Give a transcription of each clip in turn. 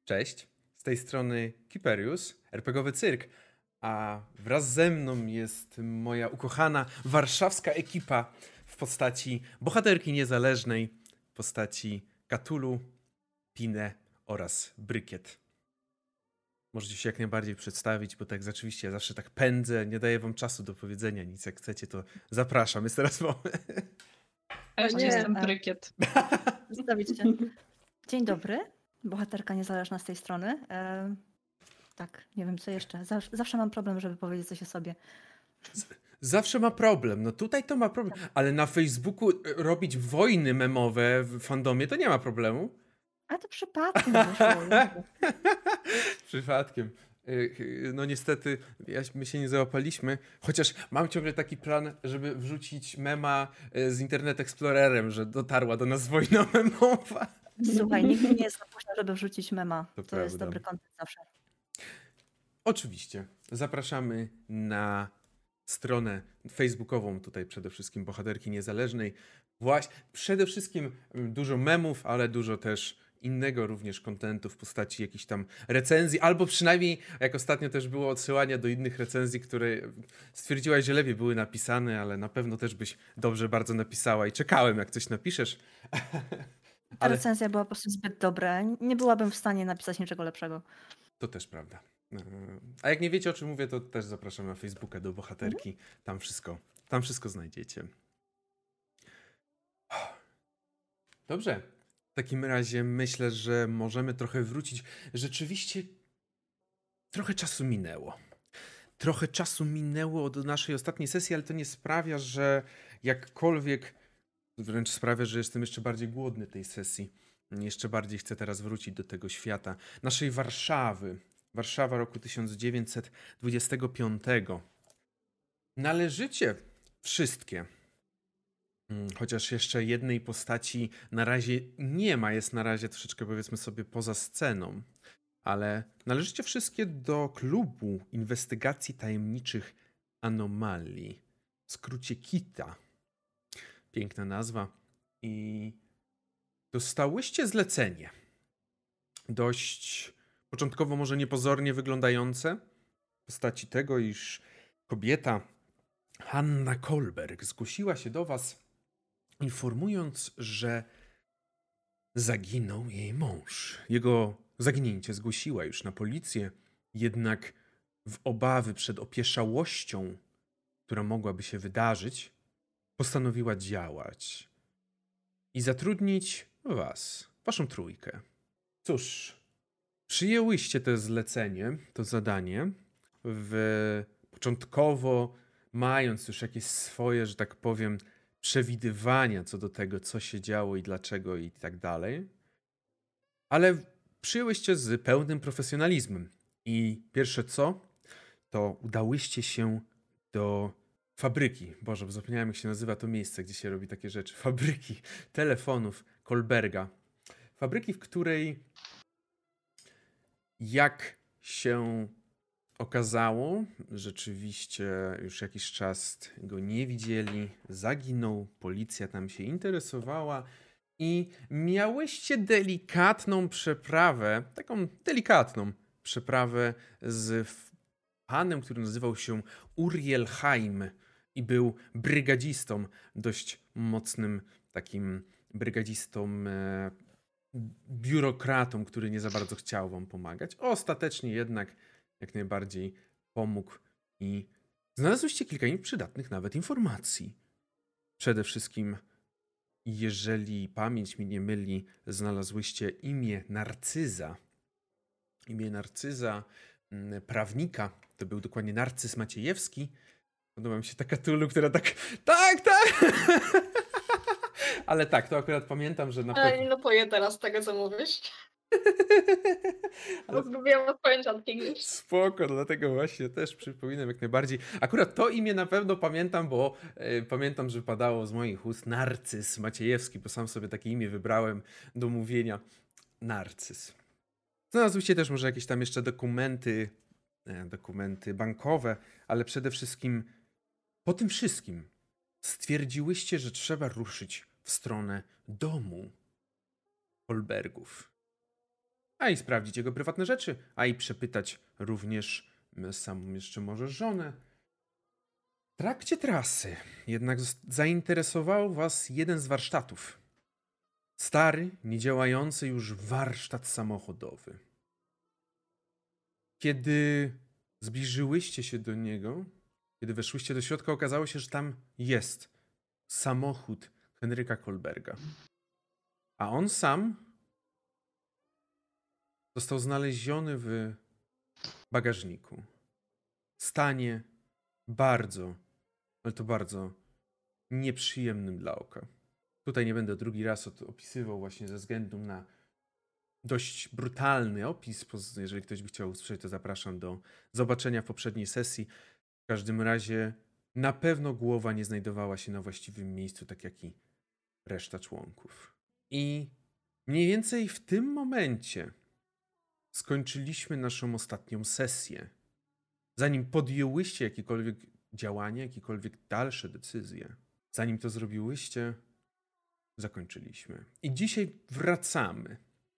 Cześć, z tej strony Kiperius, RPGowy Cyrk, a wraz ze mną jest moja ukochana warszawska ekipa w postaci bohaterki niezależnej, w postaci Cthulhu, Pine oraz Brykiet. Możecie się jak najbardziej przedstawić, bo tak rzeczywiście ja zawsze tak pędzę, nie daję wam czasu do powiedzenia nic. Jak chcecie, to zapraszam, jest teraz moment. Cześć, jestem Brykiet. Przedstawić cię. Dzień dobry, bohaterka niezależna z tej strony. Tak, nie wiem co jeszcze. Zawsze mam problem, żeby powiedzieć coś o sobie. Zawsze ma problem. No tutaj to ma problem. Ale na Facebooku robić wojny memowe w fandomie to nie ma problemu. A to przypadkiem wyszło. Przypadkiem. No niestety my się nie załapaliśmy, chociaż mam ciągle taki plan, żeby wrzucić mema z Internet Explorerem, że dotarła do nas wojna memowa. Słuchaj, nigdy nie jest za późno, żeby wrzucić mema. To jest prawda. dobry kontent zawsze. Oczywiście. Zapraszamy na stronę facebookową, tutaj przede wszystkim Bohaterki Niezależnej. Właśnie, przede wszystkim dużo memów, ale dużo też innego również kontentu w postaci jakichś tam recenzji, albo przynajmniej, jak ostatnio też było, odsyłania do innych recenzji, które stwierdziłaś, że lepiej były napisane, ale na pewno też byś dobrze bardzo napisała i czekałem, jak coś napiszesz. Ta recenzja była po prostu zbyt dobra. Nie byłabym w stanie napisać niczego lepszego. To też prawda. A jak nie wiecie, o czym mówię, to też zapraszam na Facebooka do Bohaterki. Tam wszystko znajdziecie. Dobrze. W takim razie myślę, że możemy trochę wrócić. Rzeczywiście trochę czasu minęło. Trochę czasu minęło od naszej ostatniej sesji, ale to nie sprawia, że jakkolwiek, wręcz sprawia, że jestem jeszcze bardziej głodny tej sesji. Jeszcze bardziej chcę teraz wrócić do tego świata. Naszej Warszawy. Warszawa roku 1925. Należycie wszystkie, chociaż jeszcze jednej postaci na razie nie ma, jest na razie troszeczkę, powiedzmy sobie, poza sceną, ale należycie wszystkie do klubu inwestygacji tajemniczych anomalii, w skrócie KITA. Piękna nazwa. I dostałyście zlecenie. Dość początkowo może niepozornie wyglądające, w postaci tego, iż kobieta Hanna Kolberg zgłosiła się do was, informując, że zaginął jej mąż. Jego zaginięcie zgłosiła już na policję, jednak w obawy przed opieszałością, która mogłaby się wydarzyć, postanowiła działać i zatrudnić was, waszą trójkę. Cóż, przyjęłyście to zlecenie, to zadanie, początkowo mając już jakieś swoje, że tak powiem, przewidywania co do tego, co się działo i dlaczego i tak dalej. Ale przyjęłyście z pełnym profesjonalizmem. I pierwsze co, to udałyście się do fabryki. Boże, zapomniałem, jak się nazywa to miejsce, gdzie się robi takie rzeczy. Fabryki telefonów Kolberga. Fabryki, w której, jak się okazało, rzeczywiście już jakiś czas go nie widzieli, zaginął, policja tam się interesowała i miałyście delikatną przeprawę, taką delikatną przeprawę z panem, który nazywał się Uriel Haim i był brygadzistą, dość mocnym takim brygadzistą, biurokratą, który nie za bardzo chciał wam pomagać. Ostatecznie jednak jak najbardziej pomógł i znalazłyście kilka przydatnych nawet informacji. Przede wszystkim, jeżeli pamięć mi nie myli, znalazłyście imię Narcyza. Imię Narcyza, prawnika, to był dokładnie Narcyz Maciejewski. Podoba mi się taka Cthulhu, która tak. Ale tak, to akurat pamiętam, że na pewno. Ale nie napoję teraz tego, co mówisz. Ale zgubiłam od pamięcianki gdzieś. Spoko, dlatego właśnie też przypominam jak najbardziej. Akurat to imię na pewno pamiętam, bo pamiętam, że padało z moich ust Narcyz Maciejewski, bo sam sobie takie imię wybrałem do mówienia. Narcyz. Znalazłyście też może jakieś tam jeszcze dokumenty bankowe, ale przede wszystkim po tym wszystkim stwierdziłyście, że trzeba ruszyć w stronę domu Kolbergów. a i sprawdzić jego prywatne rzeczy, a i przepytać również samą jeszcze może żonę. W trakcie trasy jednak zainteresował was jeden z warsztatów. Stary, niedziałający już warsztat samochodowy. Kiedy zbliżyłyście się do niego, kiedy weszłyście do środka, okazało się, że tam jest samochód Henryka Kolberga. A on sam został znaleziony w bagażniku. W stanie bardzo, ale to bardzo nieprzyjemnym dla oka. Tutaj nie będę drugi raz opisywał właśnie ze względu na dość brutalny opis. Jeżeli ktoś by chciał usłyszeć, to zapraszam do zobaczenia w poprzedniej sesji. W każdym razie na pewno głowa nie znajdowała się na właściwym miejscu, tak jak i reszta członków. I mniej więcej w tym momencie skończyliśmy naszą ostatnią sesję. Zanim podjęłyście jakiekolwiek działanie, jakiekolwiek dalsze decyzje, zanim to zrobiłyście, zakończyliśmy. I dzisiaj wracamy.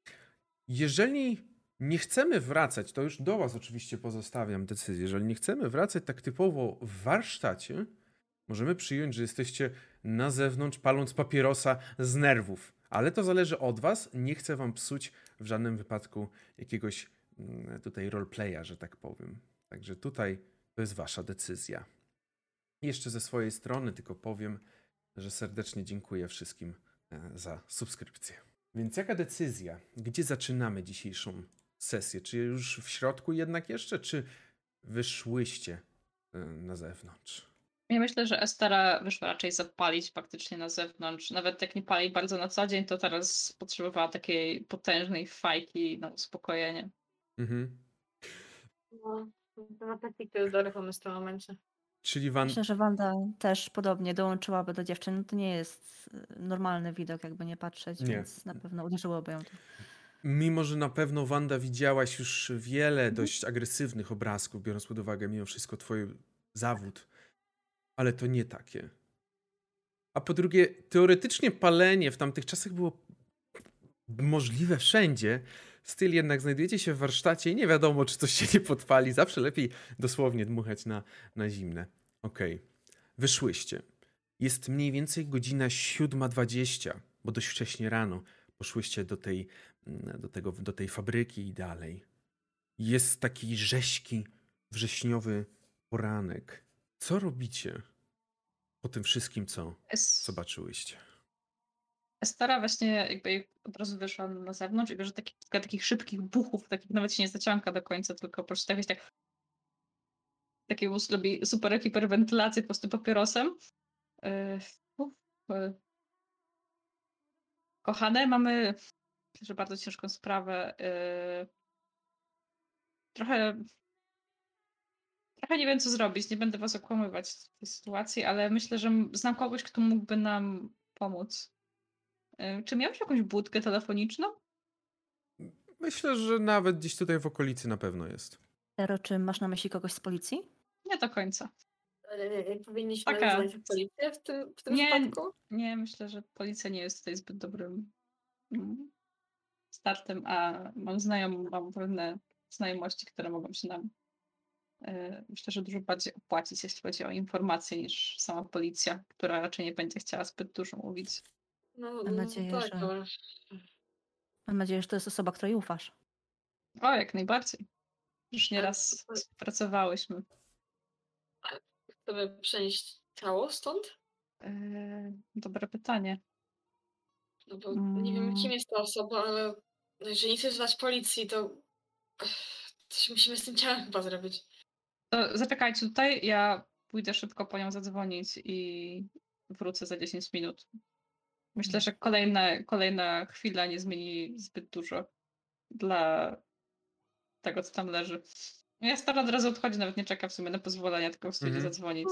Jeżeli nie chcemy wracać, to już do was oczywiście pozostawiam decyzję. Jeżeli nie chcemy wracać tak typowo w warsztacie, możemy przyjąć, że jesteście na zewnątrz, paląc papierosa z nerwów. Ale to zależy od was. Nie chcę wam psuć w żadnym wypadku jakiegoś tutaj roleplaya, że tak powiem. Także tutaj to jest wasza decyzja. Jeszcze ze swojej strony tylko powiem, że serdecznie dziękuję wszystkim za subskrypcję. Więc jaka decyzja? Gdzie zaczynamy dzisiejszą sesję? Czy już w środku jednak jeszcze, czy wyszłyście na zewnątrz? Ja myślę, że Estera wyszła raczej zapalić faktycznie na zewnątrz. Nawet jak nie pali bardzo na co dzień, to teraz potrzebowała takiej potężnej fajki na uspokojenie. Mhm. No, to jest dobry pomysł w tym momencie. Czyli Myślę, że Wanda też podobnie dołączyłaby do dziewczyn. To nie jest normalny widok, jakby nie patrzeć, Nie. więc na pewno uderzyłoby ją to. Mimo, że na pewno Wanda widziałaś już wiele dość agresywnych obrazków, biorąc pod uwagę mimo wszystko twój zawód, ale to nie takie. A po drugie, teoretycznie palenie w tamtych czasach było możliwe wszędzie. Styl jednak znajdujecie się w warsztacie i nie wiadomo, czy coś się nie podpali. Zawsze lepiej dosłownie dmuchać na zimne. Okej. Wyszłyście. Jest mniej więcej godzina 7:20, bo dość wcześnie rano poszłyście do tej fabryki i dalej. Jest taki rześki, wrześniowy poranek. Co robicie po tym wszystkim, co zobaczyłyście? Estera właśnie jakby od razu wyszła na zewnątrz i bierze kilka takich szybkich buchów, takich nawet się nie zaciąga do końca, tylko po prostu takiego robi super hiperwentylację po prostu papierosem. Kochane, mamy że bardzo ciężką sprawę. Trochę nie wiem, co zrobić. Nie będę was okłamywać w tej sytuacji, ale myślę, że znam kogoś, kto mógłby nam pomóc. Czy miałeś jakąś budkę telefoniczną? Myślę, że nawet gdzieś tutaj w okolicy na pewno jest. Tero, czy masz na myśli kogoś z policji? Nie do końca. Powinniśmy Taka- dzwonić w policję w tym Nie. wypadku? Nie, myślę, że policja nie jest tutaj zbyt dobrym startem, a mam pewne znajomości, które mogą się nam myślę, że dużo bardziej opłacić, jeśli chodzi o informacje, niż sama policja, która raczej nie będzie chciała zbyt dużo mówić. No, Mam nadzieję, tak, że- ale Mam nadzieję, że to jest osoba, której ufasz. O, jak najbardziej. Już Ale nieraz to- współpracowałyśmy. chcemy przenieść ciało stąd? Dobre pytanie. No bo nie wiem, kim jest ta osoba, ale jeżeli nie chcesz dać policji, to coś musimy z tym ciałem chyba zrobić. To zaczekajcie tutaj, ja pójdę szybko po nią zadzwonić i wrócę za 10 minut. Myślę, że kolejna chwila nie zmieni zbyt dużo dla tego, co tam leży. Ja stara od razu odchodzi, nawet nie czeka w sumie na pozwolenia, tylko w idzie zadzwonić.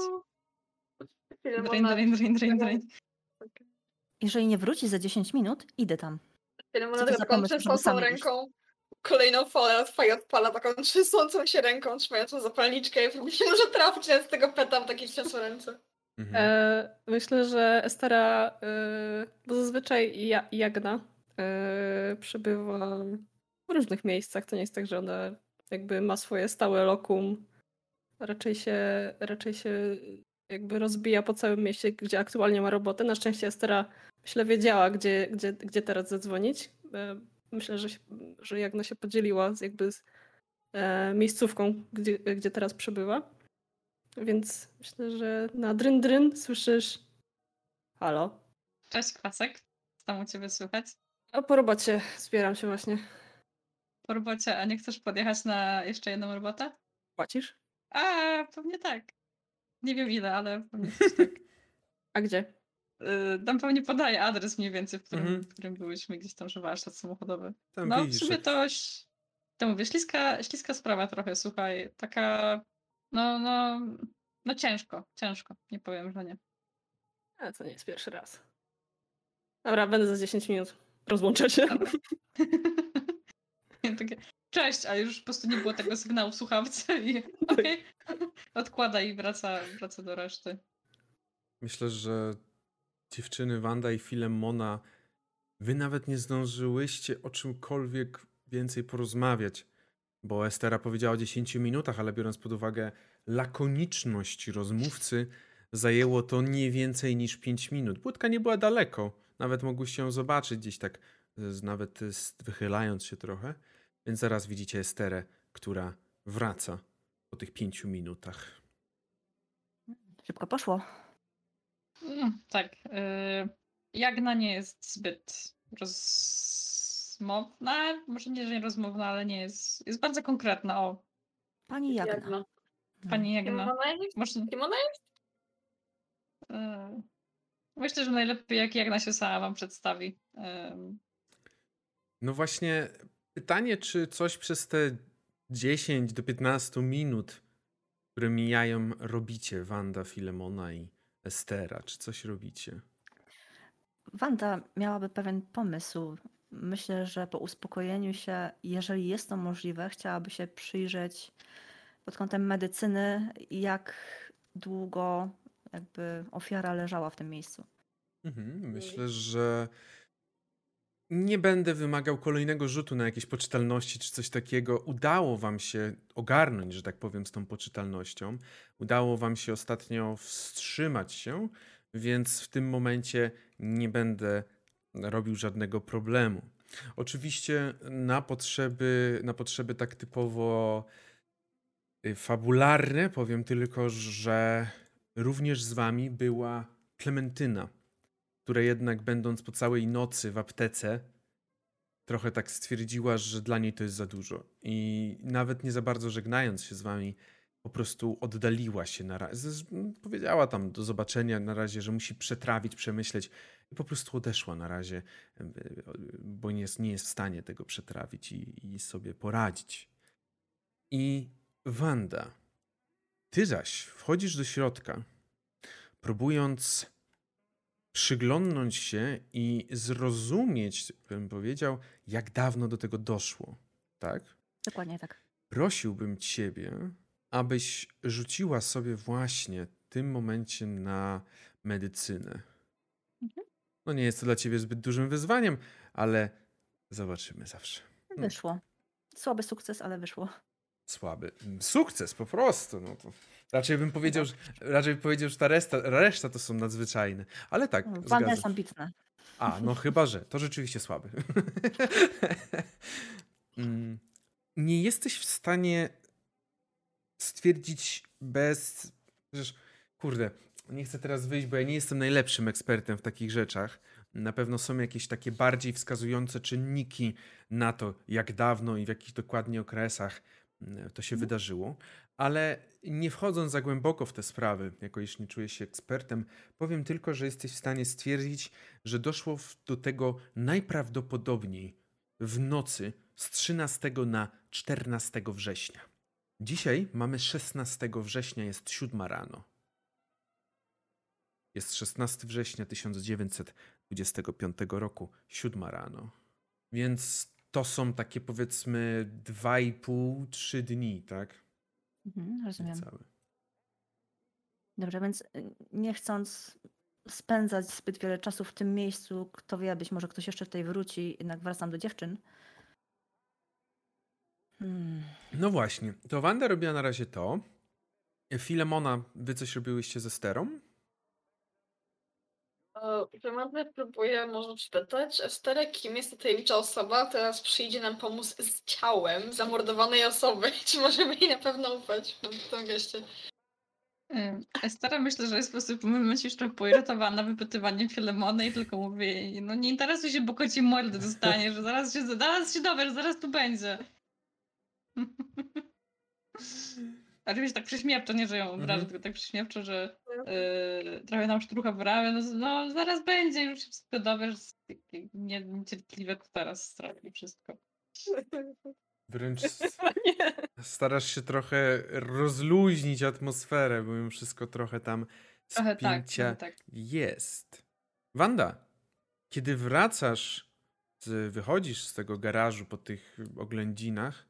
Drain. Jeżeli nie wróci za 10 minut, idę tam. Co to za Taką pomysł, żeby trzęsącą sami iść? ręką kolejną falę odpala taką trzęsącą się ręką, trzymającą zapalniczkę i próbuje może trafić, z tego petam takiej trzęsą ręce. Myślę, że Estera, bo zazwyczaj Jagna przybywa różnych miejscach. To nie jest tak, że ona jakby ma swoje stałe lokum. Raczej się jakby rozbija po całym mieście, gdzie aktualnie ma robotę. Na szczęście Estera, myślę, wiedziała, gdzie teraz zadzwonić. Myślę, że Jagna się podzieliła z miejscówką, gdzie teraz przebywa. Więc myślę, że na dryn słyszysz halo. Cześć, Kwasek. Co tam u ciebie słychać? A po robocie zbieram się właśnie. Po robocie, a nie chcesz podjechać na jeszcze jedną robotę? Płacisz? A, pewnie tak. Nie wiem ile, ale pewnie coś tak. A gdzie? Tam pewnie podaję adres mniej więcej, w Mhm. którym byłyśmy gdzieś tam, że warsztat samochodowy. Tam No, w widzisz, sumie jak to, to mówię, śliska sprawa trochę, słuchaj, taka, no ciężko, nie powiem, że nie. A to nie jest pierwszy raz. Dobra, będę za 10 minut. Rozłączę się. Dobra. Takie, cześć, a już po prostu nie było tego sygnału w słuchawce i okej, odkłada i wraca do reszty. myślę, że dziewczyny Wanda i Filemona, wy nawet nie zdążyłyście o czymkolwiek więcej porozmawiać, bo Estera powiedziała o 10 minutach, ale biorąc pod uwagę lakoniczność rozmówcy, zajęło to nie więcej niż 5 minut. Budka nie była daleko, nawet mogłyście ją zobaczyć gdzieś tak, nawet wychylając się trochę, więc zaraz widzicie Esterę, która wraca po tych 5 minutach. Szybko poszło. Tak. Jagna nie jest zbyt rozmowna. Może nie, że nie rozmowna, ale nie jest. Jest bardzo konkretna. O, Pani Jagna. Jagna. pani Kim Jagna. ona jest? Może, Kim ona jest? myślę, że najlepiej jak Jagna się sama wam przedstawi. No właśnie, pytanie, czy coś przez te 10 do 15 minut, które mijają, robicie, Wanda, Filemona i Estera? Czy coś robicie? Wanda miałaby pewien pomysł. Myślę, że po uspokojeniu się, jeżeli jest to możliwe, chciałaby się przyjrzeć pod kątem medycyny, jak długo jakby ofiara leżała w tym miejscu. Myślę, że nie będę wymagał kolejnego rzutu na jakieś poczytalności czy coś takiego. Udało wam się ogarnąć, że tak powiem, z tą poczytalnością. Udało wam się ostatnio wstrzymać się, więc w tym momencie nie będę robił żadnego problemu. Oczywiście na potrzeby tak typowo fabularne powiem tylko, że również z wami była Klementyna, która jednak będąc po całej nocy w aptece trochę tak stwierdziła, że dla niej to jest za dużo. I nawet nie za bardzo żegnając się z wami, po prostu oddaliła się na razie. Powiedziała tam do zobaczenia na razie, że musi przetrawić, przemyśleć i po prostu odeszła na razie, bo nie jest w stanie tego przetrawić i sobie poradzić. I Wanda, ty zaś wchodzisz do środka, próbując przyglądnąć się i zrozumieć, bym powiedział, jak dawno do tego doszło, tak? Dokładnie tak. Prosiłbym ciebie, abyś rzuciła sobie właśnie w tym momencie na medycynę. No nie jest to dla ciebie zbyt dużym wyzwaniem, ale zobaczymy zawsze. Wyszło. Słaby sukces, ale wyszło. Słaby. Sukces po prostu. No to raczej bym powiedział, że ta reszta to są nadzwyczajne. Ale tak, Wanda zgadzam jest się. ambitna. A, no chyba, że. To rzeczywiście słaby. Nie jesteś w stanie stwierdzić bez... Przecież, kurde, nie chcę teraz wyjść, bo ja nie jestem najlepszym ekspertem w takich rzeczach. Na pewno są jakieś takie bardziej wskazujące czynniki na to, jak dawno i w jakich dokładnie okresach to się wydarzyło. Ale nie wchodząc za głęboko w te sprawy, jako iż nie czuję się ekspertem, powiem tylko, że jesteś w stanie stwierdzić, że doszło do tego najprawdopodobniej w nocy z 13 na 14 września. Dzisiaj mamy 16 września, jest 7 rano. Jest 16 września 1925 roku, 7 rano. Więc to są takie powiedzmy 2,5-3 dni, tak? Rozumiem. Niecałe. Dobrze, więc nie chcąc spędzać zbyt wiele czasu w tym miejscu, kto wie, być może ktoś jeszcze tutaj wróci, jednak wracam do dziewczyn. No właśnie, to Wanda robiła na razie to. Filemona, wy coś robiłyście ze Esterą? Prymatny próbuje może spytać Esterę, kim jest ta tajemnicza osoba, teraz przyjdzie nam pomóc z ciałem zamordowanej osoby. Czy możemy jej na pewno ufać w tym geście? Estera myślę, że jest po prostu w pewnym momencie już trochę poirytowana wypytywaniem Filemony i tylko mówi jej, no nie interesuj się, bo koci mordy dostanie, że zaraz się dowiesz, zaraz tu będzie. Oczywiście tak prześmiewczo, nie że ją obrażę, tylko tak prześmiewczo, że trochę nam sztrucha w ramię, no zaraz będzie, już się wszystko dowiesz, niecierpliwe to teraz straci wszystko. Wręcz Nie. starasz się trochę rozluźnić atmosferę, bo mimo wszystko trochę tam Trochę tak, spięcia tak. jest. Wanda, kiedy wracasz, wychodzisz z tego garażu po tych oględzinach,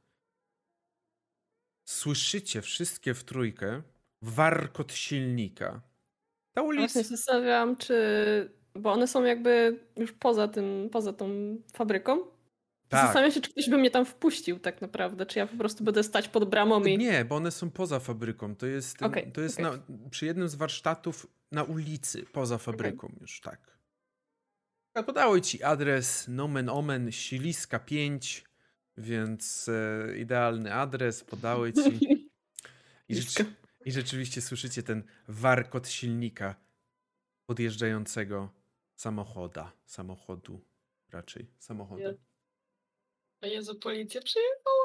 słyszycie wszystkie w trójkę warkot silnika. Ta ulica... Właśnie się zastanawiałam, bo one są jakby już poza tą fabryką. Tak. Zastanawiam się, czy ktoś by mnie tam wpuścił tak naprawdę, czy ja po prostu będę stać pod bramą i... Nie, bo one są poza fabryką. To jest, Okej, to jest okej. przy jednym z warsztatów na ulicy, poza fabryką już, tak. Podały ci adres nomen omen Siliska 5, więc idealny adres podały ci. I rzeczywiście słyszycie ten warkot silnika podjeżdżającego samochodu raczej, samochodu. O Jezu, policja przyjechała.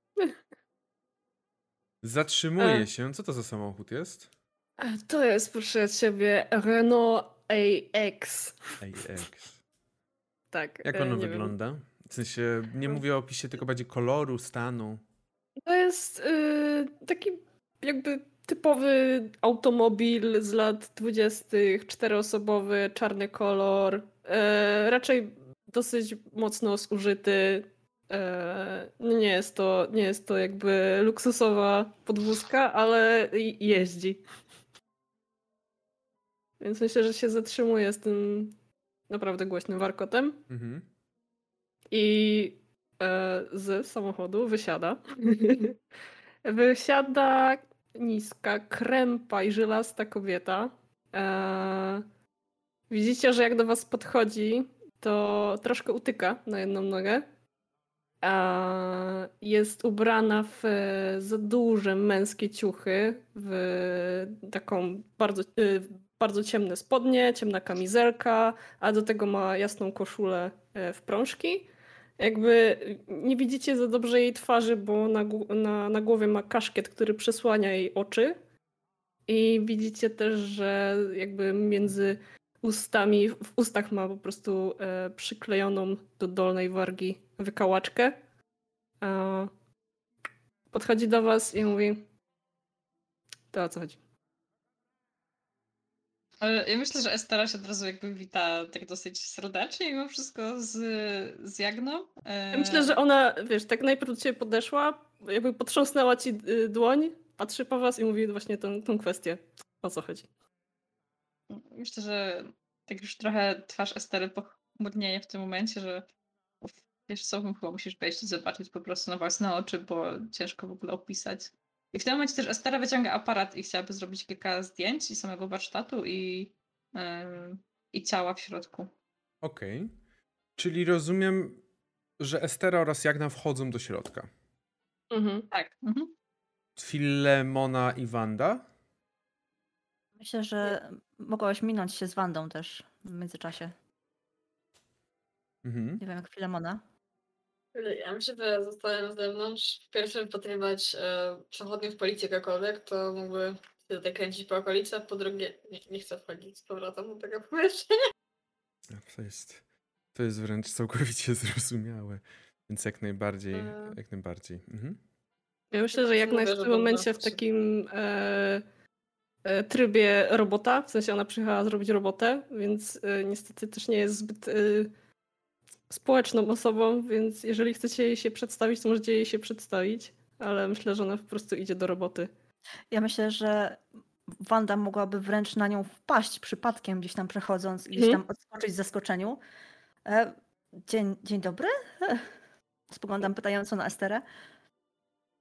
Zatrzymuje się. Co to za samochód jest? To jest, proszę ciebie, Renault AX. AX. Tak. Jak ono nie wygląda? W sensie, nie mówię o opisie, tylko bardziej koloru, stanu. To jest taki jakby typowy automobil z lat 20., 4-osobowy, czarny kolor. Raczej dosyć mocno zużyty. No nie jest to jakby luksusowa podwózka, ale jeździ. Więc myślę, że się zatrzymuje z tym naprawdę głośnym warkotem. Mhm. I z samochodu wysiada. Wysiada niska, krępa i żylasta kobieta. Widzicie, że jak do was podchodzi, to troszkę utyka na jedną nogę. Jest ubrana w za duże męskie ciuchy, w taką bardzo ciemne spodnie, ciemna kamizelka, a do tego ma jasną koszulę w prążki. Jakby nie widzicie za dobrze jej twarzy, bo na głowie ma kaszkiet, który przesłania jej oczy. I widzicie też, że jakby między ustami, w ustach ma po prostu przyklejoną do dolnej wargi wykałaczkę. Podchodzi do was i mówi: to o co chodzi? Ja myślę, że Estera się od razu jakby wita tak dosyć serdecznie mimo wszystko z Jagną. Ja myślę, że ona, wiesz, tak najpierw do ciebie podeszła, jakby potrząsnęła ci dłoń, patrzy po was i mówi właśnie tą kwestię. O co chodzi? Myślę, że tak już trochę twarz Estery pochmurnieje w tym momencie, że wiesz co, chyba musisz wejść i zobaczyć po prostu na własne oczy, bo ciężko w ogóle opisać. I w tym momencie też Estera wyciąga aparat i chciałaby zrobić kilka zdjęć i samego warsztatu i ciała w środku. Okej. Czyli rozumiem, że Estera oraz Jagna wchodzą do środka. Mhm. Tak. Mhm. Filemona i Wanda? Myślę, że mogłaś minąć się z Wandą też w międzyczasie. Mhm. Nie wiem, jak Filemona. Ja myślę, że zostanę na zewnątrz. Po pierwsze wypatrywać przechodniów policji jakkolwiek, to mógłby się tutaj kręcić po okolicy, a po drugie nie chcę wchodzić z powrotem do tego pomieszczenia. To jest wręcz całkowicie zrozumiałe. Więc jak najbardziej. Mhm. Ja myślę, że Jagna jest w tym momencie w takim trybie robota, w sensie ona przyjechała zrobić robotę, więc niestety też nie jest zbyt społeczną osobą, więc jeżeli chcecie jej się przedstawić, to możecie jej się przedstawić, ale myślę, że ona po prostu idzie do roboty. Ja myślę, że Wanda mogłaby wręcz na nią wpaść przypadkiem, gdzieś tam przechodząc, gdzieś tam odskoczyć w zaskoczeniu. Dzień dobry? Spoglądam pytająco na Esterę.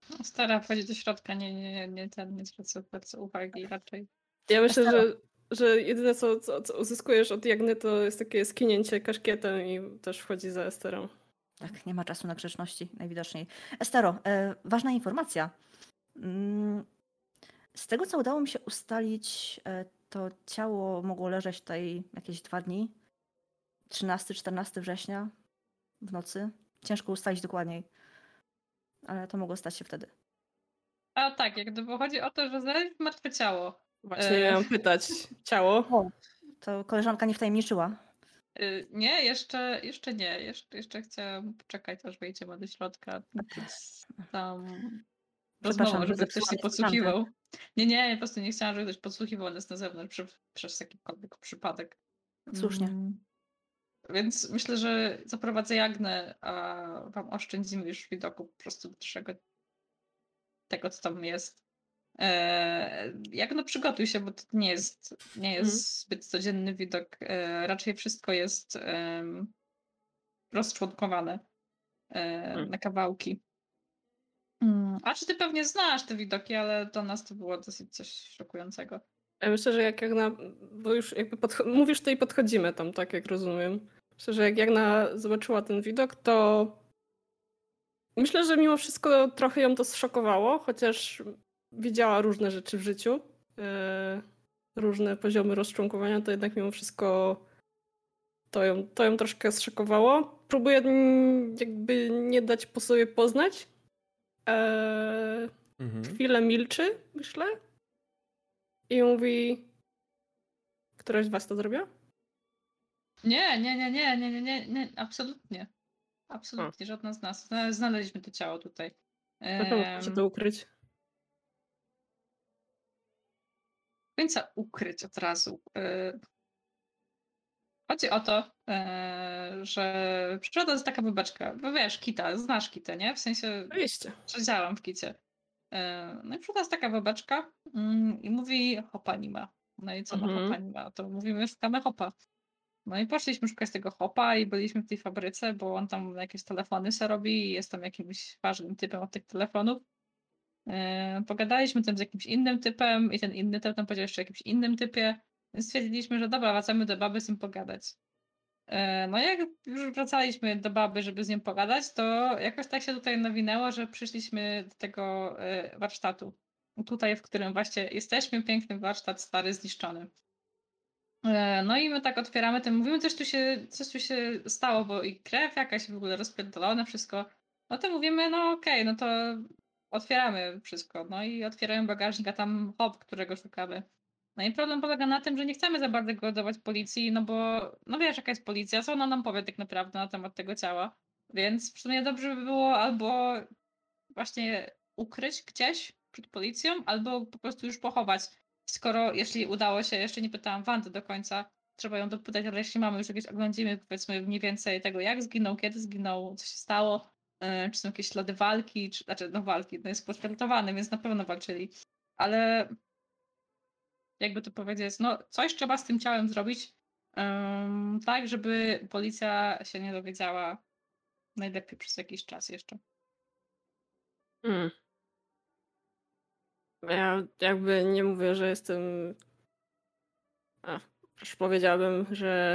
Stara wchodzi do środka, nie zwraca bardzo uwagi raczej. Ja myślę, Estero. że jedyne co uzyskujesz od Jagny to jest takie skinięcie kaszkietem i też wchodzi za Esterą. Tak, nie ma czasu na grzeczności, najwidoczniej. Estero, ważna informacja. Z tego, co udało mi się ustalić, to ciało mogło leżeć tutaj jakieś 2 dni. 13-14 września w nocy. Ciężko ustalić dokładniej, ale to mogło stać się wtedy. A tak, jak gdyby chodzi o to, że znaleźliśmy martwe ciało. Właśnie miałam pytać. Ciało? To koleżanka nie wtajemniczyła. Nie, jeszcze nie. Jeszcze chciałam poczekać, aż wejdziemy do środka. Więc tam Przepraszam, rozmowa, żeby ktoś nie zepsułam podsłuchiwał. Nie, po prostu nie chciałam, żeby ktoś podsłuchiwał nas na zewnątrz przez jakikolwiek przypadek. Słusznie. Więc myślę, że zaprowadzę Jagnę, a wam oszczędzimy już widoku po prostu tego, co tam jest. Jagno, przygotuj się, bo to nie jest zbyt codzienny widok. Raczej wszystko jest rozczłonkowane na kawałki. A czy ty pewnie znasz te widoki, ale dla nas to było dosyć coś szokującego. Ja myślę, że jak Jagna, bo już jakby mówisz to i podchodzimy tam, tak jak rozumiem. Myślę, że jak Jagna zobaczyła ten widok, to myślę, że mimo wszystko trochę ją to zszokowało, chociaż widziała różne rzeczy w życiu, różne poziomy rozczłonkowania, to jednak mimo wszystko to ją troszkę zszokowało. Próbuje jakby nie dać po sobie poznać. Chwilę milczy, myślę. I mówi, któraś z was to zrobiła? Nie, absolutnie. Absolutnie, żadna z nas. Znaleźliśmy to ciało tutaj. Dlaczego chcecie to ukryć? Końca ukryć od razu. Chodzi o to, że przyroda to jest taka wybeczka. Bo wiesz, Kita, znasz Kitę, nie? W sensie, Oczywiście. siedziałam w Kicie. No i przyroda jest taka wybeczka i mówi hopa nie ma. No i co ma hopa nie ma? To mówimy, szukamy hopa. No i poszliśmy szukać tego hopa i byliśmy w tej fabryce, bo on tam jakieś telefony se robi i jest tam jakimś ważnym typem od tych telefonów. Pogadaliśmy tam z jakimś innym typem i ten inny typ tam powiedział jeszcze o jakimś innym typie. Więc stwierdziliśmy, że dobra, wracamy do baby z nim pogadać. No i jak już wracaliśmy do baby, żeby z nią pogadać, to jakoś tak się tutaj nawinęło, że przyszliśmy do tego warsztatu. Tutaj, w którym właśnie jesteśmy, piękny warsztat, stary, zniszczony. No i my tak otwieramy ten, mówimy, coś tu się stało, bo i krew jakaś w ogóle rozpierdolone, wszystko. No to mówimy, no okej, no to otwieramy wszystko. No i otwierają bagażnik, a tam hop, którego szukamy. No i problem polega na tym, że nie chcemy za bardzo go oddawać policji, no bo no wiesz, jaka jest policja, co ona nam powie tak naprawdę na temat tego ciała. Więc w sumie dobrze by było albo właśnie ukryć gdzieś przed policją, albo po prostu już pochować. Skoro, jeśli udało się, jeszcze nie pytałam Wandy do końca, trzeba ją dopytać, ale jeśli mamy już jakieś oględziny, powiedzmy mniej więcej tego, jak zginął, kiedy zginął, co się stało, czy są jakieś ślady walki, no walki, no jest poszpitalowany, więc na pewno walczyli. Ale jakby to powiedzieć, no coś trzeba z tym ciałem zrobić, tak, żeby policja się nie dowiedziała najlepiej przez jakiś czas jeszcze. Ja jakby nie mówię, że jestem... już powiedziałabym, że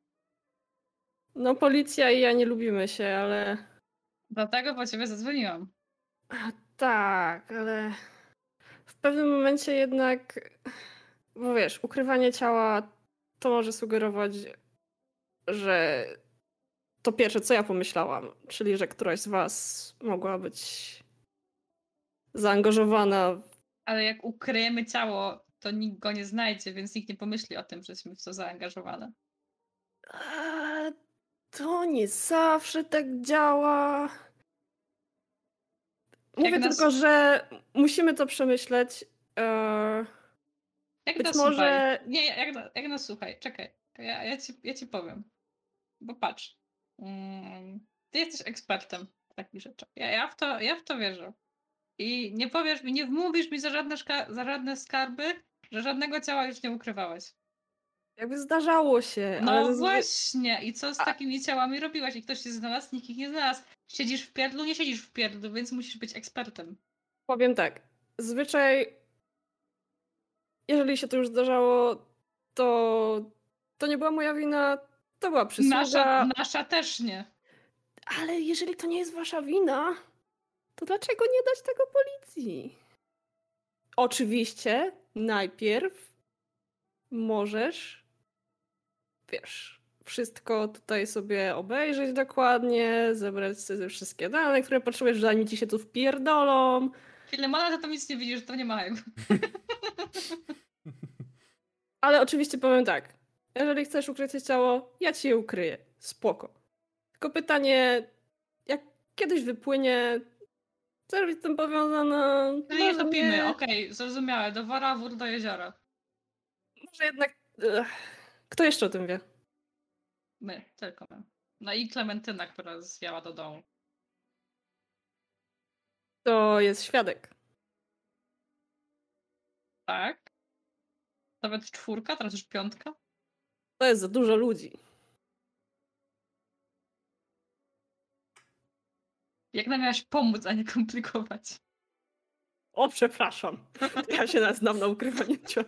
no policja i ja nie lubimy się, ale... Dlatego po ciebie zadzwoniłam. Tak, ale w pewnym momencie jednak, bo wiesz, ukrywanie ciała to może sugerować, że to pierwsze, co ja pomyślałam, czyli że któraś z was mogła być zaangażowana. Ale jak ukryjemy ciało, to nikt go nie znajdzie, więc nikt nie pomyśli o tym, że jesteśmy w to zaangażowane. To nie zawsze tak działa. Mówię tylko, że musimy to przemyśleć. Jak być nas może... Słuchaj. Nie, jak nas słuchaj, czekaj. Ja ci powiem. Bo patrz. Ty jesteś ekspertem w takich rzeczach. Ja w to wierzę. I nie powiesz mi, nie wmówisz mi za żadne skarby, że żadnego ciała już nie ukrywałeś. Jakby zdarzało się. No ale właśnie. I co z takimi ciałami robiłaś? I ktoś się znalazł, nikt ich nie znalazł. Siedzisz w pierdlu, nie siedzisz w pierdlu, więc musisz być ekspertem. Powiem tak. Zwyczaj, jeżeli się to już zdarzało, to nie była moja wina, to była przysługa. Nasza też nie. Ale jeżeli to nie jest wasza wina, to dlaczego nie dać tego policji? Oczywiście, najpierw możesz, wiesz, wszystko tutaj sobie obejrzeć dokładnie, zebrać sobie wszystkie dane, które potrzebujesz, zanim ci się tu wpierdolą. Filemona, to tam nic nie widzisz, to nie ma jakby. Ale oczywiście powiem tak, jeżeli chcesz ukryć ciało, ja ci je ukryję. Spoko. Tylko pytanie, jak kiedyś wypłynie, co robić z tym powiązana? Czyli je Może topimy, nie, okej, zrozumiałe. Do wora, wór do jeziora. może jednak... Kto jeszcze o tym wie? My, tylko my. No i Klementyna, która zwiała do domu. To jest świadek. Tak? Nawet 4, teraz już 5. To jest za dużo ludzi. Jak nam miałaś pomóc, a nie komplikować? O, przepraszam. Ja się znam na ukrywaniu ciała.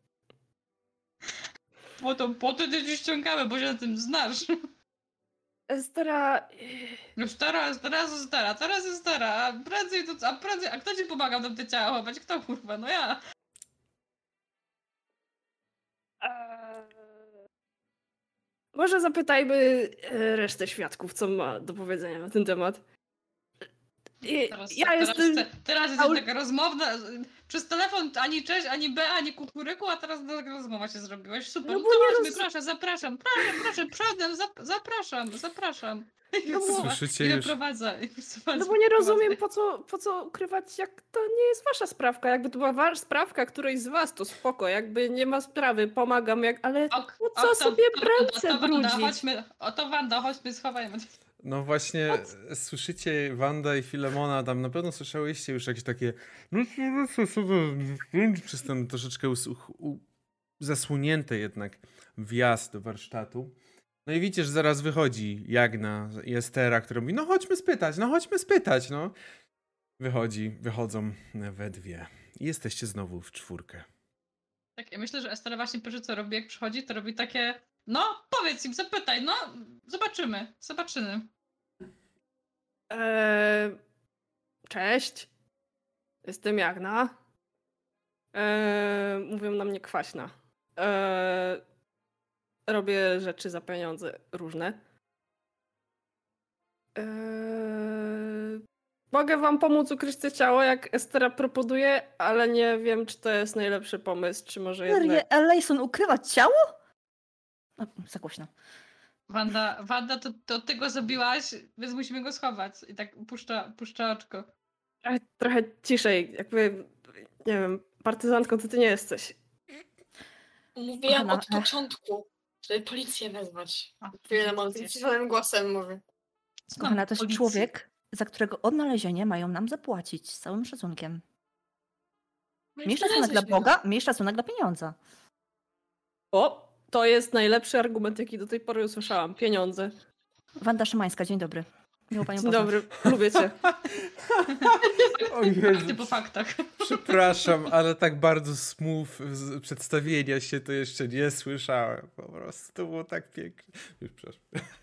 Po to cię dziś ściągamy, bo się na tym znasz. Estera... Już teraz jest stara, a kto ci pomagał nam te ciała chować? Kto kurwa? No ja. Może zapytajmy resztę świadków, co ma do powiedzenia na ten temat. Teraz jest taka rozmowna. Przez telefon ani cześć, ani B, ani kukuryku, a teraz taka rozmowa się zrobiłaś. Super. No No bo to nie chodźmy, proszę, zapraszam. Proszę, przodem, zapraszam. No bo- Słyszycie I już? wyprowadzaj. No bo nie rozumiem, po co ukrywać, jak to nie jest wasza sprawka. Jakby to była wasza sprawka którejś z was, to spoko. Jakby nie ma sprawy, pomagam, ale po co sobie ręce brudzić? Wanda, chodźmy, schowajmy. No właśnie, słyszycie Wanda i Filemona, tam na pewno słyszałyście już jakieś takie przez ten troszeczkę zasłonięte jednak wjazd do warsztatu. No i widzicie, że zaraz wychodzi Jagna i Estera, która mówi, no chodźmy spytać, no. Wychodzą we dwie. I jesteście znowu w 4. Tak, ja myślę, że Estera właśnie pierwsze co robi, jak przychodzi, to robi takie, no powiedz im, zapytaj, no zobaczymy. Cześć. Jestem Jagna. Mówią na mnie kwaśna. Robię rzeczy za pieniądze różne. Mogę wam pomóc ukryć to ciało, jak Estera proponuje, ale nie wiem, czy to jest najlepszy pomysł, czy może jednak... Ellison ukrywać ciało? O, za głośno. Wanda, to ty go zabiłaś, więc musimy go schować. I tak puszcza oczko. Trochę ciszej, jakby, nie wiem, partyzantką to ty nie jesteś. Mówiłam Kochana, od początku, żeby policję wezwać. A, Filemon zdecydowanym głosem mówi. Kochana, to jest Policji. człowiek, za którego odnalezienie mają nam zapłacić z całym szacunkiem. No i Miej szacunek dla znaleźliśmy go. Boga, miej szacunek dla pieniądza. O, to jest najlepszy argument, jaki do tej pory usłyszałam. Pieniądze. Wanda Szymańska, dzień dobry. Miło panią Dzień poznać. dobry, lubię cię. O Jezu. Fakty po faktach. Przepraszam, ale tak bardzo smooth przedstawienia się to jeszcze nie słyszałem. Po prostu to było tak piękne. Już przepraszam.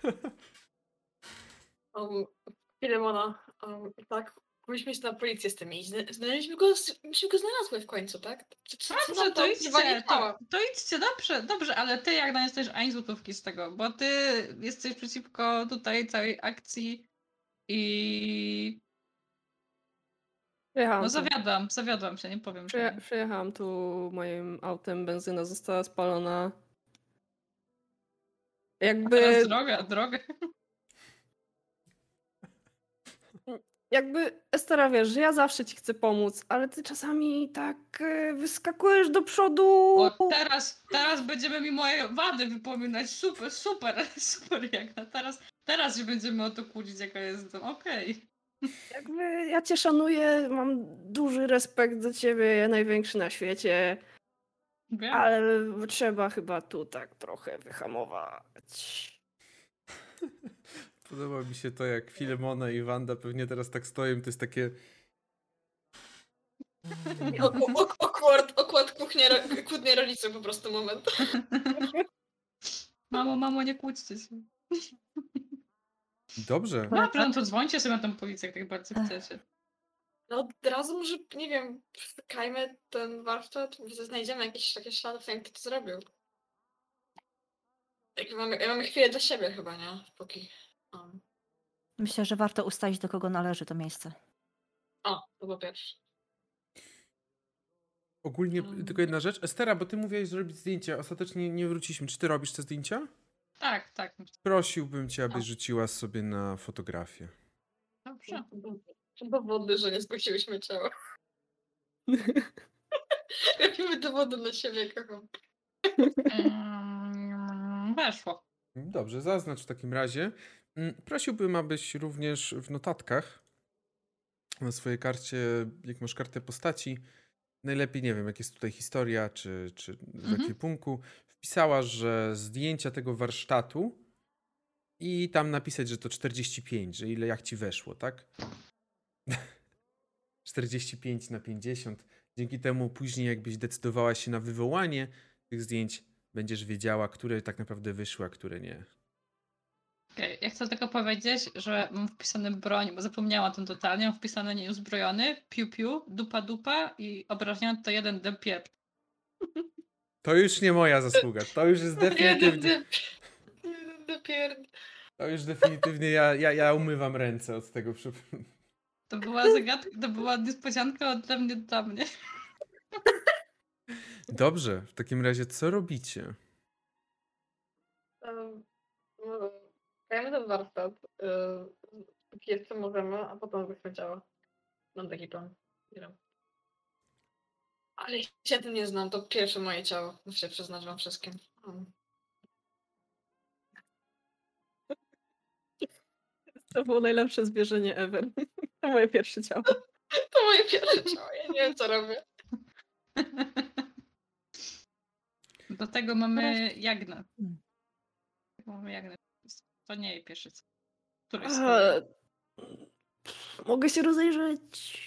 Filemona, tak, powinniśmy się na policję z tym iść. Myśmy go znalazły w końcu, tak? Co Dobrze, nam to odgrywanie idźcie, ciała? to idźcie, dobrze, ale ty jak jesteś ani złotówki z tego, bo ty jesteś przeciwko tutaj całej akcji i Przyjechałam no tu. zawiodłam się, nie powiem, że nie. Przyjechałam tu moim autem, benzyna została spalona. A Jakby, teraz drogę. jakby Estera, wiesz, że ja zawsze ci chcę pomóc, ale ty czasami tak wyskakujesz do przodu. O, teraz będziemy mi moje wady wypominać, super jak teraz się będziemy o to kłócić, jaka jestem, okej. Jakby ja cię szanuję, mam duży respekt do ciebie, największy na świecie, Wiem. ale trzeba chyba tu tak trochę wyhamować. Podoba mi się to, jak Filemona i Wanda pewnie teraz tak stoją. To jest takie... Okład kłótnie rodziców po prostu moment. Mamo, nie kłóćcie się. Dobrze. Dobrze, no to dzwońcie sobie na tą policję, jak tak bardzo chcecie. No od razu może, nie wiem, przeszukajmy ten warsztat, może znajdziemy jakieś takie ślady, w kto to zrobił. Ja mamy chwilę dla siebie chyba, nie? Póki... Myślę, że warto ustalić, do kogo należy to miejsce. O, to było pierwsze. Ogólnie tylko jedna rzecz. Estera, bo ty mówiłaś zrobić zdjęcia. Ostatecznie nie wróciliśmy. Czy ty robisz te zdjęcia? Tak. Prosiłbym cię, abyś rzuciła sobie na fotografię. Dobrze. Dowody, że nie spuściłyśmy ciała. Robimy dowody na siebie, kocham. Weszło. Dobrze, zaznacz w takim razie. Prosiłbym, abyś również w notatkach na swojej karcie, jak masz kartę postaci, najlepiej, nie wiem, jak jest tutaj historia, czy w ekwipunku, wpisała, że zdjęcia tego warsztatu i tam napisać, że to 45, że ile jak ci weszło, tak? 45/50. Dzięki temu później, jakbyś decydowała się na wywołanie tych zdjęć, będziesz wiedziała, które tak naprawdę wyszły, a które nie. Okay. Ja chcę tylko powiedzieć, że mam wpisane broń, bo zapomniałam o tym totalnie. Mam wpisane nieuzbrojony, piu, dupa i obrażenia to 1 d-pierd. To już nie moja zasługa. To już jest definitywnie. To już definitywnie ja umywam ręce od tego. To była zagadka, to była niespodzianka ode mnie dla mnie. Dobrze, w takim razie co robicie? Dajmy ten warsztat, póki jeszcze możemy, a potem byśmy ciała. Mam taki plan. Nie wiem. Ale się tym nie znam, to pierwsze moje ciało. Muszę się przyznać wam wszystkim. To było najlepsze zwierzenie ever. To moje pierwsze ciało. To moje pierwsze ciało, ja nie wiem co robię. Do tego mamy Jagnę. Mamy Jagnę. To nie jej pierwsze ciało. Które jest Mogę się rozejrzeć.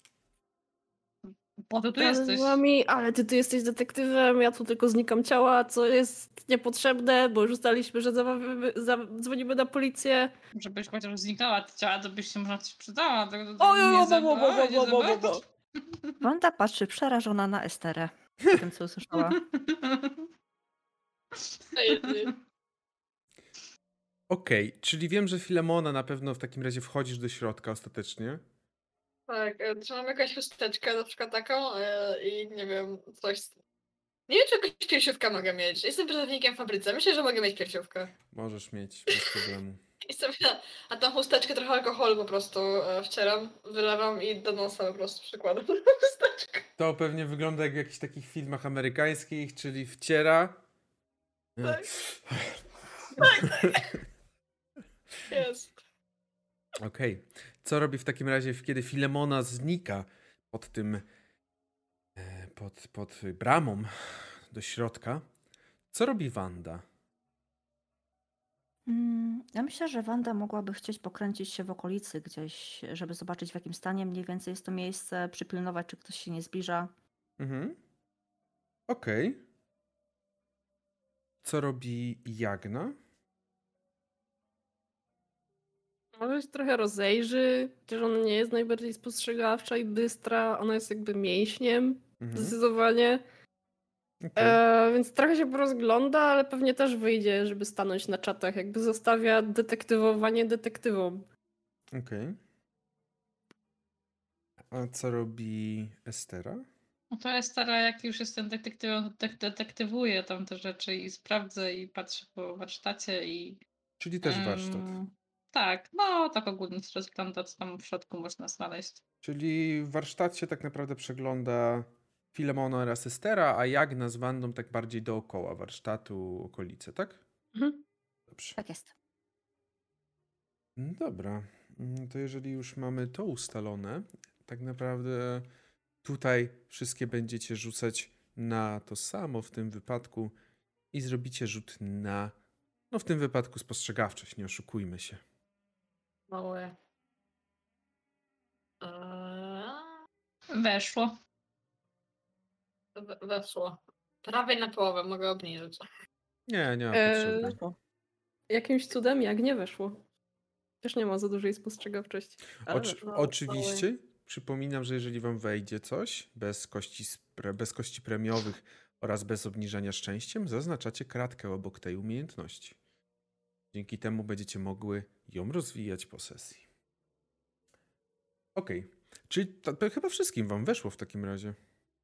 Po to tu jesteś. Ale ty jesteś detektywem, ja tu tylko znikam ciała, co jest niepotrzebne, bo już ustaliliśmy, że dzwonimy na policję. Żebyś chociaż znikała te ciała, to byś się może coś przydała. Wanda patrzy przerażona na Esterę po tym, co usłyszała. Okej, czyli wiem, że Filemona na pewno w takim razie wchodzisz do środka ostatecznie. Tak, trzymam jakąś chusteczkę, na przykład taką i nie wiem, coś... Nie wiem, czy jakąś piersiówkę mogę mieć. Jestem pracownikiem w fabryce, myślę, że mogę mieć piersiówkę. Możesz mieć, bez problemu. I sobie na tą chusteczkę trochę alkoholu po prostu wcieram, wylewam i do nosa po prostu przykładam tą chusteczkę. To pewnie wygląda jak w jakichś takich filmach amerykańskich, czyli wciera. Tak. Jest. Okej. Co robi w takim razie, kiedy Filemona znika pod tym, pod bramą do środka? Co robi Wanda? Ja myślę, że Wanda mogłaby chcieć pokręcić się w okolicy gdzieś, żeby zobaczyć, w jakim stanie mniej więcej jest to miejsce, przypilnować, czy ktoś się nie zbliża. Okej. Co robi Jagna? Może się trochę rozejrzy, chociaż ona nie jest najbardziej spostrzegawcza i bystra, ona jest jakby mięśniem, zdecydowanie. Okay. Więc trochę się porozgląda, ale pewnie też wyjdzie, żeby stanąć na czatach, jakby zostawia detektywowanie detektywom. Okej. A co robi Estera? No to Estera, jak już jestem detektywem, to detektywuję tam te rzeczy i sprawdzę i patrzę po warsztacie i... Czyli też warsztat. Tak, no tak ogólnie się rozgląda, co tam w środku można znaleźć. Czyli w warsztacie tak naprawdę przegląda Filemona oraz Estera, a Jagna z Wandą tak bardziej dookoła warsztatu, okolice, tak? Dobrze. Tak jest. Dobra, to jeżeli już mamy to ustalone, tak naprawdę tutaj wszystkie będziecie rzucać na to samo w tym wypadku i zrobicie rzut na, no w tym wypadku spostrzegawczość, nie oszukujmy się. Małe. Weszło. Weszło. Prawie na połowę, mogę obniżyć. Nie ma Eee, potrzeby. Jakimś cudem jak nie weszło. Też nie ma za dużej spostrzegawczości. Ale weszło. Oczywiście przypominam, że jeżeli wam wejdzie coś bez kości premiowych oraz bez obniżania szczęściem, zaznaczacie kratkę obok tej umiejętności. Dzięki temu będziecie mogły ją rozwijać po sesji. Okej. Czyli to chyba wszystkim wam weszło w takim razie.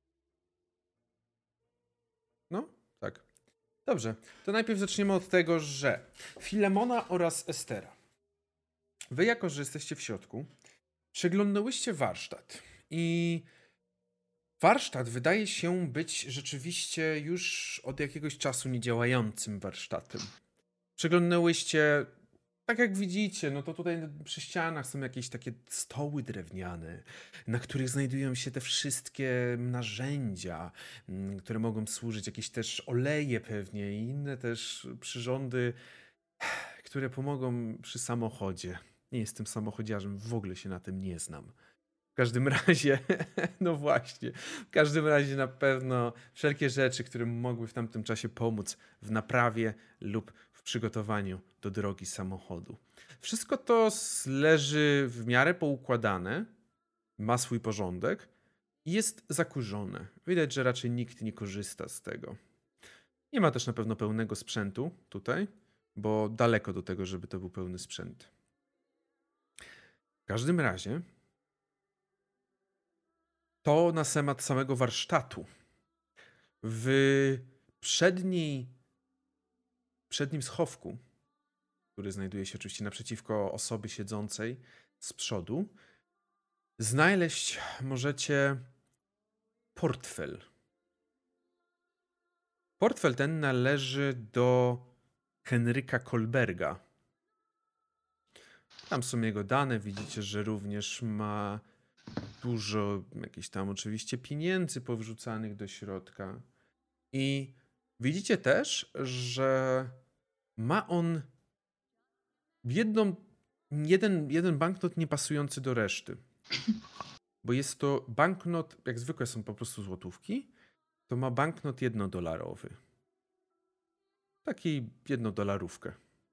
No, tak. Dobrze. To najpierw zaczniemy od tego, że Filemona oraz Estera. Wy, jako że jesteście w środku, przeglądałyście warsztat i warsztat wydaje się być rzeczywiście już od jakiegoś czasu niedziałającym warsztatem. Przeglądałyście, tak jak widzicie, no to tutaj przy ścianach są jakieś takie stoły drewniane, na których znajdują się te wszystkie narzędzia, które mogą służyć, jakieś też oleje pewnie i inne też przyrządy, które pomogą przy samochodzie. Nie jestem samochodziarzem, w ogóle się na tym nie znam. W każdym razie, no właśnie, w każdym razie na pewno wszelkie rzeczy, które mogły w tamtym czasie pomóc w naprawie lub w przygotowaniu do drogi samochodu. Wszystko to leży w miarę poukładane, ma swój porządek i jest zakurzone. Widać, że raczej nikt nie korzysta z tego. Nie ma też na pewno pełnego sprzętu tutaj, bo daleko do tego, żeby to był pełny sprzęt. W każdym razie to na temat samego warsztatu. W przednim schowku, który znajduje się oczywiście naprzeciwko osoby siedzącej z przodu, znaleźć możecie portfel. Portfel ten należy do Henryka Kolberga. Tam są jego dane. Widzicie, że również ma dużo jakichś tam oczywiście pieniędzy powrzucanych do środka. I widzicie też, że ma on jeden banknot niepasujący do reszty. Bo jest to banknot, jak zwykle są po prostu złotówki, to ma banknot $1. Taki $1.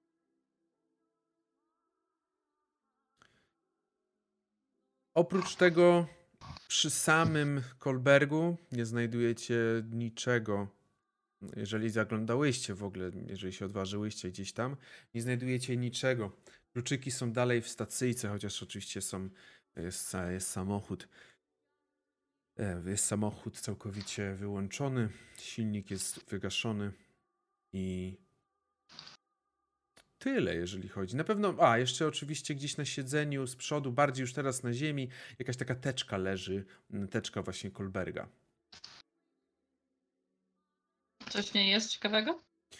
Oprócz tego przy samym Kolbergu nie znajdujecie niczego. Jeżeli zaglądałyście w ogóle, jeżeli się odważyłyście gdzieś tam, nie znajdujecie niczego. Kluczyki są dalej w stacyjce, chociaż oczywiście jest samochód. Jest samochód całkowicie wyłączony, silnik jest wygaszony i tyle, jeżeli chodzi. Na pewno, jeszcze oczywiście gdzieś na siedzeniu z przodu, bardziej już teraz na ziemi, jakaś taka teczka leży, teczka właśnie Kolberga. Coś nie jest ciekawego?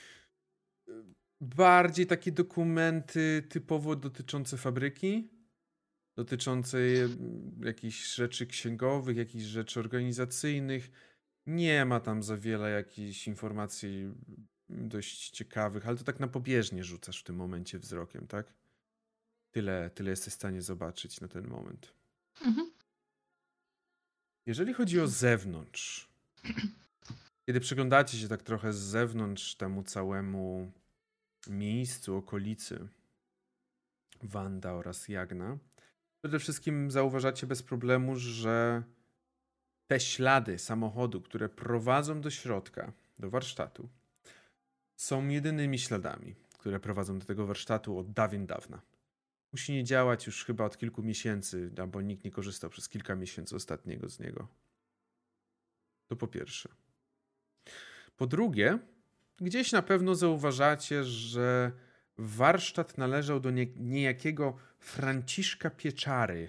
Bardziej takie dokumenty typowo dotyczące fabryki, dotyczące jakichś rzeczy księgowych, jakichś rzeczy organizacyjnych. Nie ma tam za wiele jakichś informacji dość ciekawych, ale to tak na pobieżnie rzucasz w tym momencie wzrokiem, tak? Tyle jesteś w stanie zobaczyć na ten moment. Mhm. Jeżeli chodzi o zewnątrz, kiedy przyglądacie się tak trochę z zewnątrz temu całemu miejscu, okolicy Wanda oraz Jagna, przede wszystkim zauważacie bez problemu, że te ślady samochodu, które prowadzą do środka, do warsztatu, są jedynymi śladami, które prowadzą do tego warsztatu od dawien dawna. Musi nie działać już chyba od kilku miesięcy, albo nikt nie korzystał przez kilka miesięcy ostatniego z niego. To po pierwsze. Po drugie, gdzieś na pewno zauważacie, że warsztat należał do niejakiego Franciszka Pieczary.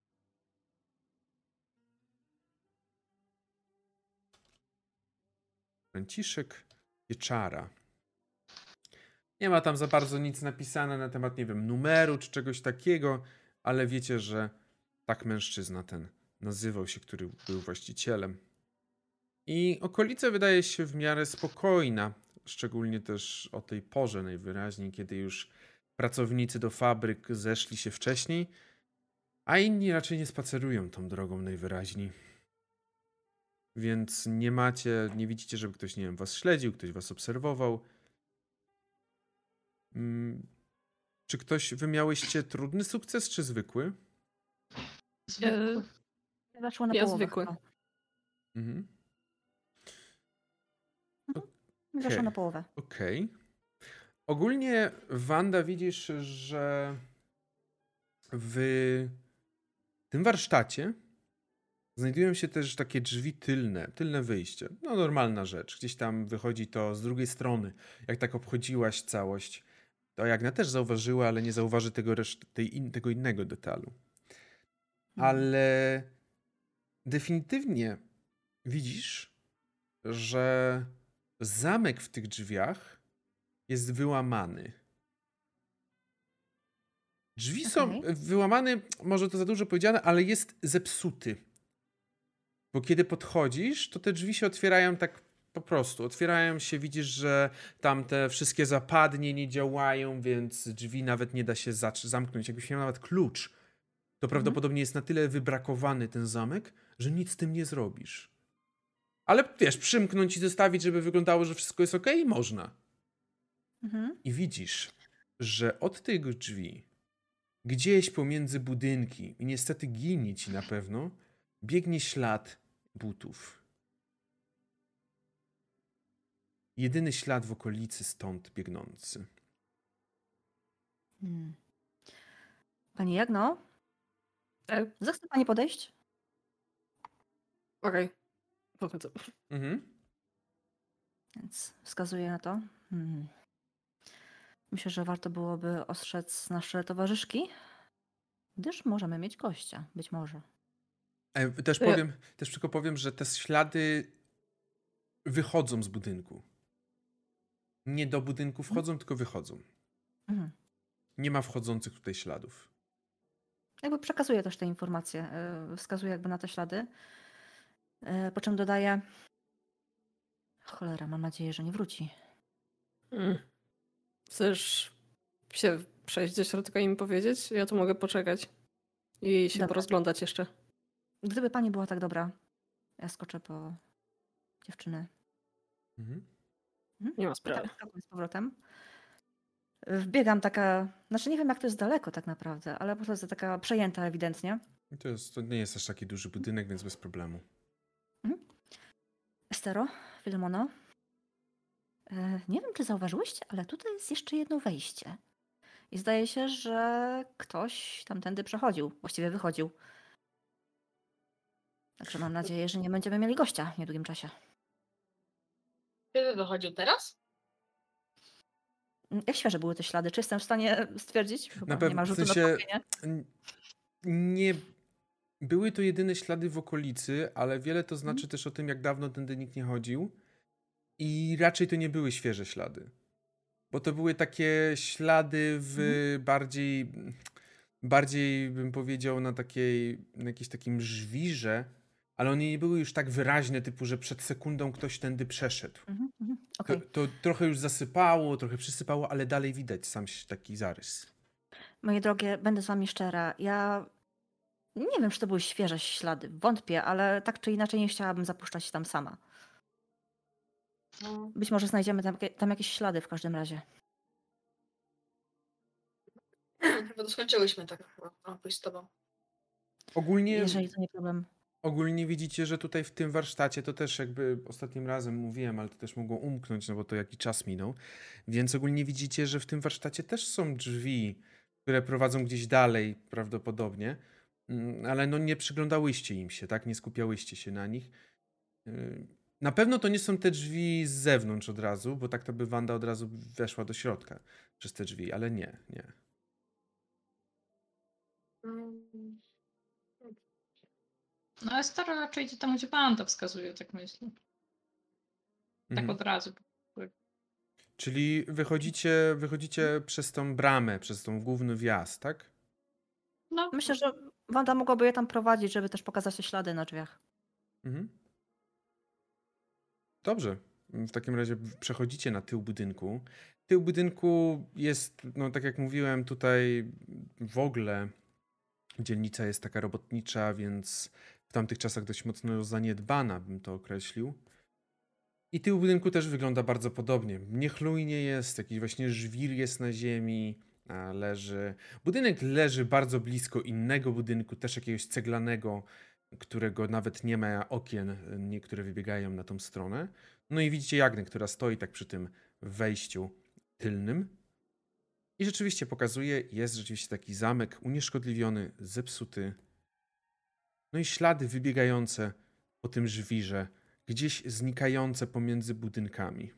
Franciszek Pieczara. Nie ma tam za bardzo nic napisane na temat, nie wiem, numeru czy czegoś takiego, ale wiecie, że tak mężczyzna ten nazywał się, który był właścicielem. I okolica wydaje się w miarę spokojna, szczególnie też o tej porze najwyraźniej, kiedy już pracownicy do fabryk zeszli się wcześniej, a inni raczej nie spacerują tą drogą najwyraźniej. więc nie widzicie, żeby ktoś, nie wiem, was śledził, ktoś was obserwował. Czy wy miałyście trudny sukces, czy zwykły? Zwykły. Weszło na Ja połowę zwykły. chyba. Mhm. Weszło na połowę. Okej. Ogólnie, Wanda, widzisz, że w tym warsztacie znajdują się też takie drzwi tylne wyjście. No normalna rzecz. Gdzieś tam wychodzi to z drugiej strony. Jak tak obchodziłaś całość, to Jagna też zauważyła, ale nie zauważy tego innego detalu. Ale definitywnie widzisz, że zamek w tych drzwiach jest wyłamany. Drzwi są wyłamane, może to za dużo powiedziane, ale jest zepsuty. Bo kiedy podchodzisz, to te drzwi się otwierają tak po prostu. Otwierają się, widzisz, że tam te wszystkie zapadnie nie działają, więc drzwi nawet nie da się zamknąć. Jakbyś miał nawet klucz, to prawdopodobnie jest na tyle wybrakowany ten zamek, że nic z tym nie zrobisz. Ale wiesz, przymknąć i zostawić, żeby wyglądało, że wszystko jest okej, można. I widzisz, że od tych drzwi, gdzieś pomiędzy budynki, i niestety ginie ci na pewno, biegnie ślad butów. Jedyny ślad w okolicy stąd biegnący. Pani Jagno? Zechce pani podejść? Okej. Pochodzę. Więc wskazuję na to. Myślę, że warto byłoby ostrzec nasze towarzyszki, gdyż możemy mieć gościa. Być może. Też tylko powiem, że te ślady wychodzą z budynku. Nie do budynku wchodzą, tylko wychodzą. Nie ma wchodzących tutaj śladów. Jakby przekazuję też te informacje. Wskazuję jakby na te ślady. Po czym dodaję: cholera, mam nadzieję, że nie wróci. Chcesz się przejść do środka i mi powiedzieć? Ja tu mogę poczekać i się porozglądać jeszcze. Gdyby pani była tak dobra, ja skoczę po dziewczyny. Nie ma sprawy. Tak, z powrotem. Wbiegam taka, znaczy nie wiem jak to jest daleko tak naprawdę, ale po prostu taka przejęta ewidentnie. To nie jest aż taki duży budynek, więc bez problemu. Estero, Filemono, nie wiem czy zauważyłyście, ale tutaj jest jeszcze jedno wejście. I zdaje się, że ktoś tamtędy przechodził, właściwie wychodził. Także mam nadzieję, że nie będziemy mieli gościa w niedługim czasie. Kiedy wychodził teraz? Jak świeże były te ślady? Czy jestem w stanie stwierdzić? Chyba Na pewno, nie ma rzutu w sensie, na trafienie. Nie były to jedyne ślady w okolicy, ale wiele to znaczy też o tym, jak dawno tędy nikt nie chodził. I raczej to nie były świeże ślady. Bo to były takie ślady w bardziej bym powiedział na jakimś takim żwirze, ale one nie były już tak wyraźne, typu, że przed sekundą ktoś tędy przeszedł. Okay. To trochę już zasypało, trochę przysypało, ale dalej widać sam taki zarys. Moje drogie, będę z wami szczera. Ja nie wiem, czy to były świeże ślady. Wątpię, ale tak czy inaczej nie chciałabym zapuszczać się tam sama. Być może znajdziemy tam jakieś ślady w każdym razie. Chyba to skończyłyśmy tak. Mam pójść z tobą. Jeżeli to nie problem. Ogólnie widzicie, że tutaj w tym warsztacie, to też jakby ostatnim razem mówiłem, ale to też mogło umknąć, no bo to jaki czas minął. Więc ogólnie widzicie, że w tym warsztacie też są drzwi, które prowadzą gdzieś dalej prawdopodobnie, ale no nie przyglądałyście im się, tak? Nie skupiałyście się na nich. Na pewno to nie są te drzwi z zewnątrz od razu, bo tak to by Wanda od razu weszła do środka przez te drzwi, ale nie. No ale stara raczej idzie tam, gdzie Wanda wskazuje, tak myślę. Tak od razu. Czyli wychodzicie przez tą bramę, przez tą główny wjazd, tak? No. Myślę, że Wanda mogłaby je tam prowadzić, żeby też pokazać te ślady na drzwiach. Dobrze. W takim razie przechodzicie na tył budynku. Tył budynku jest, no tak jak mówiłem, tutaj w ogóle dzielnica jest taka robotnicza, więc w tamtych czasach dość mocno zaniedbana, bym to określił. I tył budynku też wygląda bardzo podobnie. Niechlujnie jest, jakiś właśnie żwir jest na ziemi, leży. Budynek leży bardzo blisko innego budynku, też jakiegoś ceglanego, którego nawet nie ma okien, niektóre wybiegają na tą stronę. No i widzicie Jagnę, która stoi tak przy tym wejściu tylnym. I rzeczywiście pokazuje, jest rzeczywiście taki zamek unieszkodliwiony, zepsuty. No i ślady wybiegające po tym żwirze, gdzieś znikające pomiędzy budynkami.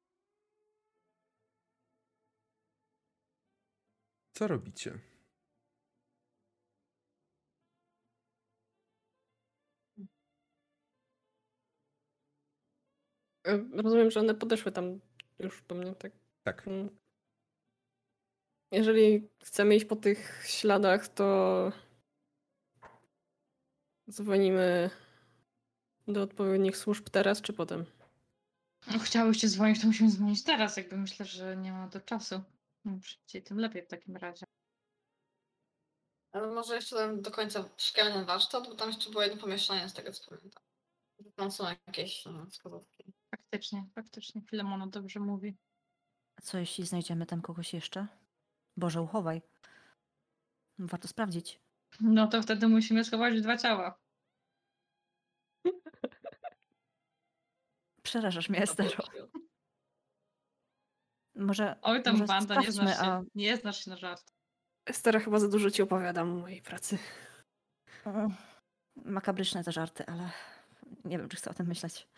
Co robicie? Rozumiem, że one podeszły tam już do mnie, tak? Tak. Jeżeli chcemy iść po tych śladach, to dzwonimy do odpowiednich służb teraz czy potem? No, chciałyście dzwonić, to musimy dzwonić teraz. Jakby myślę, że nie ma do czasu. Im szybciej, tym lepiej w takim razie. Ale może jeszcze tam do końca szukałem ten warsztat, bo tam jeszcze było jedno pomieszczenie z tego co pamiętam. Tam są jakieś wskazówki. Faktycznie. Filemona dobrze mówi. A co jeśli znajdziemy tam kogoś jeszcze? Boże, uchowaj. Warto sprawdzić. No to wtedy musimy schować 2 ciała. Przerażasz mnie, Estero. Może, Oj tam może Wanda, nie sprawdźmy, znasz się, nie znasz się na żart. Estera, chyba za dużo ci opowiadam o mojej pracy. Makabryczne te żarty, ale nie wiem, czy chcę o tym myśleć.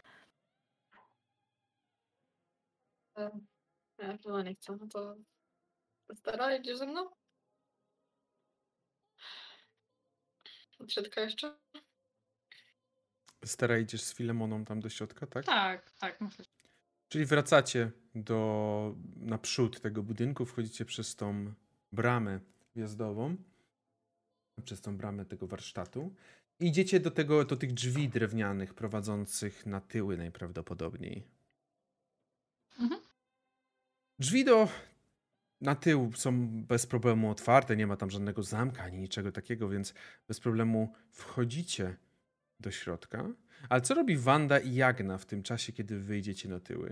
Ja chyba nie chcę, no to Stara, idziesz ze mną? Trzetka jeszcze? Stara, idziesz z Filemoną tam do środka, tak? Tak, myślę. Czyli wracacie naprzód tego budynku, wchodzicie przez tą bramę wjazdową, przez tą bramę tego warsztatu i idziecie do tych drzwi drewnianych prowadzących na tyły najprawdopodobniej. Mhm. Drzwi na tył są bez problemu otwarte, nie ma tam żadnego zamka ani niczego takiego, więc bez problemu wchodzicie do środka. Ale co robi Wanda i Jagna w tym czasie, kiedy wyjdziecie na tyły?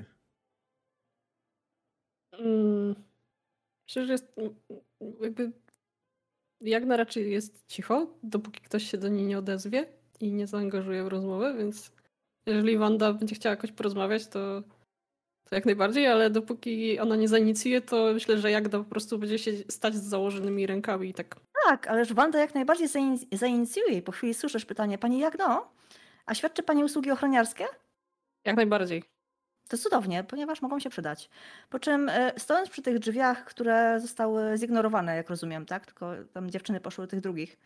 Myślę, że jest jakby Jagna raczej jest cicho, dopóki ktoś się do niej nie odezwie i nie zaangażuje w rozmowę, więc jeżeli Wanda będzie chciała jakoś porozmawiać, to jak najbardziej, ale dopóki ona nie zainicjuje, to myślę, że Jagna po prostu będzie się stać z założonymi rękami i tak. Tak, ależ Wanda jak najbardziej zainicjuje i po chwili słyszysz pytanie, pani Jagno, a świadczy pani usługi ochroniarskie? Jak najbardziej. To cudownie, ponieważ mogą się przydać. Po czym stojąc przy tych drzwiach, które zostały zignorowane, jak rozumiem, tak? Tylko tam dziewczyny poszły do tych drugich.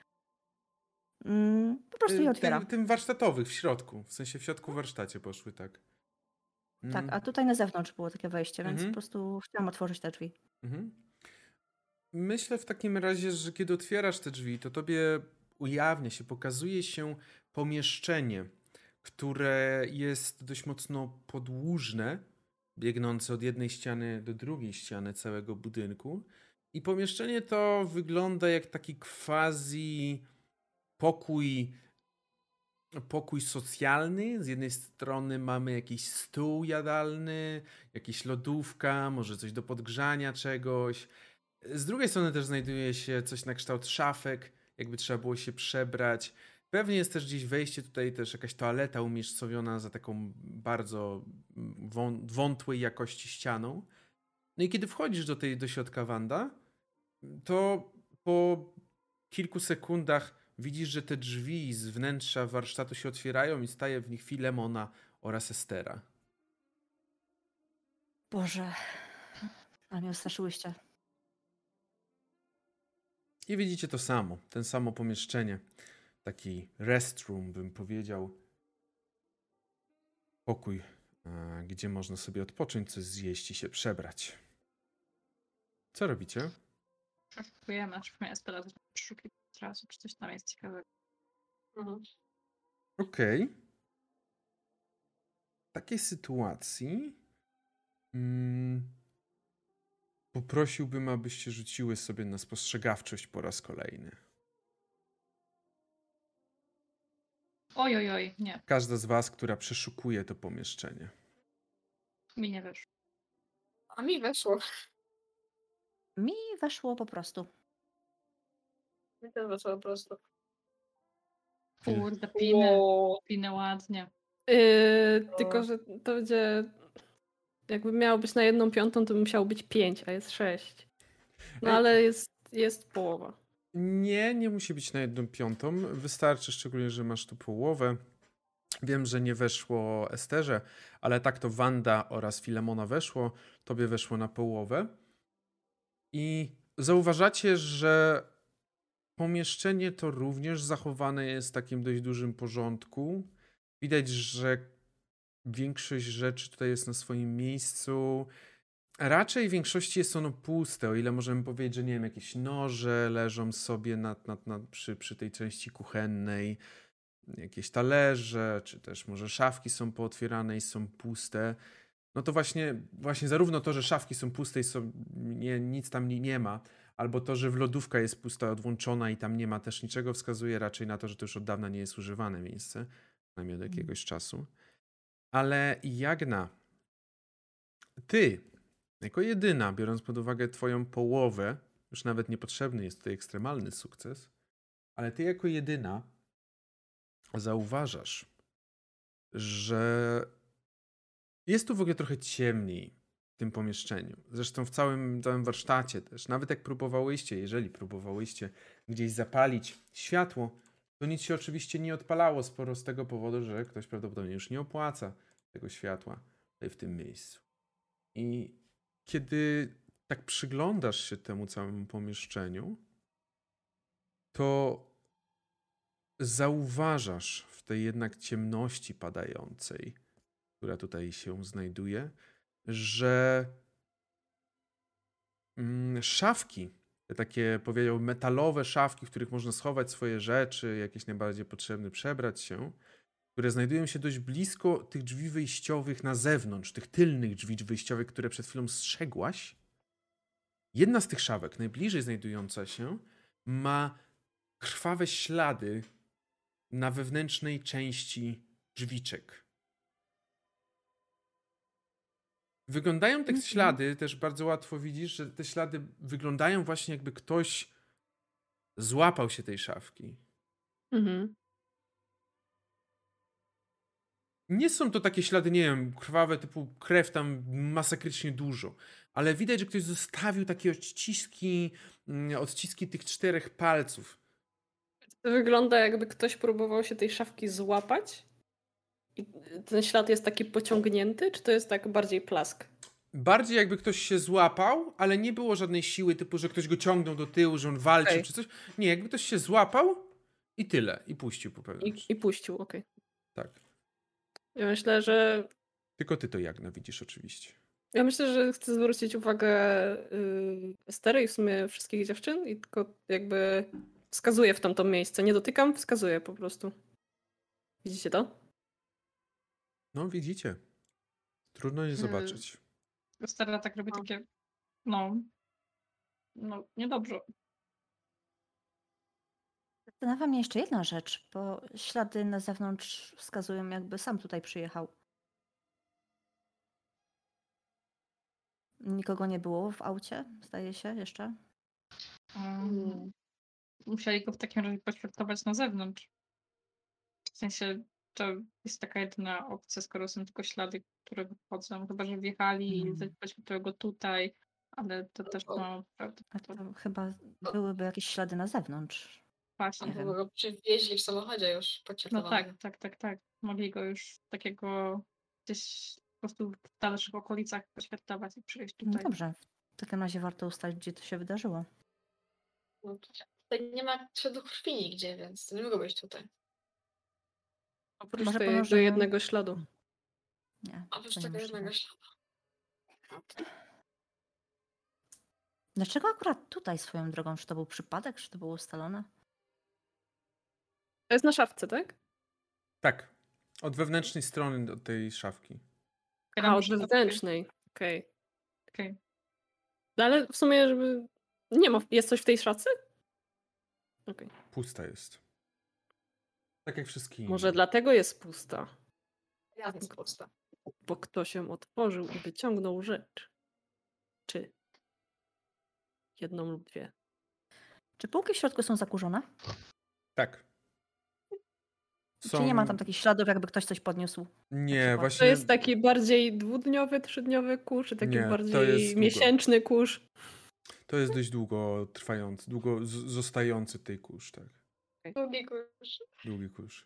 Po prostu je otwiera. Tym warsztatowych w środku, w sensie w środku warsztacie poszły, tak. Tak, a tutaj na zewnątrz było takie wejście, więc Mhm. po prostu chciałam otworzyć te drzwi. Mhm. Myślę w takim razie, że kiedy otwierasz te drzwi, to tobie ujawnia się, pokazuje się pomieszczenie, które jest dość mocno podłużne, biegnące od jednej ściany do drugiej ściany całego budynku. I pomieszczenie to wygląda jak taki quasi pokój socjalny. Z jednej strony mamy jakiś stół jadalny, jakieś lodówka, może coś do podgrzania czegoś. Z drugiej strony też znajduje się coś na kształt szafek, jakby trzeba było się przebrać. Pewnie jest też gdzieś wejście, tutaj też jakaś toaleta umiejscowiona za taką bardzo wątłej jakości ścianą. No i kiedy wchodzisz do środka, Wanda, to po kilku sekundach widzisz, że te drzwi z wnętrza warsztatu się otwierają i staje w nich Filemona oraz Estera. Boże, ale mnie straszyłyście. I widzicie to samo, ten samo pomieszczenie. Taki restroom, bym powiedział. Pokój, gdzie można sobie odpocząć, coś zjeść i się przebrać. Co robicie? Szukujemy, Estera przeszukiwać od razu, czy coś tam jest ciekawego. Mhm. Okej. W takiej sytuacji poprosiłbym, abyście rzuciły sobie na spostrzegawczość po raz kolejny. Oj, oj, oj, nie. Każda z was, która przeszukuje to pomieszczenie. Mi nie wiesz. A mi weszło. Mi weszło po prostu. Mi też weszło po prostu. Kurde, piny. Wow. Piny ładnie. Tylko, że to będzie... Jakby miało być na 1/5, to by musiało być 5, a jest 6. No Ej. ale jest połowa. Nie musi być na 1/5. Wystarczy, szczególnie, że masz tu połowę. Wiem, że nie weszło Esterze, ale tak to Wanda oraz Filemona weszło. Tobie weszło na połowę. I zauważacie, że pomieszczenie to również zachowane jest w takim dość dużym porządku. Widać, że większość rzeczy tutaj jest na swoim miejscu. Raczej w większości jest ono puste, o ile możemy powiedzieć, że nie wiem, jakieś noże leżą sobie przy tej części kuchennej, jakieś talerze, czy też może szafki są pootwierane i są puste. No to właśnie zarówno to, że szafki są puste i nic tam nie ma, albo to, że lodówka jest pusta, odłączona i tam nie ma też niczego, wskazuje raczej na to, że to już od dawna nie jest używane miejsce, przynajmniej od jakiegoś czasu. Ale Jagna, ty, jako jedyna, biorąc pod uwagę twoją połowę, już nawet niepotrzebny jest tutaj ekstremalny sukces, ale ty jako jedyna zauważasz, że jest tu w ogóle trochę ciemniej w tym pomieszczeniu. Zresztą w całym warsztacie też. Nawet jak jeżeli próbowałyście gdzieś zapalić światło, to nic się oczywiście nie odpalało, sporo z tego powodu, że ktoś prawdopodobnie już nie opłaca tego światła tutaj w tym miejscu. I kiedy tak przyglądasz się temu całemu pomieszczeniu, to zauważasz w tej jednak ciemności padającej, która tutaj się znajduje, że szafki, te takie powiedziałbym metalowe szafki, w których można schować swoje rzeczy, jakieś najbardziej potrzebne, przebrać się, które znajdują się dość blisko tych drzwi wyjściowych na zewnątrz, tych tylnych drzwi wyjściowych, które przed chwilą strzegłaś. Jedna z tych szafek, najbliżej znajdująca się, ma krwawe ślady na wewnętrznej części drzwiczek. Wyglądają te ślady, też bardzo łatwo widzisz, że te ślady wyglądają właśnie jakby ktoś złapał się tej szafki. Mhm. Nie są to takie ślady, nie wiem, krwawe, typu krew tam masakrycznie dużo, ale widać, że ktoś zostawił takie odciski tych 4 palców. To wygląda, jakby ktoś próbował się tej szafki złapać i ten ślad jest taki pociągnięty, czy to jest tak bardziej plask? Bardziej jakby ktoś się złapał, ale nie było żadnej siły, typu, że ktoś go ciągnął do tyłu, że on walczył Okej. czy coś. Nie, jakby ktoś się złapał i tyle. I puścił po pewnym. I puścił, okej. Tak. Ja myślę, że Jagna widzisz oczywiście. chcę zwrócić uwagę Estery i w sumie wszystkich dziewczyn i tylko jakby wskazuję w tamto miejsce. Nie dotykam, wskazuję po prostu. Widzicie to? No, widzicie. Trudno je zobaczyć. Stara tak robi takie, no, niedobrze. Zastanawia mnie jeszcze jedna rzecz, bo ślady na zewnątrz wskazują, jakby sam tutaj przyjechał. Nikogo nie było w aucie, zdaje się, jeszcze? Musieli go w takim razie poświadkować na zewnątrz. W sensie, to jest taka jedyna opcja, skoro są tylko ślady, które wychodzą. Chyba, że wjechali i poświadczyły go tutaj, ale to też ma prawdę. A to chyba byłyby jakieś ślady na zewnątrz. Właśnie. Nie wiem. Albo go przywieźli w samochodzie już No podczerpowany. tak. Mogli go już takiego gdzieś po prostu w dalszych okolicach poświadkować i przyjść No tutaj. dobrze, w takim razie warto ustalić, gdzie to się wydarzyło. No, tutaj nie ma śladu krwi nigdzie, więc to nie mogło być tutaj. Oprócz Może tego pomożemy? jednego śladu. Nie. Oprócz to tego niemożliwe. jednego śladu. Dlaczego akurat tutaj swoją drogą? Czy to był przypadek, czy to było ustalone? To jest na szafce, tak? Tak. Od wewnętrznej strony do tej szafki. A, od wewnętrznej. Okej. Okej. No ale w sumie, żeby... Nie ma... Jest coś w tej szafce? Okej. Pusta jest. Tak jak wszystkie inne. Może dlatego jest pusta, Ja jest pusta. bo ktoś ją otworzył i wyciągnął rzecz. Czy jedną lub dwie. Czy półki w środku są zakurzone? Tak. Czy nie ma tam takich śladów, jakby ktoś coś podniósł? Nie, przykład? To właśnie... jest taki bardziej dwudniowy, trzydniowy kurz, czy taki Nie, to bardziej jest długo. miesięczny kurz? To jest dość długo trwający, długo zostający tej kurz, tak. Długi kurz. Długi kurz.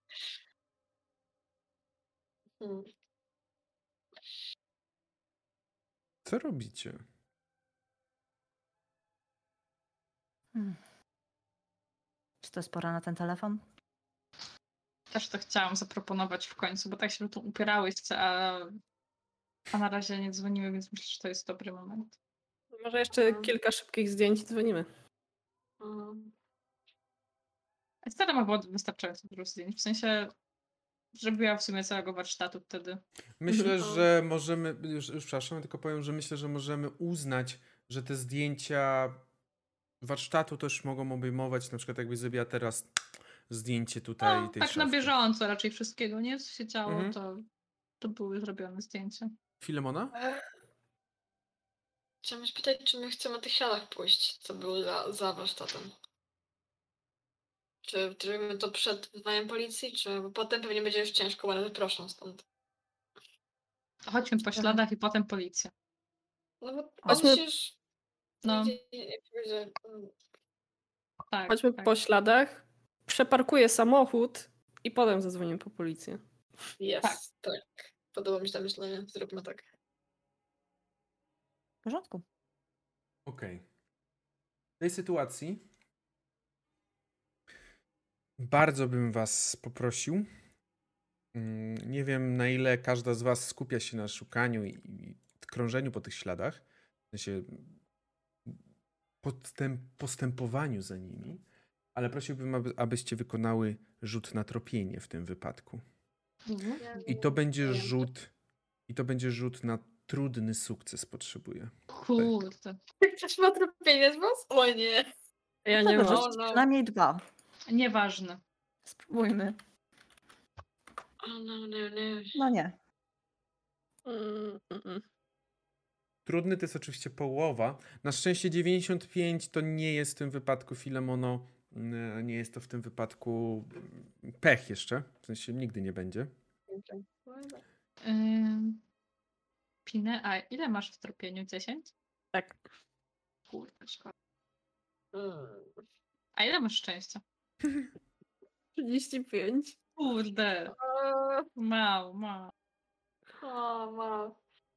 Hmm. Co robicie? Czy to jest pora na ten telefon? Też to chciałam zaproponować w końcu, bo tak się tu upierałyście, a na razie nie dzwonimy, więc myślę, że to jest dobry moment. Może jeszcze kilka szybkich zdjęć i dzwonimy. Mhm. Stara ma było wystarczająco dużo zdjęć, w sensie, że była w sumie całego warsztatu wtedy. Myślę, Mhm. że możemy, już przepraszam, tylko powiem, że myślę, że możemy uznać, że te zdjęcia warsztatu też mogą obejmować, na przykład jakbyś zrobiła teraz zdjęcie tutaj No, tej tak na szafki. bieżąco raczej wszystkiego, nie? Co się działo, Mhm. to były zrobione zdjęcia. Filemona? Chciałam spytać, czy my chcemy na tych śladach pójść, co było za warsztatem. Czy robimy to przed wezwaniem policji, czy bo potem pewnie będzie już ciężko, bo one wyproszą stąd. Chodźmy po śladach i potem policja. No bo Chodźmy- oni się już... No. Jak będzie, Tak, Chodźmy tak. po śladach, przeparkuję samochód i potem zadzwonimy po policję. Jest, tak. Podoba mi się to myślenie, zróbmy tak. W porządku. Okej. W tej sytuacji bardzo bym was poprosił. Nie wiem, na ile każda z was skupia się na szukaniu i krążeniu po tych śladach, w sensie postępowaniu za nimi, ale prosiłbym, abyście wykonały rzut na tropienie w tym wypadku. I to będzie rzut na trudny sukces potrzebuję. Kurde. Ktoś ma tropienie z was? O nie. Ja nie Dobrze, mam. O no. przynajmniej 2. Nieważne. Spróbujmy. O no, nie. No nie. Trudny to jest oczywiście połowa. Na szczęście 95 to nie jest w tym wypadku Filemono, nie jest to w tym wypadku pech jeszcze. W sensie nigdy nie będzie. Pinę, a ile masz w tropieniu? 10? Tak. Kurde, szkoda. A ile masz szczęścia? 35. Kurde. Mało. O, ma.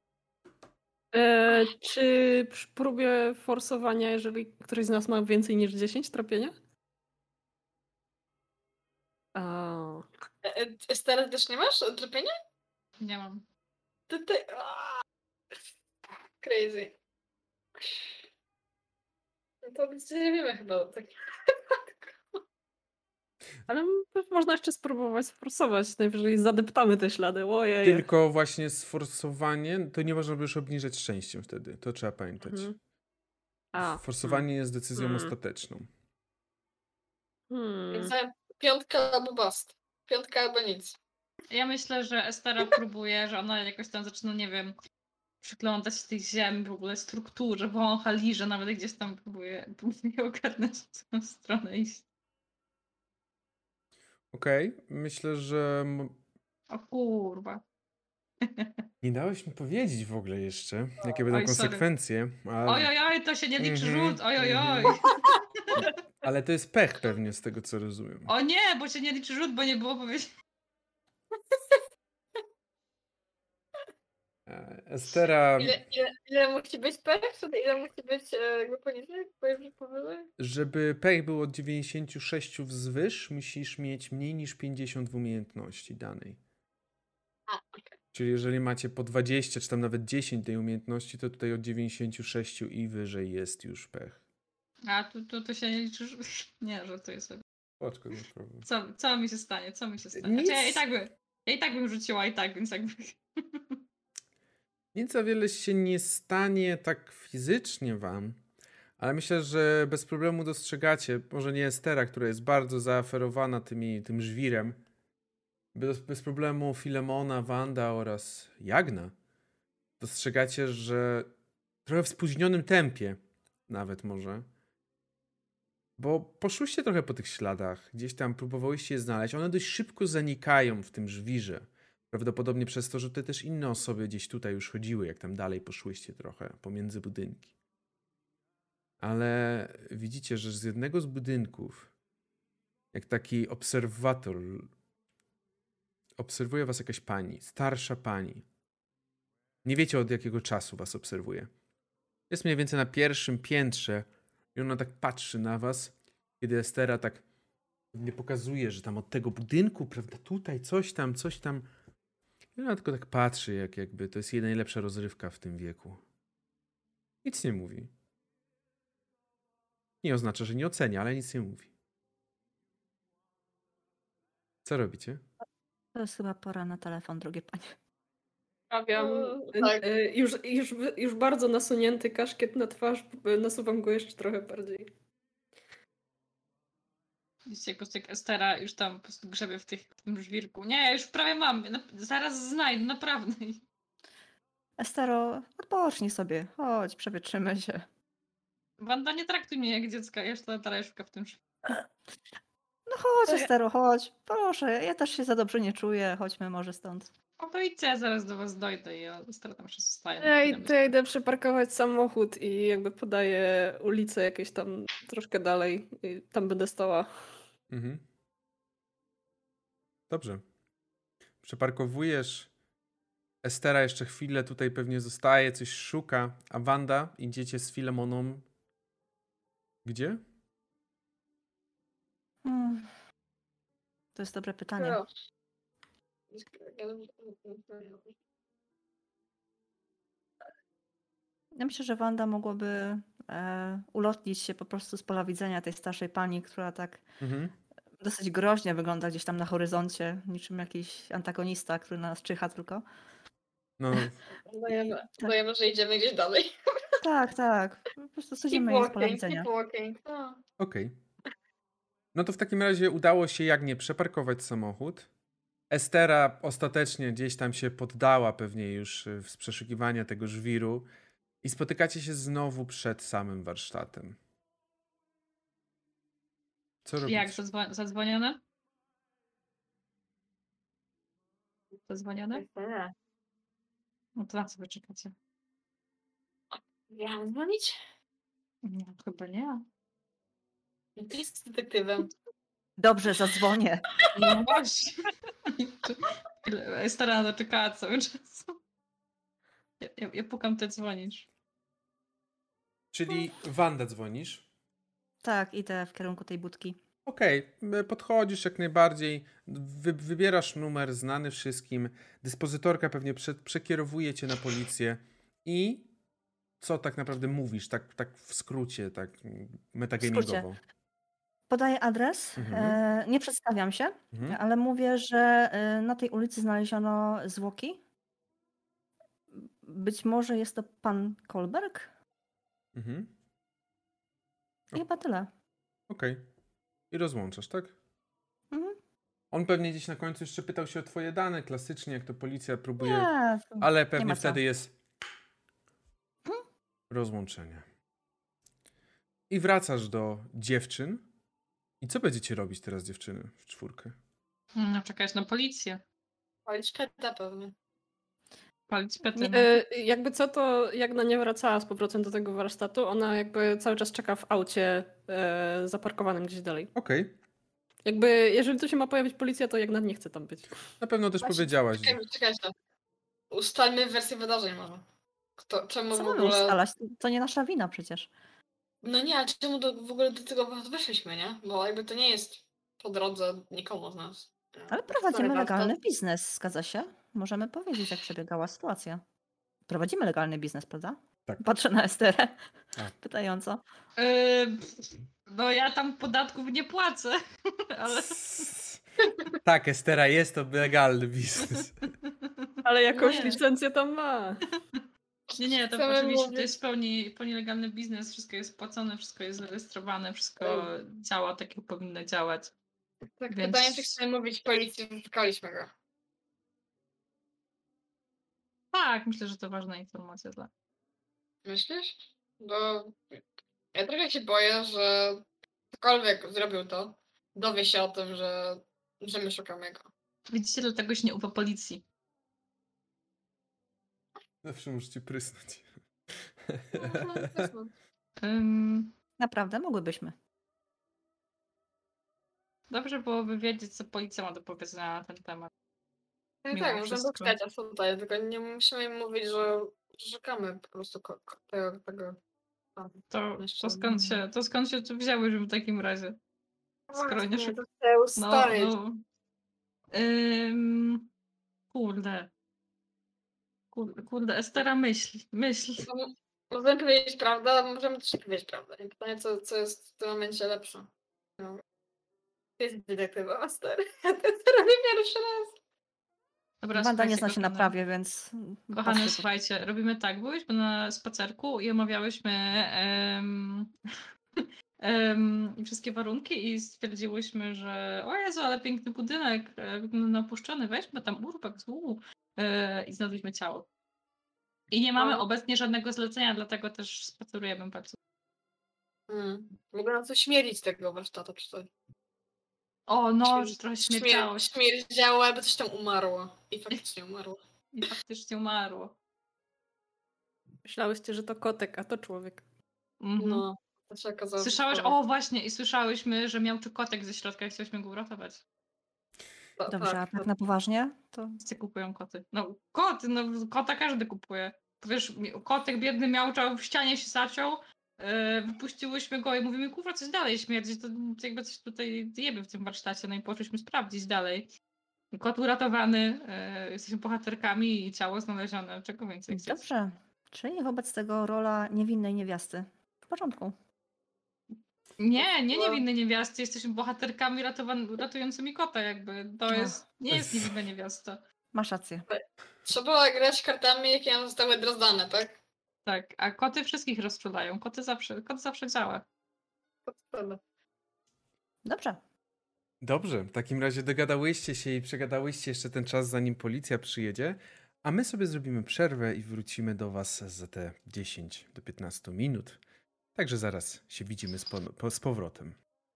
Czy przy próbie forsowania, jeżeli któryś z nas ma więcej niż 10 tropienia? Stara, też nie masz tropienia? Nie mam. Ty. Crazy. No to nic nie wiemy chyba o takim wypadku. Ale można jeszcze spróbować sforsować. Najwyżej zadeptamy te ślady. Ojej. Tylko właśnie sforsowanie, to nie można by już obniżać szczęściem wtedy. To trzeba pamiętać. Forsowanie jest decyzją ostateczną. Więc dałem 5 albo bust. 5 albo nic. Ja myślę, że Estera próbuje, że ona jakoś tam zaczyna, nie wiem, przyglądać się tej ziemi, w ogóle strukturze, wącha, liże, nawet gdzieś tam próbuje ogarnąć w tą stronę iść. Okej, myślę, że... O kurwa. Nie dałeś mi powiedzieć w ogóle jeszcze, jakie będą Oj, sorry. konsekwencje. Ojojoj, to się nie liczy rzut, ojojoj. Ale to jest pech pewnie z tego, co rozumiem. O nie, bo się nie liczy rzut, bo nie było powiedziane. Estera, Ile musi być pech? Ile musi być jakby poniżej? Powyżej? żeby pech był od 96 wzwyż, musisz mieć mniej niż 50 w umiejętności danej. Okay. Czyli jeżeli macie po 20 czy tam nawet 10 tej umiejętności, to tutaj od 96 i wyżej jest już pech. A tu się nie liczy rzut. Nie, że to jest. Oczko, no problem. Co mi się stanie? Co mi się stanie? Nic. Znaczy, ja i tak bym rzuciła i tak, więc jakby. Nic za wiele się nie stanie tak fizycznie wam, Ale myślę, że bez problemu dostrzegacie, może nie Estera, która jest bardzo zaaferowana tym żwirem, bez problemu Filemona, Wanda oraz Jagna. Dostrzegacie, że trochę w spóźnionym tempie nawet może, bo poszłyście trochę po tych śladach, gdzieś tam próbowałyście je znaleźć, one dość szybko zanikają w tym żwirze. Prawdopodobnie przez to, że te też inne osoby gdzieś tutaj już chodziły, jak tam dalej poszłyście trochę pomiędzy budynki. Ale widzicie, że z jednego z budynków, jak taki obserwator, obserwuje was jakaś pani, starsza pani. Nie wiecie, od jakiego czasu was obserwuje. Jest mniej więcej na pierwszym piętrze i ona tak patrzy na was, kiedy Estera tak nie pokazuje, że tam od tego budynku, prawda, tutaj coś tam. I ona tylko tak patrzy, jakby to jest jej najlepsza rozrywka w tym wieku. Nic nie mówi. Nie oznacza, że nie ocenia, ale nic nie mówi. Co robicie? To jest chyba pora na telefon, drogie panie. Stawiam, tak. Już bardzo nasunięty kaszkiet na twarz, nasuwam go jeszcze trochę bardziej. Widzicie, po prostu jak Estera już tam po prostu grzebie w tym żwirku. Nie, ja już prawie mam. Zaraz znajdę, naprawdę. Estero, odpocznij sobie. Chodź, przewietrzymy się. Wanda, nie traktuj mnie jak dziecka. Ja już to dalej szukam w tym żwirku. No chodź, Estero, chodź. Proszę, ja też się za dobrze nie czuję. Chodźmy może stąd. O, to idźcie, ja zaraz do was dojdę i ja Estera tam jeszcze zostaje. To ja idę przeparkować samochód i jakby podaję ulicę jakieś tam troszkę dalej i tam będę stała. Mhm. Dobrze. Przeparkowujesz. Estera jeszcze chwilę tutaj pewnie zostaje, coś szuka. A Wanda, idziecie z Filemoną. Gdzie? To jest dobre pytanie. No. Ja myślę, że Wanda mogłaby ulotnić się po prostu z pola widzenia tej starszej pani, która tak Mhm. dosyć groźnie wygląda gdzieś tam na horyzoncie, niczym jakiś antagonista, który na nas czyha tylko. No, Dajemy, że idziemy gdzieś dalej. Tak. Po prostu sadzimy jej z pola widzenia. keep walking. No. okej. No to w takim razie udało się Jagnie przeparkować samochód. Estera ostatecznie gdzieś tam się poddała pewnie już z przeszukiwania tego żwiru i spotykacie się znowu przed samym warsztatem. Co robicie? Jak zadzwonione? Zadzwonione? No to na co wy czekacie? Ja mam dzwonić? No, chyba nie. Ty jesteś detektywem. Dobrze, zadzwonię. No właśnie. Estera doczekała cały czas. Ja pukam, ty dzwonisz. Czyli Wanda dzwonisz. Tak, idę w kierunku tej budki. Okej, podchodzisz jak najbardziej, wybierasz numer znany wszystkim, dyspozytorka pewnie przekierowuje cię na policję i co tak naprawdę mówisz, tak w skrócie, tak metagamingowo. Podaję adres, nie przedstawiam się, ale mówię, że na tej ulicy znaleziono zwłoki. Być może jest to pan Kolberg? I chyba tyle. Okej. I rozłączasz, tak? Mhm. On pewnie gdzieś na końcu jeszcze pytał się o twoje dane, klasycznie jak to policja próbuje, Nie, ale nie pewnie ma co. wtedy jest rozłączenie. I wracasz do dziewczyn. I co będziecie robić teraz, dziewczyny, w czwórkę? No, czekać na policję. Palić peta pewnie. Palić pety. Jakby co, to Jagna nie wracała z powrotem do tego warsztatu. Ona jakby cały czas czeka w aucie zaparkowanym gdzieś dalej. Okej. Jakby, jeżeli tu się ma pojawić policja, to Jagna nie chce tam być. Na pewno też Właśnie, powiedziałaś. Czekajcie. Ustalmy wersję wydarzeń może. Czemu Co w mamy ogóle... ustalać? To nie nasza wina przecież. No nie, a czemu w ogóle do tego weszliśmy, nie? Bo jakby to nie jest po drodze nikomu z nas. Ale prowadzimy legalny biznes, zgadza się? Możemy powiedzieć, jak przebiegała sytuacja. Prowadzimy legalny biznes, prawda? Tak. Patrzę na Esterę, Tak. pytająco. No ja tam podatków nie płacę, ale... Tak, Estera, jest to legalny biznes. Ale jakąś Nie. licencję tam ma. Nie, to Chcemy oczywiście to mówić- jest pełni legalny biznes, wszystko jest płacone, wszystko jest zarejestrowane, wszystko działa tak, jak powinno działać. Tak, Więc- pytanie, czy chcemy mówić policji, że szukaliśmy go. Tak, myślę, że to ważna informacja dla. Myślisz? Bo ja trochę się boję, że ktokolwiek zrobił to, dowie się o tym, że my szukamy go. Widzicie, dlatego się nie ufa policji. Zawsze możecie prysnąć. Naprawdę mogłybyśmy. Dobrze byłoby wiedzieć, co policja ma do powiedzenia na ten temat. Tak, Mimo tak, możemy wszystko. poczytać tutaj, tylko nie musimy im mówić, że szukamy po prostu tego. To skąd się tu wzięłyśmy w takim razie? Skoro nie Właśnie, szuk- to chcę ustalić. Kurde. Kurde, Estera myśl. Możemy powiedzieć prawdę, ale możemy też nie powiedzieć prawdę. I pytanie, co jest w tym momencie lepsze. No. Ty jest detektywem, Aster. Ja to robię pierwszy raz. Dobra, Wanda nie słuchajcie, zna się na kochane. prawie, więc... Kochane, patrzcie, słuchajcie, robimy tak. Byłyśmy na spacerku i omawiałyśmy i wszystkie warunki i stwierdziłyśmy, że o Jezu, ale piękny budynek, wygląda na opuszczony, weźmy tam urwek, i znaleźliśmy ciało. I nie mamy obecnie żadnego zlecenia, dlatego też spacerujemy bardzo. Mogę na co śmielić tego warsztatu, czy coś. O, no, że trochę śmierdziało. Śmierdziało, albo coś tam umarło. I faktycznie umarło. I faktycznie umarło. Myślałyście, że to kotek, a to człowiek. Mhm. No, to się okazało. że Słyszałeś, człowiek. o właśnie, i słyszałyśmy, że miał kotek ze środka i chciałyśmy go uratować. Dobrze, a tak na poważnie? To Wszyscy kupują koty. No koty, no kota każdy kupuje. Wiesz, kotek biedny miauczał, w ścianie się zaciął, wypuściłyśmy go i mówimy, kurwa, coś dalej śmierdzi, to jakby coś tutaj jemy w tym warsztacie, no i poszliśmy sprawdzić dalej. Kot uratowany, jesteśmy bohaterkami i ciało znalezione. Czego więcej chcesz? dobrze. Czyli wobec tego rola niewinnej niewiasty. W porządku. Nie niewinne niewiasty, jesteśmy bohaterkami ratującymi kota jakby. To jest, nie jest niewinna niewiasta. Masz rację. Trzeba grać kartami, jakie nam zostały rozdane, tak? Tak, a koty wszystkich rozczulają. Kot zawsze działa. To wtedy. Dobrze. Dobrze, w takim razie dogadałyście się i przegadałyście jeszcze ten czas, zanim policja przyjedzie, a my sobie zrobimy przerwę i wrócimy do was za te 10 do 15 minut. Także zaraz się widzimy z powrotem.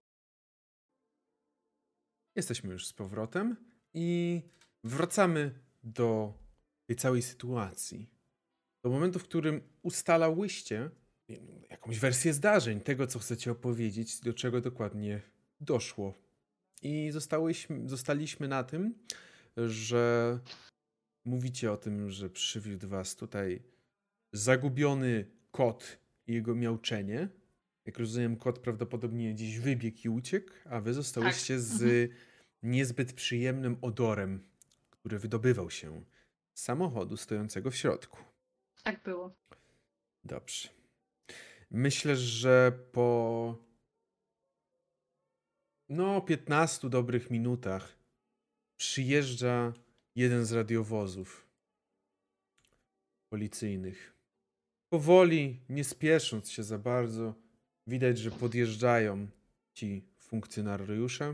Jesteśmy już z powrotem i wracamy do tej całej sytuacji. Do momentu, w którym ustalałyście jakąś wersję zdarzeń, tego co chcecie opowiedzieć, do czego dokładnie doszło. I zostaliśmy na tym, że mówicie o tym, że przywiódł was tutaj zagubiony kot i jego miauczenie. Jak rozumiem, kot prawdopodobnie gdzieś wybiegł i uciekł, a wy zostałyście z niezbyt przyjemnym odorem, który wydobywał się z samochodu stojącego w środku. Tak było. Dobrze. Myślę, że po 15 dobrych minutach przyjeżdża jeden z radiowozów policyjnych. Powoli, nie spiesząc się za bardzo, widać, że podjeżdżają ci funkcjonariusze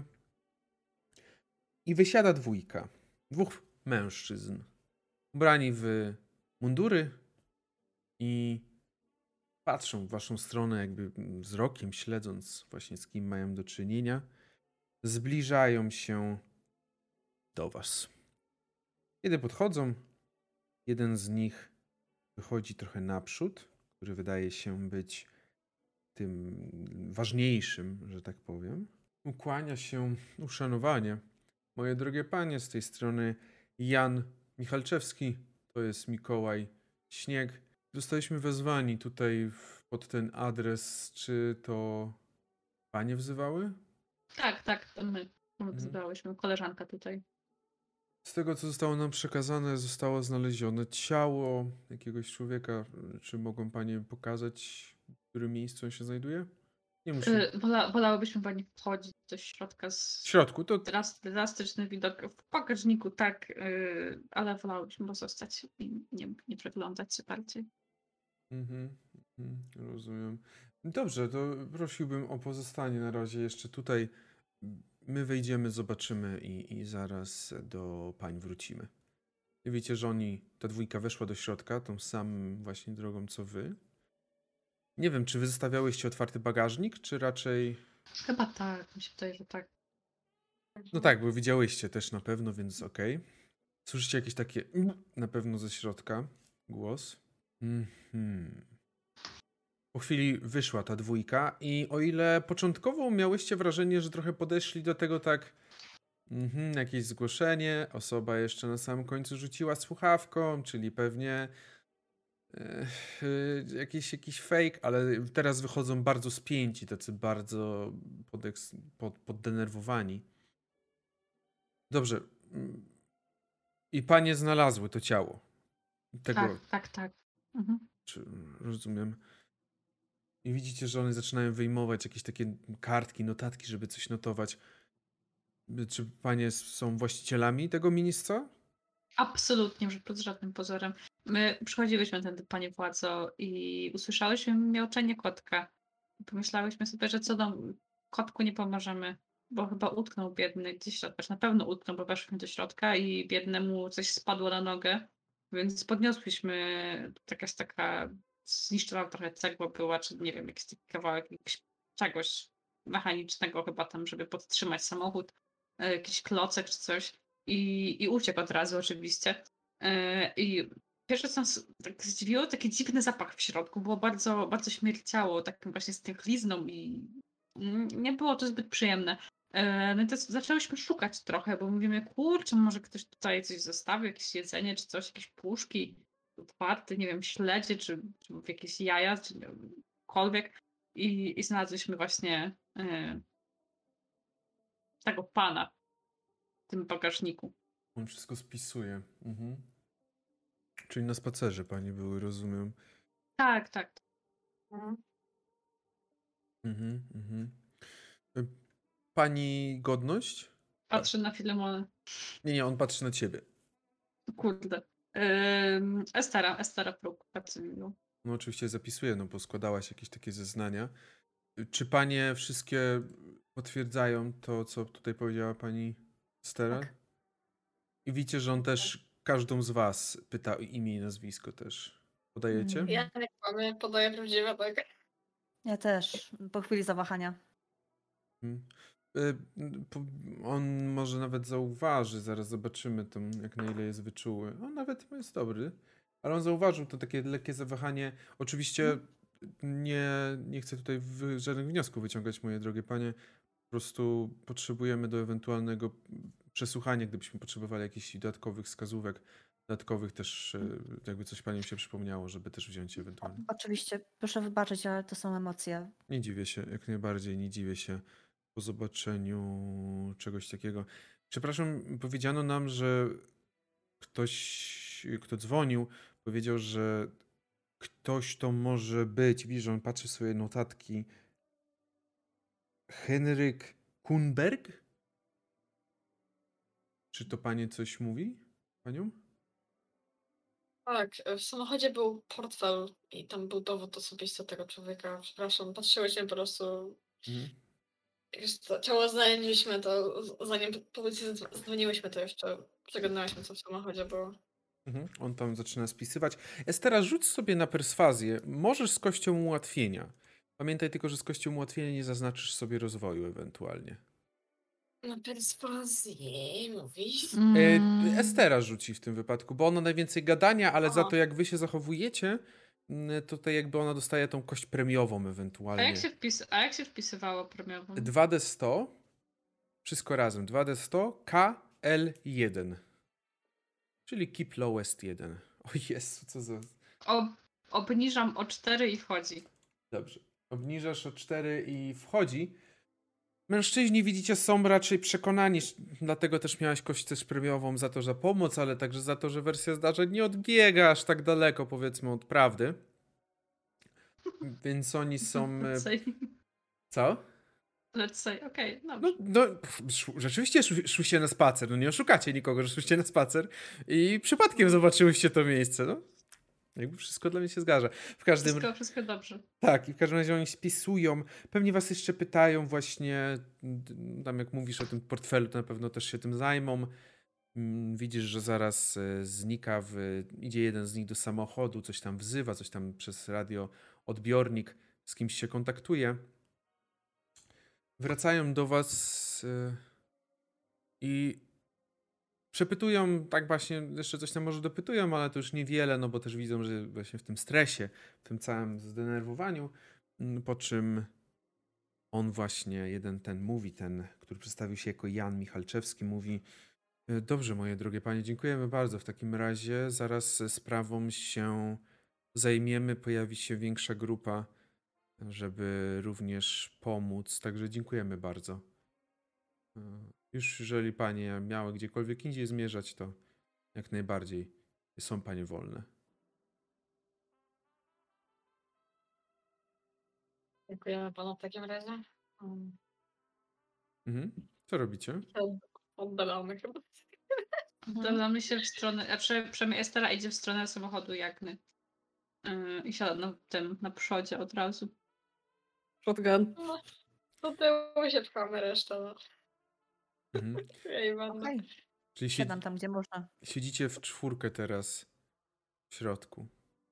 i wysiada dwóch mężczyzn, ubrani w mundury i patrzą w waszą stronę jakby wzrokiem, śledząc właśnie z kim mają do czynienia. Zbliżają się do was. Kiedy podchodzą, jeden z nich wychodzi trochę naprzód, który wydaje się być tym ważniejszym, że tak powiem. Ukłania się uszanowanie. Moje drogie panie, z tej strony Jan Michalczewski, to jest Mikołaj Śnieg. Zostaliśmy wezwani tutaj pod ten adres. Czy to panie wzywały? Tak, to my wzywałyśmy. Koleżanka tutaj. Z tego, co zostało nam przekazane, zostało znalezione ciało jakiegoś człowieka. Czy mogą panie pokazać, w którym miejscu on się znajduje? Nie muszę. Wolałybyśmy pani wchodzić do środka W środku to. drastyczny widok w bagażniku, tak, ale wolałybyśmy pozostać i nie przeglądać się bardziej. Rozumiem. Dobrze, to prosiłbym o pozostanie na razie jeszcze tutaj. My wejdziemy, zobaczymy i zaraz do pań wrócimy. I wiecie, że ta dwójka weszła do środka tą samą właśnie drogą co wy. Nie wiem, czy wy zostawiałyście otwarty bagażnik, czy raczej... Chyba tak, mi się wydaje, że tak. No tak, bo widziałyście też na pewno, więc okej. Słyszycie jakieś takie na pewno ze środka głos. Po chwili wyszła ta dwójka i o ile początkowo miałyście wrażenie, że trochę podeszli do tego tak jakieś zgłoszenie, osoba jeszcze na samym końcu rzuciła słuchawką, czyli pewnie jakiś fake, ale teraz wychodzą bardzo spięci, tacy bardzo poddenerwowani. Dobrze. I panie znalazły to ciało. Tego, Tak. Mhm. rozumiem. I widzicie, że one zaczynają wyjmować jakieś takie kartki, notatki, żeby coś notować. Czy panie są właścicielami tego miejsca? Absolutnie, że pod żadnym pozorem. My przychodziłyśmy tędy, panie władzo, i usłyszałyśmy miauczenie kotka. Pomyślałyśmy sobie, że kotku nie pomożemy, bo chyba utknął biedny gdzieś, na pewno utknął, bo weszliśmy do środka i biednemu coś spadło na nogę, więc podniosłyśmy, jakaś taka zniszczona trochę cegła była, czy nie wiem, jakiś taki kawałek czegoś mechanicznego chyba tam, żeby podtrzymać samochód, jakiś klocek czy coś i uciekł od razu oczywiście. I pierwsze co nas tak zdziwiło, taki dziwny zapach w środku, było bardzo, bardzo śmierciało, takim właśnie stęchlizną i nie było to zbyt przyjemne. No i to zaczęłyśmy szukać trochę, bo mówimy, kurczę, może ktoś tutaj coś zostawił, jakieś jedzenie czy coś, jakieś puszki otwarte, nie wiem, śledzie, czy jakieś jaja, czy cokolwiek. I znaleźliśmy właśnie tego pana w tym bagażniku. On wszystko spisuje. Czyli na spacerze panie były, rozumiem. Tak. Pani godność? Patrzy na Filemonę. Nie, on patrzy na ciebie. Kurde. Estera Pruk. Bardzo miło. No oczywiście zapisuję, no bo składałaś jakieś takie zeznania. Czy panie wszystkie potwierdzają to, co tutaj powiedziała pani Estera? Tak. I widzicie, że on też każdą z was pyta o imię i nazwisko też. Podajecie? Ja nie kłamię, podaję prawdziwe, tak. Ja też, po chwili zawahania. On może nawet zauważy, zaraz zobaczymy tam, jak na ile jest wyczuły. On nawet jest dobry, ale on zauważył to takie lekkie zawahanie. Oczywiście nie chcę tutaj żadnych wniosków wyciągać, moje drogie panie. Po prostu potrzebujemy do ewentualnego przesłuchania, gdybyśmy potrzebowali jakichś dodatkowych wskazówek, dodatkowych też, jakby coś paniom się przypomniało, żeby też wziąć ewentualnie. Oczywiście, proszę wybaczyć, ale to są emocje. Nie dziwię się, jak najbardziej nie dziwię się po zobaczeniu czegoś takiego. Przepraszam, powiedziano nam, że ktoś, kto dzwonił, powiedział, że ktoś to może być. Widzisz, że on patrzy w swoje notatki. Henryk Kunberg? Czy to panie coś mówi? Panią? Tak, w samochodzie był portfel i tam był dowód osobisty tego człowieka. Przepraszam, patrzyłyśmy po prostu. Jak to ciało znaleźliśmy, to zanim policji dzwoniłyśmy, to jeszcze przeglądałyśmy, co w samochodzie było. On tam zaczyna spisywać. Estera, rzuć sobie na perswazję. Możesz z kością ułatwienia. Pamiętaj tylko, że z kością ułatwienia nie zaznaczysz sobie rozwoju ewentualnie. Na perswazję mówisz? Estera rzuci w tym wypadku, bo ona najwięcej gadania, ale za to jak wy się zachowujecie, tutaj jakby ona dostaje tą kość premiową ewentualnie. A jak się wpisywało premiową? 2D100, wszystko razem, 2D100, KL1. Czyli keep lowest 1. O Jezu, co za... Obniżam o 4 i wchodzi. Dobrze. Obniżasz o 4 i wchodzi. Mężczyźni, widzicie, są raczej przekonani, dlatego też miałaś kość też premiową za to, że pomoc, ale także za to, że wersja zdarzeń nie odbiega aż tak daleko, powiedzmy, od prawdy. Więc oni są... Co? Let's say, okej, rzeczywiście szłyście na spacer, no nie oszukacie nikogo, że szłyście na spacer i przypadkiem zobaczyłyście to miejsce, no. Jakby wszystko dla mnie się zgadza. W każdym Wszystko dobrze. Tak, i w każdym razie oni spisują. Pewnie was jeszcze pytają właśnie, tam jak mówisz o tym portfelu, to na pewno też się tym zajmą. Widzisz, że zaraz znika, idzie jeden z nich do samochodu, coś tam wzywa, coś tam przez radio odbiornik z kimś się kontaktuje. Wracają do was i przepytują, tak właśnie, jeszcze coś tam może dopytują, ale to już niewiele, no bo też widzą, że właśnie w tym stresie, w tym całym zdenerwowaniu, po czym on właśnie, jeden ten mówi, ten, który przedstawił się jako Jan Michalczewski, mówi: dobrze, moje drogie panie, dziękujemy bardzo. W takim razie zaraz sprawą się zajmiemy, pojawi się większa grupa, żeby również pomóc, także dziękujemy bardzo. Już jeżeli panie miały gdziekolwiek indziej zmierzać, to jak najbardziej są panie wolne. Dziękujemy panu w takim razie. Co robicie? Oddalamy chyba. Oddalamy się w stronę, a przynajmniej Estera idzie w stronę samochodu Jagny. I siada na przodzie od razu. Shotgun. No, do tyłu się pchamy resztę. No. Mhm. Ja i Wanda. Okej, Czyli siadam tam, gdzie można. siedzicie w czwórkę teraz w środku.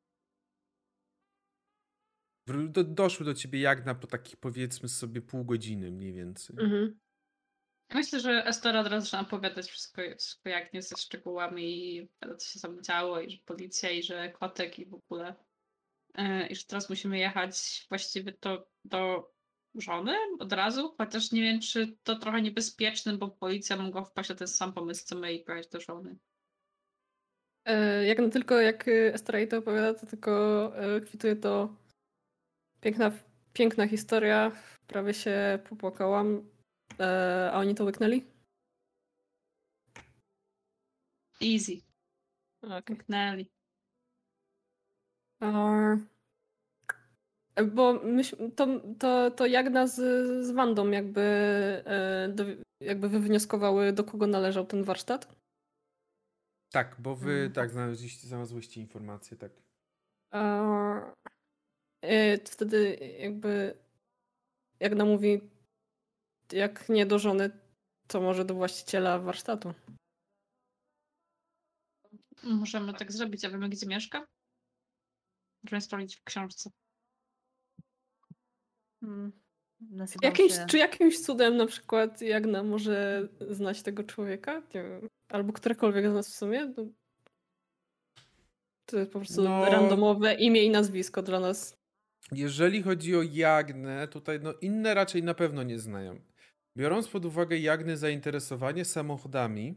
Doszły do ciebie Jagna po takich, powiedzmy sobie, pół godziny mniej więcej. Mhm. Myślę, że Estera od razu zaczyna opowiadać wszystko jak nie ze szczegółami i co się tam działo, i że policja, i że kotek, i w ogóle. I że teraz musimy jechać właściwie to do żony od razu, chociaż nie wiem, czy to trochę niebezpieczne, bo policja mogła wpaść na ten sam pomysł, co my, i pojechać do żony. Jak Estera jej to opowiada, to tylko kwituje to piękna historia. Prawie się popłakałam. A oni to łyknęli? Easy. Okay. Pyknęli. Bo to Jagna z Wandą jakby wywnioskowały, do kogo należał ten warsztat? Tak, bo wy tak znalazłyście informacje, tak. Wtedy jakby Jagna mówi, jak nie do żony, to może do właściciela warsztatu. Możemy tak zrobić, a wiemy, gdzie mieszka? Możemy sprawdzić w książce. Nazywał się... Czy jakimś cudem na przykład Jagna może znać tego człowieka? Nie wiem. Albo którekolwiek z nas w sumie? To jest po prostu randomowe imię i nazwisko dla nas. Jeżeli chodzi o Jagnę, tutaj inne raczej na pewno nie znają. Biorąc pod uwagę Jagny zainteresowanie samochodami,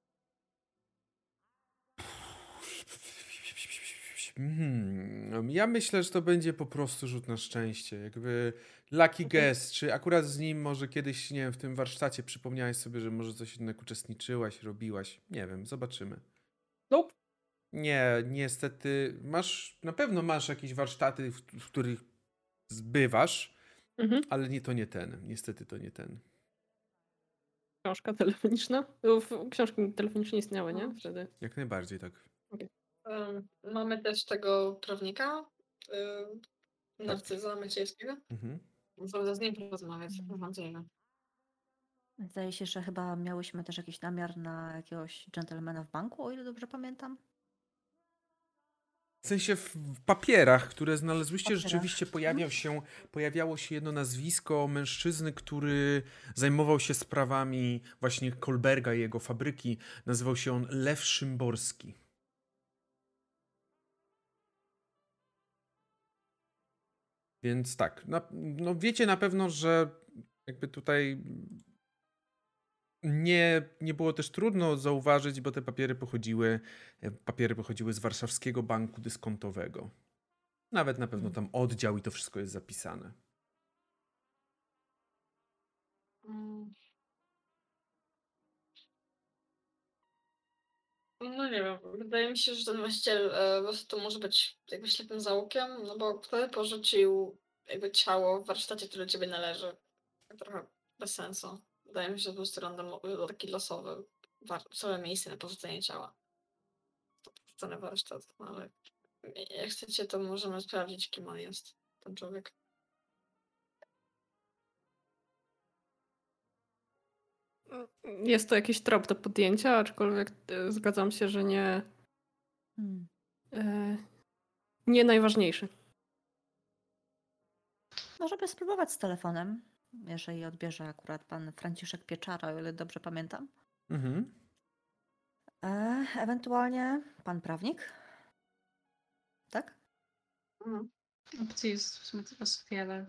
ja myślę, że to będzie po prostu rzut na szczęście. Jakby lucky guess, czy akurat z nim może kiedyś, nie wiem, w tym warsztacie przypomniałaś sobie, że może coś jednak uczestniczyłaś, robiłaś. Nie wiem, zobaczymy. Nope. Nie, niestety na pewno masz jakieś warsztaty, w których zbywasz, ale to nie ten. Niestety to nie ten. Książka telefoniczna? Książki telefoniczne istniały, nie? Wtedy. Jak najbardziej, tak. Okay. Mamy też tego prawnika, Narcyza Maciejskiego. Możemy z nim porozmawiać. Zdaje się, że chyba miałyśmy też jakiś namiar na jakiegoś dżentelmena w banku, o ile dobrze pamiętam. W sensie w papierach, które znalazłyście, rzeczywiście pojawiało się jedno nazwisko mężczyzny, który zajmował się sprawami właśnie Kolberga i jego fabryki. Nazywał się on Lew Szymborski. Więc tak, wiecie na pewno, że jakby tutaj nie było też trudno zauważyć, bo te papiery pochodziły z warszawskiego banku dyskontowego. Nawet na pewno tam oddział i to wszystko jest zapisane. No nie wiem, wydaje mi się, że ten właściciel to może być jakby ślepym zaułkiem, no bo kto porzucił jakby ciało w warsztacie, które ciebie należy. Trochę bez sensu. Wydaje mi się, że to po prostu randomowy, taki losowy, całe miejsce na porzucenie ciała. To porzucony warsztat, ale Jak chcecie, to możemy sprawdzić, kim on jest, ten człowiek. Jest to jakiś trop do podjęcia, aczkolwiek zgadzam się, że nie, Hmm. nie najważniejszy. Możemy spróbować z telefonem, jeżeli odbierze akurat pan Franciszek Pieczara, o ile dobrze pamiętam. Mhm. Ewentualnie pan prawnik? Tak? Mhm. Opcji jest w sumie teraz wiele.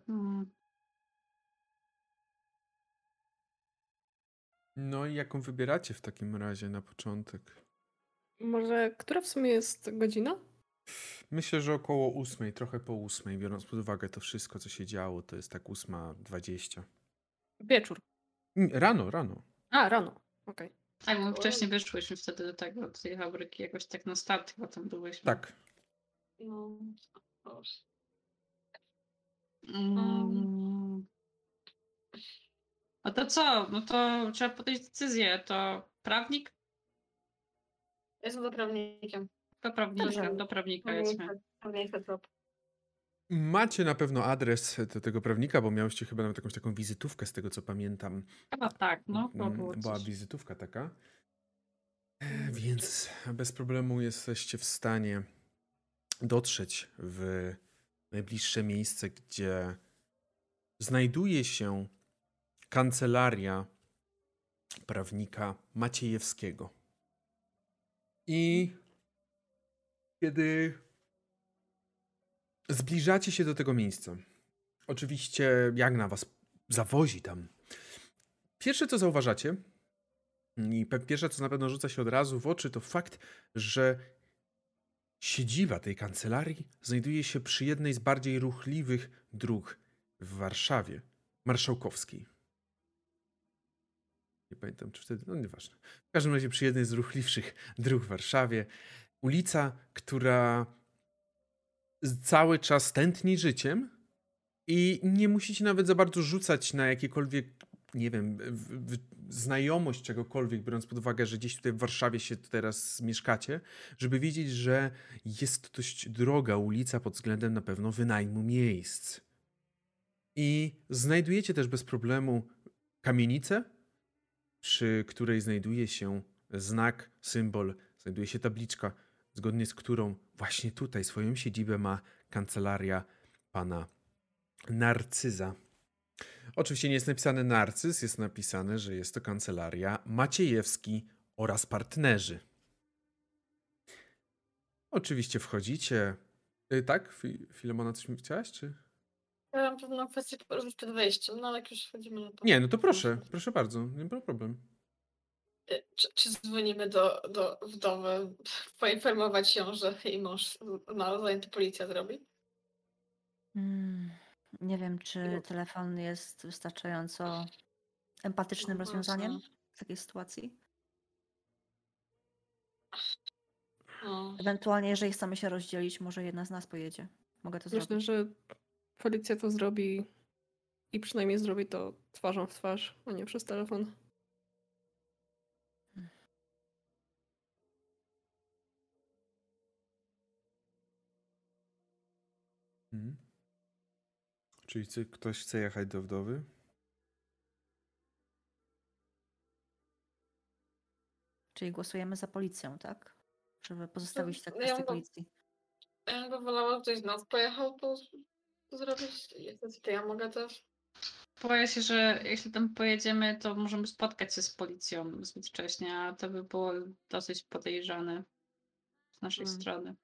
No i jaką wybieracie w takim razie na początek? Może, która w sumie jest godzina? Myślę, że około 8, trochę po 8, biorąc pod uwagę to wszystko, co się działo, to jest tak 8:20. Wieczór. Rano, rano. A, rano. Okej. Tak, bo my wcześniej wyszłyśmy wtedy do tego, do tej fabryki jakoś tak na start chyba tam byłyśmy. Tak. No, proszę. Mm. No to co? No to trzeba podjąć decyzję. To prawnik? Jestem prawnikiem. To prawnika, Dobrze. do prawnika jedźmy. Prawnika trop. Macie na pewno adres do tego prawnika, bo miałyście chyba nawet jakąś taką wizytówkę, z tego co pamiętam. Chyba tak, no. To było Była coś. wizytówka taka. Więc bez problemu jesteście w stanie dotrzeć w najbliższe miejsce, gdzie znajduje się kancelaria prawnika Maciejewskiego. I kiedy zbliżacie się do tego miejsca, oczywiście Jagna was zawozi tam. Pierwsze, co zauważacie, i pierwsze, co na pewno rzuca się od razu w oczy, to fakt, że siedziba tej kancelarii znajduje się przy jednej z bardziej ruchliwych dróg w Warszawie, Marszałkowskiej. Nie pamiętam, czy wtedy, no nieważne. W każdym razie przy jednej z ruchliwszych dróg w Warszawie. Ulica, która cały czas tętni życiem i nie musicie nawet za bardzo rzucać na jakiekolwiek, nie wiem, znajomość czegokolwiek, biorąc pod uwagę, że gdzieś tutaj w Warszawie się teraz mieszkacie, żeby wiedzieć, że jest dość droga ulica pod względem na pewno wynajmu miejsc. I znajdujecie też bez problemu kamienicę, przy której znajduje się znak, symbol, znajduje się tabliczka, zgodnie z którą właśnie tutaj swoją siedzibę ma kancelaria pana Narcyza. Oczywiście nie jest napisane Narcyz, jest napisane, że jest to kancelaria Maciejewski oraz partnerzy. Oczywiście wchodzicie. Tak? Filemona, coś mi chciałaś, czy? Ja mam pewną kwestię poruszyć przed wejściem, no ale jak już wchodzimy na to. Nie, no to proszę bardzo, nie ma problem. Czy dzwonimy do wdowy, poinformować ją, że jej mąż ma zajęty, policja zrobi? Nie wiem, czy telefon jest wystarczająco empatycznym No rozwiązaniem właśnie. w takiej sytuacji. No. Ewentualnie, jeżeli chcemy się rozdzielić, może jedna z nas pojedzie. Mogę to Myślę, zrobić. że policja to zrobi i przynajmniej zrobi to twarzą w twarz, a nie przez telefon. Mhm. Czyli ktoś chce jechać do wdowy? Czyli głosujemy za policją, tak? Żeby pozostawić te Ja kwestie bym- policji. Ja bym wolała, żeby ktoś z nas pojechał to zrobić. To ja mogę też. Boję się, że jeśli tam pojedziemy, to możemy spotkać się z policją zbyt wcześnie, a to by było dosyć podejrzane z naszej strony.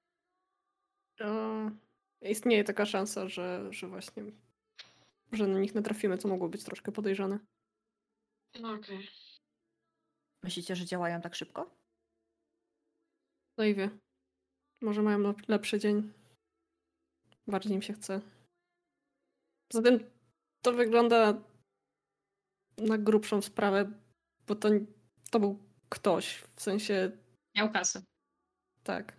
Istnieje taka szansa, że właśnie że na nich natrafimy, co mogło być troszkę podejrzane. No okej. Myślicie, że działają tak szybko? No i wie. Może mają lepszy dzień. Bardziej im się chce. Poza tym to wygląda na grubszą sprawę, bo to był ktoś. W sensie Miał kasę. tak.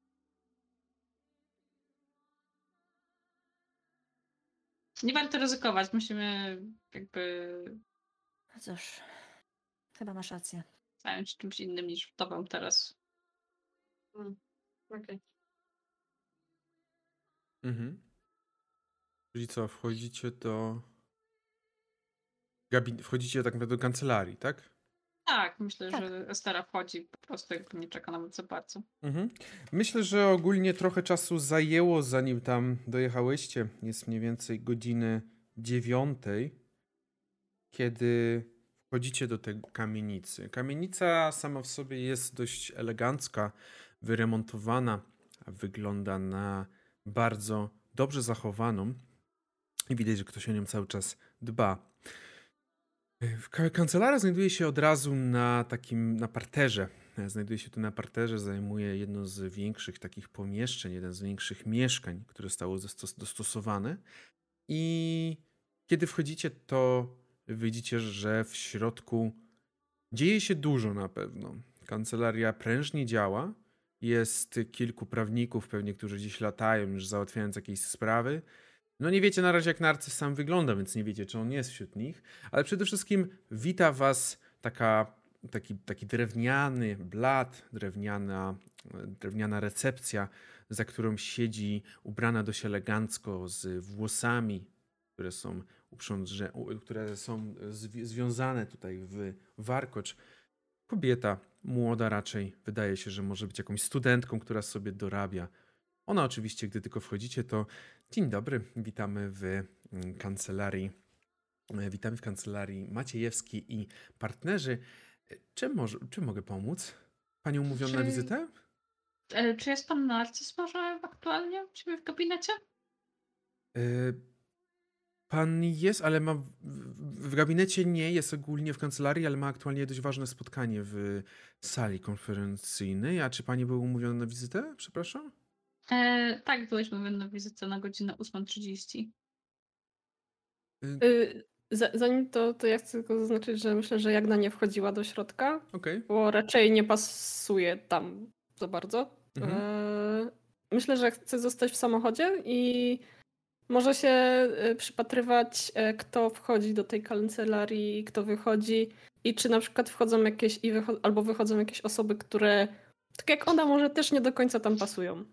Nie warto ryzykować, musimy jakby No cóż, chyba masz rację. zająć się czymś innym niż wdową teraz. Okej. Mhm. Czyli co, wchodzicie do wchodzicie tak naprawdę do kancelarii, tak? Tak, myślę, Tak. że Estera wchodzi, po prostu jakby nie czeka nawet za bardzo. Mhm. Myślę, że ogólnie trochę czasu zajęło, zanim tam dojechałyście. Jest mniej więcej godziny 9, kiedy wchodzicie do tej kamienicy. Kamienica sama w sobie jest dość elegancka, wyremontowana, a wygląda na bardzo dobrze zachowaną i widać, że ktoś o nią cały czas dba. Kancelaria znajduje się od razu na parterze. Znajduje się tu na parterze, zajmuje jedno z większych takich pomieszczeń, jeden z większych mieszkań, które zostało dostosowane. I kiedy wchodzicie, to widzicie, że w środku dzieje się dużo na pewno. Kancelaria prężnie działa. Jest kilku prawników, pewnie, którzy gdzieś latają, już załatwiając jakieś sprawy. No nie wiecie na razie, jak Narcyz sam wygląda, więc nie wiecie, czy on jest wśród nich. Ale przede wszystkim wita was taki drewniany blat, drewniana recepcja, za którą siedzi ubrana dość elegancko, z włosami, które są związane tutaj w warkocz. Kobieta, młoda raczej, wydaje się, że może być jakąś studentką, która sobie dorabia. Ona oczywiście, gdy tylko wchodzicie, to dzień dobry, witamy w kancelarii. Witamy w kancelarii Maciejewski i partnerzy. Czym mogę pomóc? Pani umówiona na Czy- wizytę? Czy jest pan Narcyz może aktualnie u ciebie w gabinecie? Pan jest, ale ma w gabinecie nie jest ogólnie w kancelarii, ale ma aktualnie dość ważne spotkanie w sali konferencyjnej. A czy pani była umówiona na wizytę? Przepraszam? Tak, byliśmy umówieni na wizytę na godzinę 8:30. Zanim to ja chcę tylko zaznaczyć, że myślę, że Jagna nie wchodziła do środka, Okej. bo raczej nie pasuje tam za bardzo. Mhm. Myślę, że chce zostać w samochodzie i może się przypatrywać, kto wchodzi do tej kancelarii, kto wychodzi i czy na przykład wchodzą jakieś albo wychodzą jakieś osoby, które tak jak ona może też nie do końca tam pasują.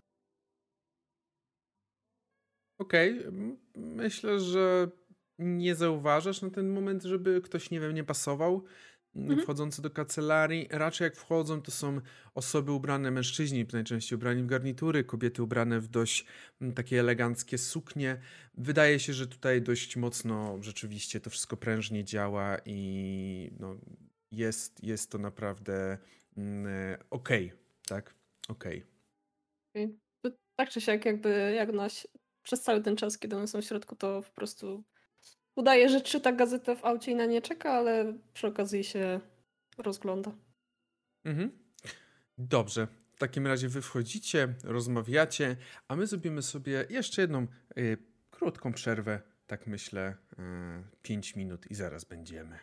Okej. Myślę, że nie zauważasz na ten moment, żeby ktoś, nie wiem, nie pasował wchodzący do kancelarii. Raczej jak wchodzą, to są osoby ubrane, mężczyźni najczęściej ubrani w garnitury, kobiety ubrane w dość takie eleganckie suknie. Wydaje się, że tutaj dość mocno rzeczywiście to wszystko prężnie działa i no, jest to naprawdę okej, tak? Okej. To tak czy siak jakby Jagna przez cały ten czas, kiedy one są w środku, to po prostu udaje, że czyta gazetę w aucie i na nie czeka, ale przy okazji się rozgląda. Mhm. Dobrze. W takim razie wy wchodzicie, rozmawiacie, a my zrobimy sobie jeszcze jedną krótką przerwę. Tak myślę, 5 minut i zaraz będziemy.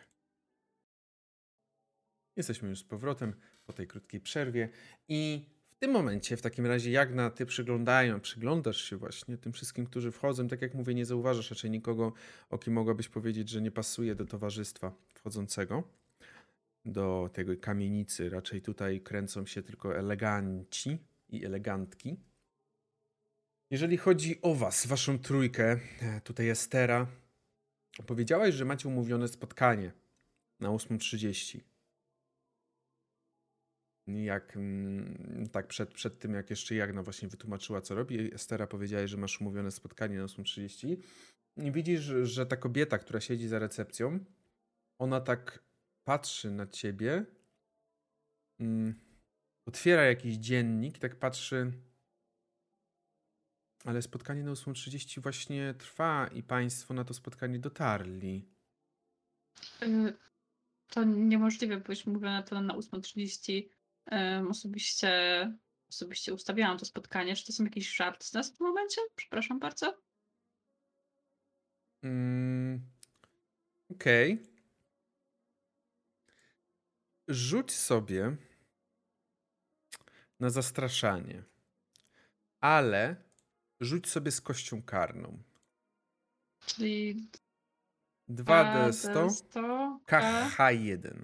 Jesteśmy już z powrotem po tej krótkiej przerwie i w tym momencie, w takim razie, Jagna, ty przyglądasz się właśnie tym wszystkim, którzy wchodzą. Tak jak mówię, nie zauważasz raczej nikogo, o kim mogłabyś powiedzieć, że nie pasuje do towarzystwa wchodzącego do tej kamienicy. Raczej tutaj kręcą się tylko eleganci i elegantki. Jeżeli chodzi o was, waszą trójkę, tutaj Estera, powiedziałaś, że macie umówione spotkanie na 8:30. Tak przed tym, jak jeszcze Jagna właśnie wytłumaczyła, co robi, Estera powiedziałaś, że masz umówione spotkanie na 8:30. I widzisz, że ta kobieta, która siedzi za recepcją, ona tak patrzy na ciebie, otwiera jakiś dziennik i tak patrzy, ale spotkanie na 8:30 właśnie trwa i państwo na to spotkanie dotarli. To niemożliwe, byliśmy umówione to na 8:30. Osobiście ustawiałam to spotkanie. Czy to są jakieś żarty z nas w tym momencie? Przepraszam bardzo. Okej. Rzuć sobie na zastraszanie, ale rzuć sobie z kością karną. Czyli 2D100 100 KH1.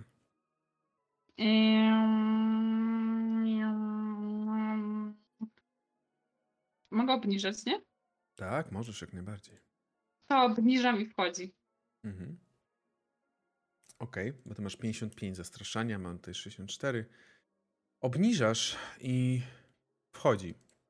Mogę obniżać, nie? Tak, możesz jak najbardziej. To obniżam i wchodzi. Mhm. Okej, bo ty masz 55 zastraszania, mam tutaj 64. Obniżasz i wchodzi.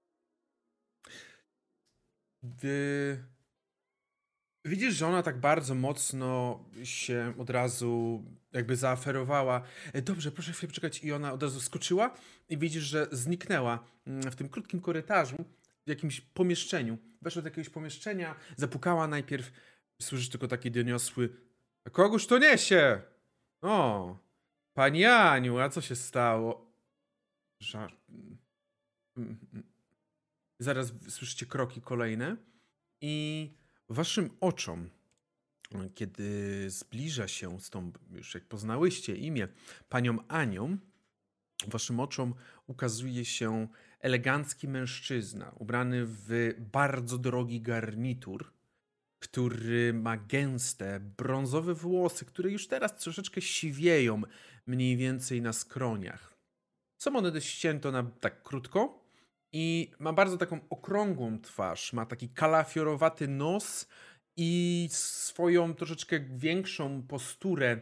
Widzisz, że ona tak bardzo mocno się od razu jakby zaaferowała. Dobrze, proszę chwilę poczekać. I ona od razu skoczyła i widzisz, że zniknęła w tym krótkim korytarzu, w jakimś pomieszczeniu. Weszła do jakiegoś pomieszczenia, zapukała najpierw. Słyszysz tylko taki doniosły: "A kogoż to niesie? O, pani Aniu, a co się stało?" Zaraz słyszycie kroki kolejne i waszym oczom, kiedy zbliża się z tą, już jak poznałyście imię, panią Anią, waszym oczom ukazuje się elegancki mężczyzna, ubrany w bardzo drogi garnitur, który ma gęste, brązowe włosy, które już teraz troszeczkę siwieją, mniej więcej na skroniach. Są one dość ścięte na tak krótko i ma bardzo taką okrągłą twarz. Ma taki kalafiorowaty nos i swoją troszeczkę większą posturę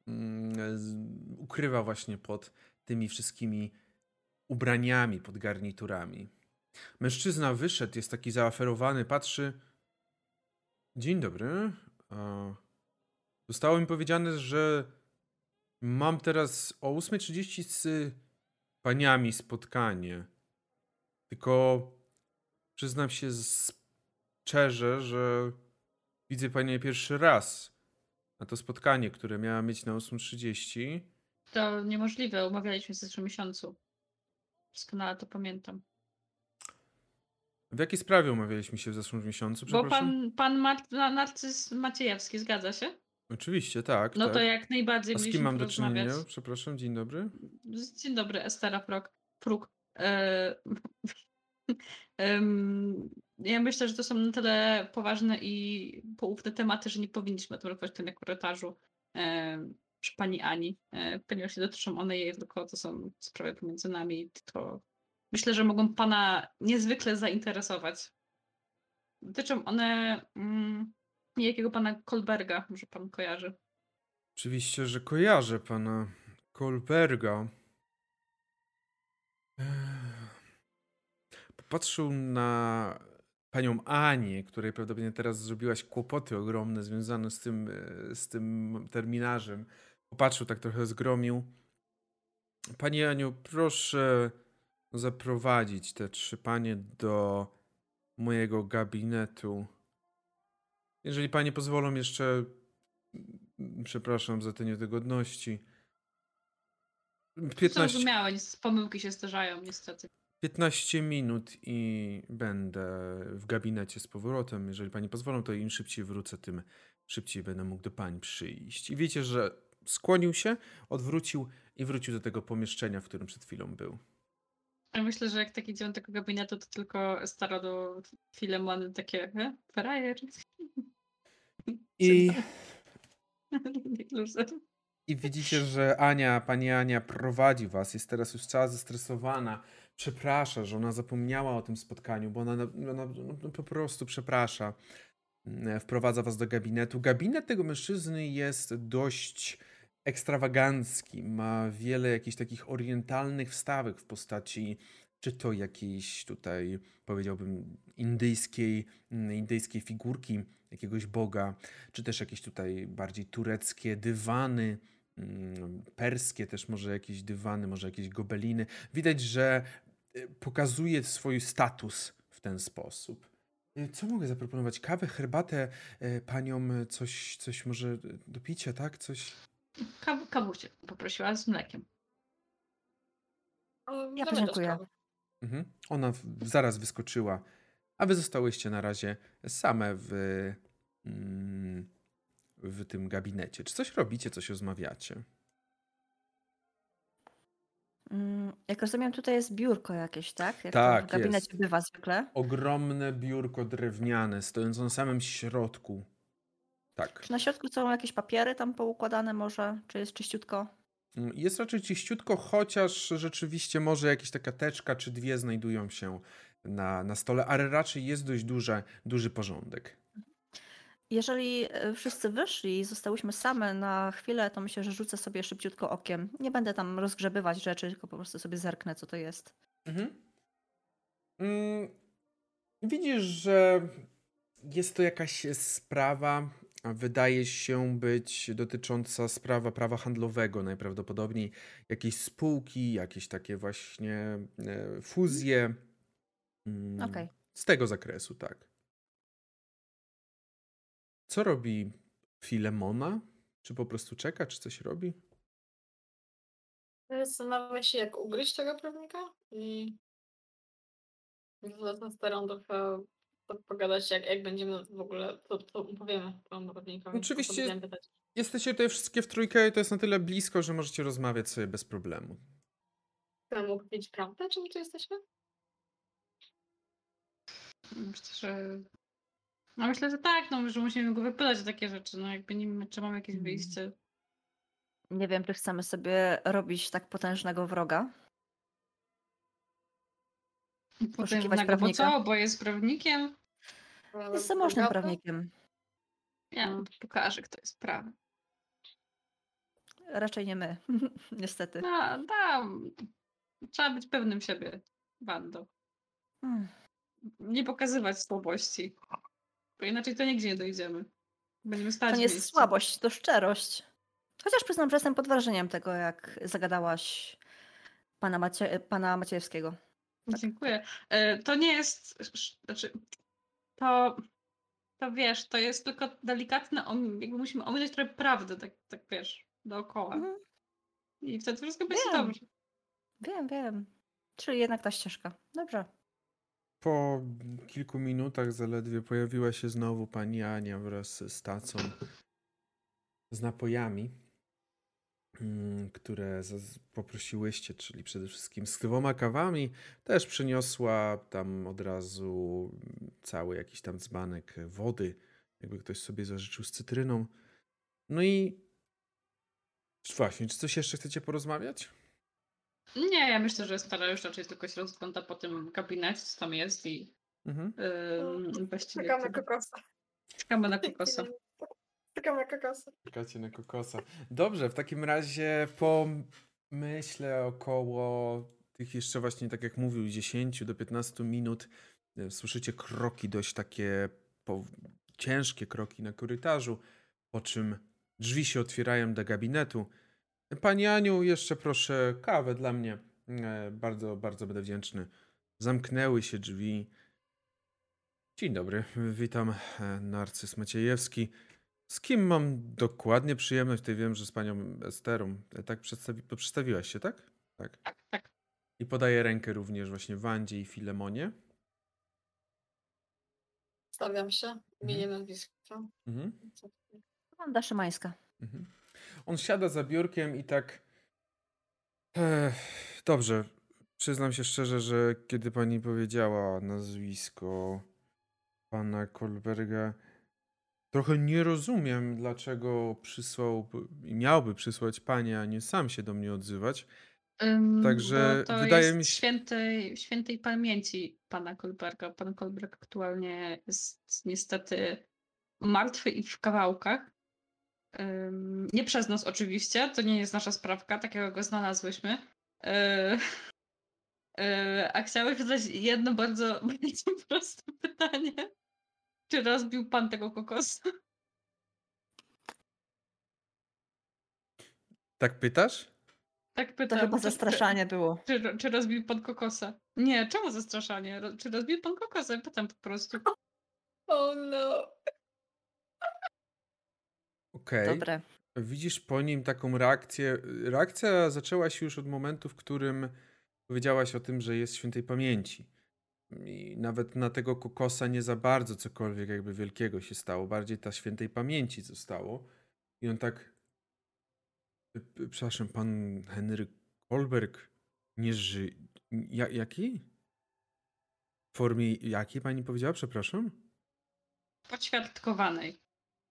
ukrywa właśnie pod tymi wszystkimi ubraniami, pod garniturami. Mężczyzna wyszedł, jest taki zaaferowany, patrzy. Dzień dobry. Zostało mi powiedziane, że mam teraz o 8:30 z paniami spotkanie. Tylko przyznam się szczerze, że widzę panią pierwszy raz na to spotkanie, które miała mieć na 8:30. To niemożliwe, umawialiśmy się w zeszłym miesiącu. Doskonale to pamiętam. W jakiej sprawie umawialiśmy się w zeszłym miesiącu, Bo przepraszam? pan Narcyz Maciejewski, zgadza się? Oczywiście, tak, No tak. to jak najbardziej A z kim mieliśmy mam do porozmawiać. czynienia? Przepraszam, dzień dobry. Dzień dobry, Estera Pruk. Ja myślę, że to są na tyle poważne i poufne tematy, że nie powinniśmy odbywać to na korytarzu przy pani Ani, ponieważ nie dotyczą one jej, tylko to są sprawy pomiędzy nami. To myślę, że mogą pana niezwykle zainteresować. Dotyczą one niejakiego pana Kolberga, może pan kojarzy. Oczywiście, że kojarzę pana Kolberga. Popatrzył na panią Anię, której prawdopodobnie teraz zrobiłaś kłopoty ogromne związane z tym terminarzem. Popatrzył, tak trochę zgromił. Pani Aniu, proszę zaprowadzić te 3 panie do mojego gabinetu. Jeżeli panie pozwolą jeszcze, przepraszam za te niedogodności. Zrozumiałe, pomyłki się zdarzają niestety. 15 minut i będę w gabinecie z powrotem. Jeżeli pani pozwolą, to im szybciej wrócę, tym szybciej będę mógł do pań przyjść. I wiecie, że skłonił się, odwrócił i wrócił do tego pomieszczenia, w którym przed chwilą był. Ja myślę, że jak tak idziemy do tego gabinetu, to tylko stara do Filemony takie frajer. I Loser. widzicie, że pani Ania prowadzi was, jest teraz już cała zestresowana. Przeprasza, że ona zapomniała o tym spotkaniu, bo ona po prostu przeprasza. Wprowadza was do gabinetu. Gabinet tego mężczyzny jest dość ekstrawagancki. Ma wiele jakichś takich orientalnych wstawek w postaci, czy to jakiejś tutaj, powiedziałbym, indyjskiej figurki jakiegoś boga, czy też jakieś tutaj bardziej tureckie dywany, perskie też może jakieś dywany, może jakieś gobeliny. Widać, że pokazuje swój status w ten sposób. Co mogę zaproponować? Kawę, herbatę, paniom coś może do picia, tak? Coś. Kawusie poprosiła z mlekiem. Ja Damy podziękuję. też kawę. Mhm. Ona zaraz wyskoczyła, a wy zostałyście na razie same w tym gabinecie. Czy coś robicie, coś rozmawiacie? Jak rozumiem, tutaj jest biurko jakieś, tak? Jak Tak, to w gabinecie jest. bywa zwykle. Ogromne biurko drewniane, stojące na samym środku. Tak. Czy na środku są jakieś papiery tam poukładane może? Czy jest czyściutko? Jest raczej czyściutko, chociaż rzeczywiście może jakaś taka teczka czy 2 znajdują się na stole, ale raczej jest dość duży porządek. Jeżeli wszyscy wyszli i zostałyśmy same na chwilę, to myślę, że rzucę sobie szybciutko okiem. Nie będę tam rozgrzebywać rzeczy, tylko po prostu sobie zerknę, co to jest. Mhm. Widzisz, że jest to jakaś sprawa, wydaje się być dotycząca prawa handlowego najprawdopodobniej. Jakieś spółki, jakieś takie właśnie fuzje. Okej. Z tego zakresu, tak. Co robi Filemona? Czy po prostu czeka, czy coś robi? Zastanawia się, jak ugryźć tego prawnika i na starą trochę pogadać, jak będziemy w ogóle, co powiemy temu prawnikowi. Oczywiście O co będziemy pytać. jesteście tutaj wszystkie w trójkę i to jest na tyle blisko, że możecie rozmawiać sobie bez problemu. Chcemy mógł wiedzieć prawdę, czym tu jesteśmy? Myślę, że... No myślę, że tak, no, że musimy go wypytać o takie rzeczy, no jakby nie wiem, czy mam jakieś wyjście. Nie wiem, czy chcemy sobie robić tak potężnego wroga. Poszukiwać Bo prawnika. co, bo jest prawnikiem? Jest zamożnym prawnikiem. Ja pokażę, kto jest prawy. Raczej nie my, niestety. Trzeba być pewnym siebie, Wando. Hmm. Nie pokazywać słabości. Bo inaczej to nigdzie nie dojdziemy. Będziemy stać To nie w jest miejscu. słabość, to szczerość. Chociaż przyznam, że jestem pod wrażeniem tego, jak zagadałaś pana Maciejewskiego. Tak. Dziękuję. To nie jest... Znaczy, to wiesz, to jest tylko delikatne, jakby musimy ominąć trochę prawdy, tak wiesz, dookoła. Mhm. I wtedy wszystko będzie Wiem. dobrze. Wiem. Czyli jednak ta ścieżka. Dobrze. Po kilku minutach zaledwie pojawiła się znowu pani Ania wraz z tacą z napojami, które poprosiłyście, czyli przede wszystkim z 2 kawami. Też przyniosła tam od razu cały jakiś tam dzbanek wody, jakby ktoś sobie zażyczył z cytryną. No i właśnie, czy coś jeszcze chcecie porozmawiać? Nie, ja myślę, że stara już raczej tylko się rozgląda po tym gabinecie, co tam jest i Mhm. właściwie Czekam na kokosa. czekamy na kokosa. Czekam na kokosa. Czekacie na kokosa. Dobrze, w takim razie myślę około tych jeszcze właśnie, tak jak mówił, 10 do 15 minut słyszycie kroki dość takie ciężkie kroki na korytarzu, po czym drzwi się otwierają do gabinetu. Pani Aniu, jeszcze proszę kawę dla mnie. Bardzo, bardzo będę wdzięczny. Zamknęły się drzwi. Dzień dobry, witam, Narcyz Maciejewski. Z kim mam dokładnie przyjemność? Tutaj wiem, że z panią Esterą. Tak przedstawiłaś się, tak? Tak. Tak. I podaję rękę również właśnie Wandzie i Filemonie. Stawiam się, imię nazwisko. Mhm. Wanda Szymańska. Mhm. On siada za biurkiem i tak... Dobrze, przyznam się szczerze, że kiedy pani powiedziała nazwisko pana Kolberga, trochę nie rozumiem, dlaczego miałby przysłać pani, a nie sam się do mnie odzywać. Także bo to wydaje jest mi się... świętej pamięci pana Kolberga. Pan Kolberg aktualnie jest niestety martwy i w kawałkach. Nie przez nas oczywiście, to nie jest nasza sprawka, takiego go znalazłyśmy. A chciałeś zadać jedno bardzo proste pytanie. Czy rozbił pan tego kokosa? Tak pytasz? Tak To pytam. chyba zastraszanie było. Czy rozbił pan kokosa? Nie, czemu zastraszanie? Czy rozbił pan kokosa? Pytam po prostu. Oh no. Okej. Dobre. Widzisz po nim taką reakcję. Reakcja zaczęła się już od momentu, w którym powiedziałaś o tym, że jest świętej pamięci. I nawet na tego kokosa nie za bardzo cokolwiek jakby wielkiego się stało. Bardziej ta świętej pamięci zostało. I on tak... Przepraszam, pan Henryk Kolberg nie żyje... Jaki? W formie jakiej pani powiedziała? Przepraszam? Poćwiartkowanej.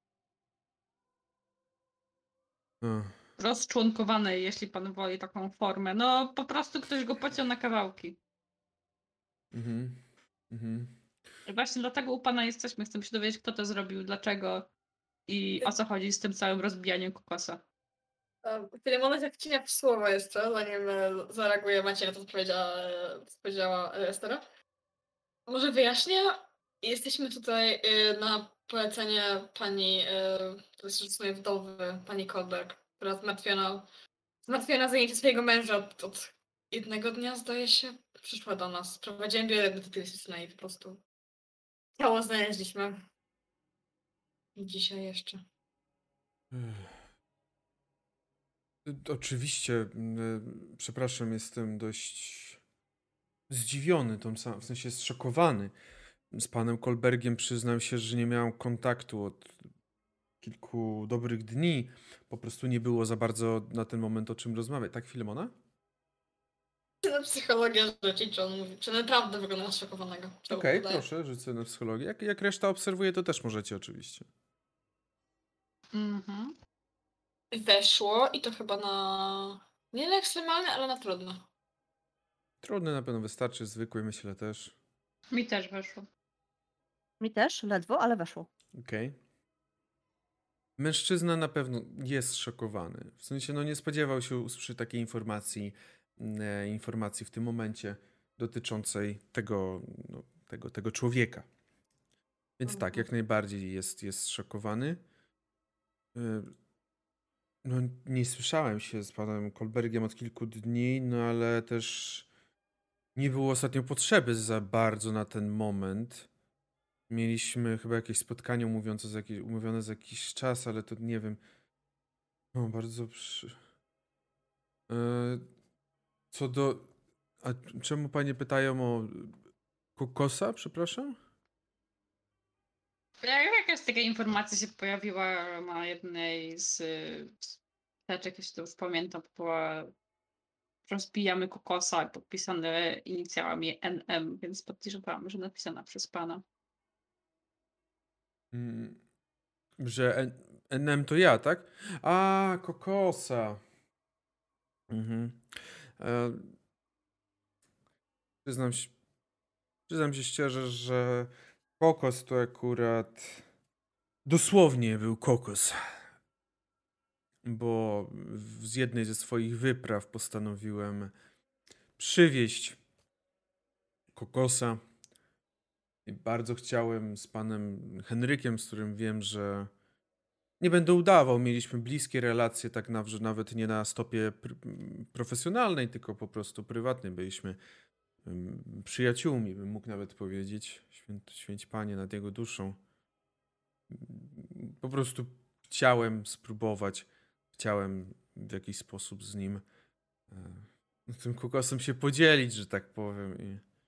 Ach. Rozczłonkowanej, jeśli pan woli taką formę. No po prostu ktoś go pociął na kawałki. Mhm. Mhm. I właśnie dlatego u pana jesteśmy. Chcemy się dowiedzieć, kto to zrobił, dlaczego i o co chodzi z tym całym rozbijaniem kokosa. Filemona się wcinia w słowo jeszcze, zanim zareaguje Maciej na to, co powiedziała Estera. Może wyjaśnię? Jesteśmy tutaj na polecenie pani, to jest w sumie wdowy, pani Kolberg, która zmartwiona zajęcie swojego męża od jednego dnia, zdaje się, przyszła do nas. Prowadziłem biuro detektywistyczne i po prostu ciało znaleźliśmy. Dzisiaj jeszcze. Oczywiście, przepraszam, jestem dość zdziwiony, w sensie zszokowany. Z panem Kolbergiem przyznam się, że nie miałem kontaktu od kilku dobrych dni. Po prostu nie było za bardzo na ten moment o czym rozmawiać. Tak, Filemona? Na psychologię rzucić, czy on mówi, czy naprawdę wygląda na szokowanego. Okej, proszę, rzucę na psychologię. Jak reszta obserwuje, to też możecie oczywiście. Mhm. Weszło i to chyba na... nie na ekstremalne, ale na trudne. Trudny na pewno wystarczy, zwykły myślę też. Mi też weszło. Mi też, ledwo, ale weszło. Okej. Mężczyzna na pewno jest szokowany. W sensie, no nie spodziewał się usłyszeć takiej informacji w tym momencie dotyczącej tego człowieka. Więc tak, jak najbardziej jest szokowany. No nie słyszałem się z panem Kolbergiem od kilku dni, no ale też nie było ostatnio potrzeby za bardzo na ten moment. Mieliśmy chyba jakieś spotkanie umówione za jakiś czas, ale to nie wiem. No, bardzo co do... A czemu panie pytają o kokosa, przepraszam? Jakaś taka informacja się pojawiła na jednej z teczek, jeśli to już pamiętam, była rozbijamy kokosa, podpisane inicjałami NM, więc podejrzewam, że napisana przez pana. Że NM to ja, tak? A, kokosa. Mhm. E, przyznam się szczerze, że kokos to akurat dosłownie był kokos. Bo z jednej ze swoich wypraw postanowiłem przywieźć kokosa. I bardzo chciałem z panem Henrykiem, z którym wiem, że nie będę udawał. Mieliśmy bliskie relacje, tak że nawet nie na stopie profesjonalnej, tylko po prostu prywatnej. Byliśmy przyjaciółmi, bym mógł nawet powiedzieć. Święć Panie nad jego duszą. Po prostu chciałem spróbować. Chciałem w jakiś sposób z nim tym kokosem się podzielić, że tak powiem.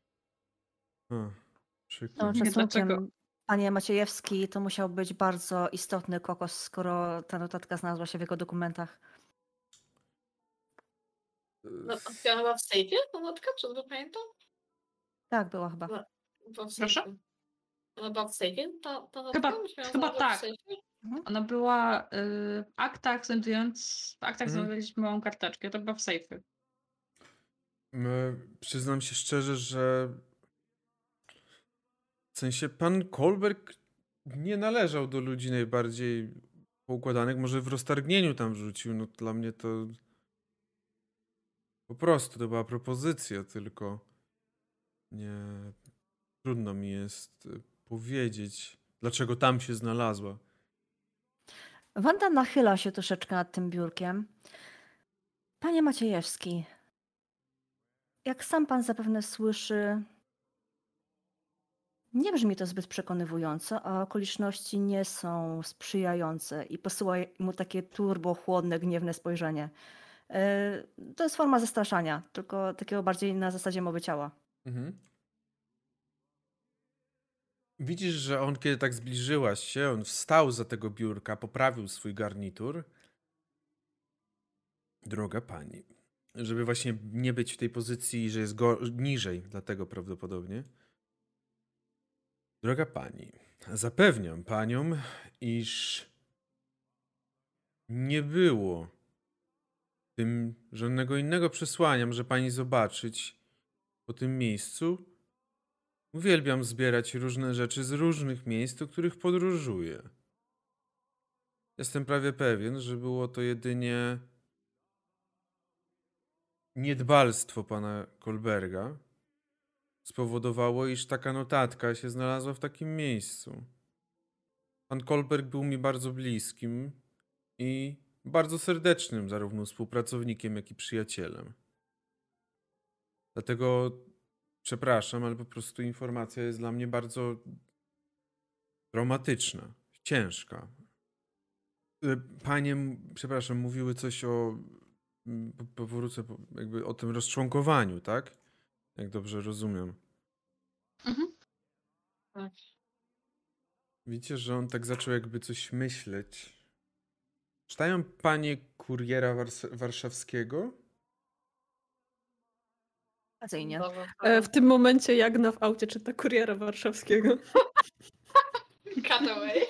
Przykro. No, Nie, dlaczego? szacunkiem, panie Maciejewski, to musiał być bardzo istotny kokos, skoro ta notatka znalazła się w jego dokumentach. No, a ona była w sejfie, ta notka? Czy dobrze pamiętam? Tak, była chyba. Była w Proszę? sejfie. Ona była w sejfie, ta notka? Chyba Myślałam, że ona była w tak. sejfie. Ona była w aktach, w aktach Mhm. znaleźliśmy małą karteczkę, to była w sejfie. Przyznam się szczerze, że w sensie pan Kolberg nie należał do ludzi najbardziej poukładanych. Może w roztargnieniu tam wrzucił. No dla mnie to po prostu to była propozycja, tylko nie trudno mi jest powiedzieć, dlaczego tam się znalazła. Wanda nachyla się troszeczkę nad tym biurkiem. Panie Maciejewski, jak sam pan zapewne słyszy, nie brzmi to zbyt przekonywująco, a okoliczności nie są sprzyjające i posyła mu takie turbo, chłodne, gniewne spojrzenie. To jest forma zastraszania, tylko takiego bardziej na zasadzie mowy ciała. Mhm. Widzisz, że on, kiedy tak zbliżyłaś się, on wstał za tego biurka, poprawił swój garnitur. Droga pani, żeby właśnie nie być w tej pozycji, że jest niżej, dlatego prawdopodobnie. Droga pani, zapewniam panią, iż nie było w tym żadnego innego przesłania, może pani zobaczyć po tym miejscu, Uwielbiam zbierać różne rzeczy z różnych miejsc, do których podróżuję. Jestem prawie pewien, że było to jedynie niedbalstwo pana Kolberga spowodowało, iż taka notatka się znalazła w takim miejscu. Pan Kolberg był mi bardzo bliskim i bardzo serdecznym zarówno współpracownikiem, jak i przyjacielem. Dlatego przepraszam, ale po prostu informacja jest dla mnie bardzo traumatyczna, ciężka. Panie, przepraszam, mówiły coś o... Powrócę jakby o tym rozczłonkowaniu, tak? Jak dobrze rozumiem. Mhm. Tak. Widzicie, że on tak zaczął jakby coś myśleć. Czytają panie kuriera warszawskiego? Okazyjnie. Dobra, W tym momencie Jagna w aucie czyta Kuriera Warszawskiego. Cutaway.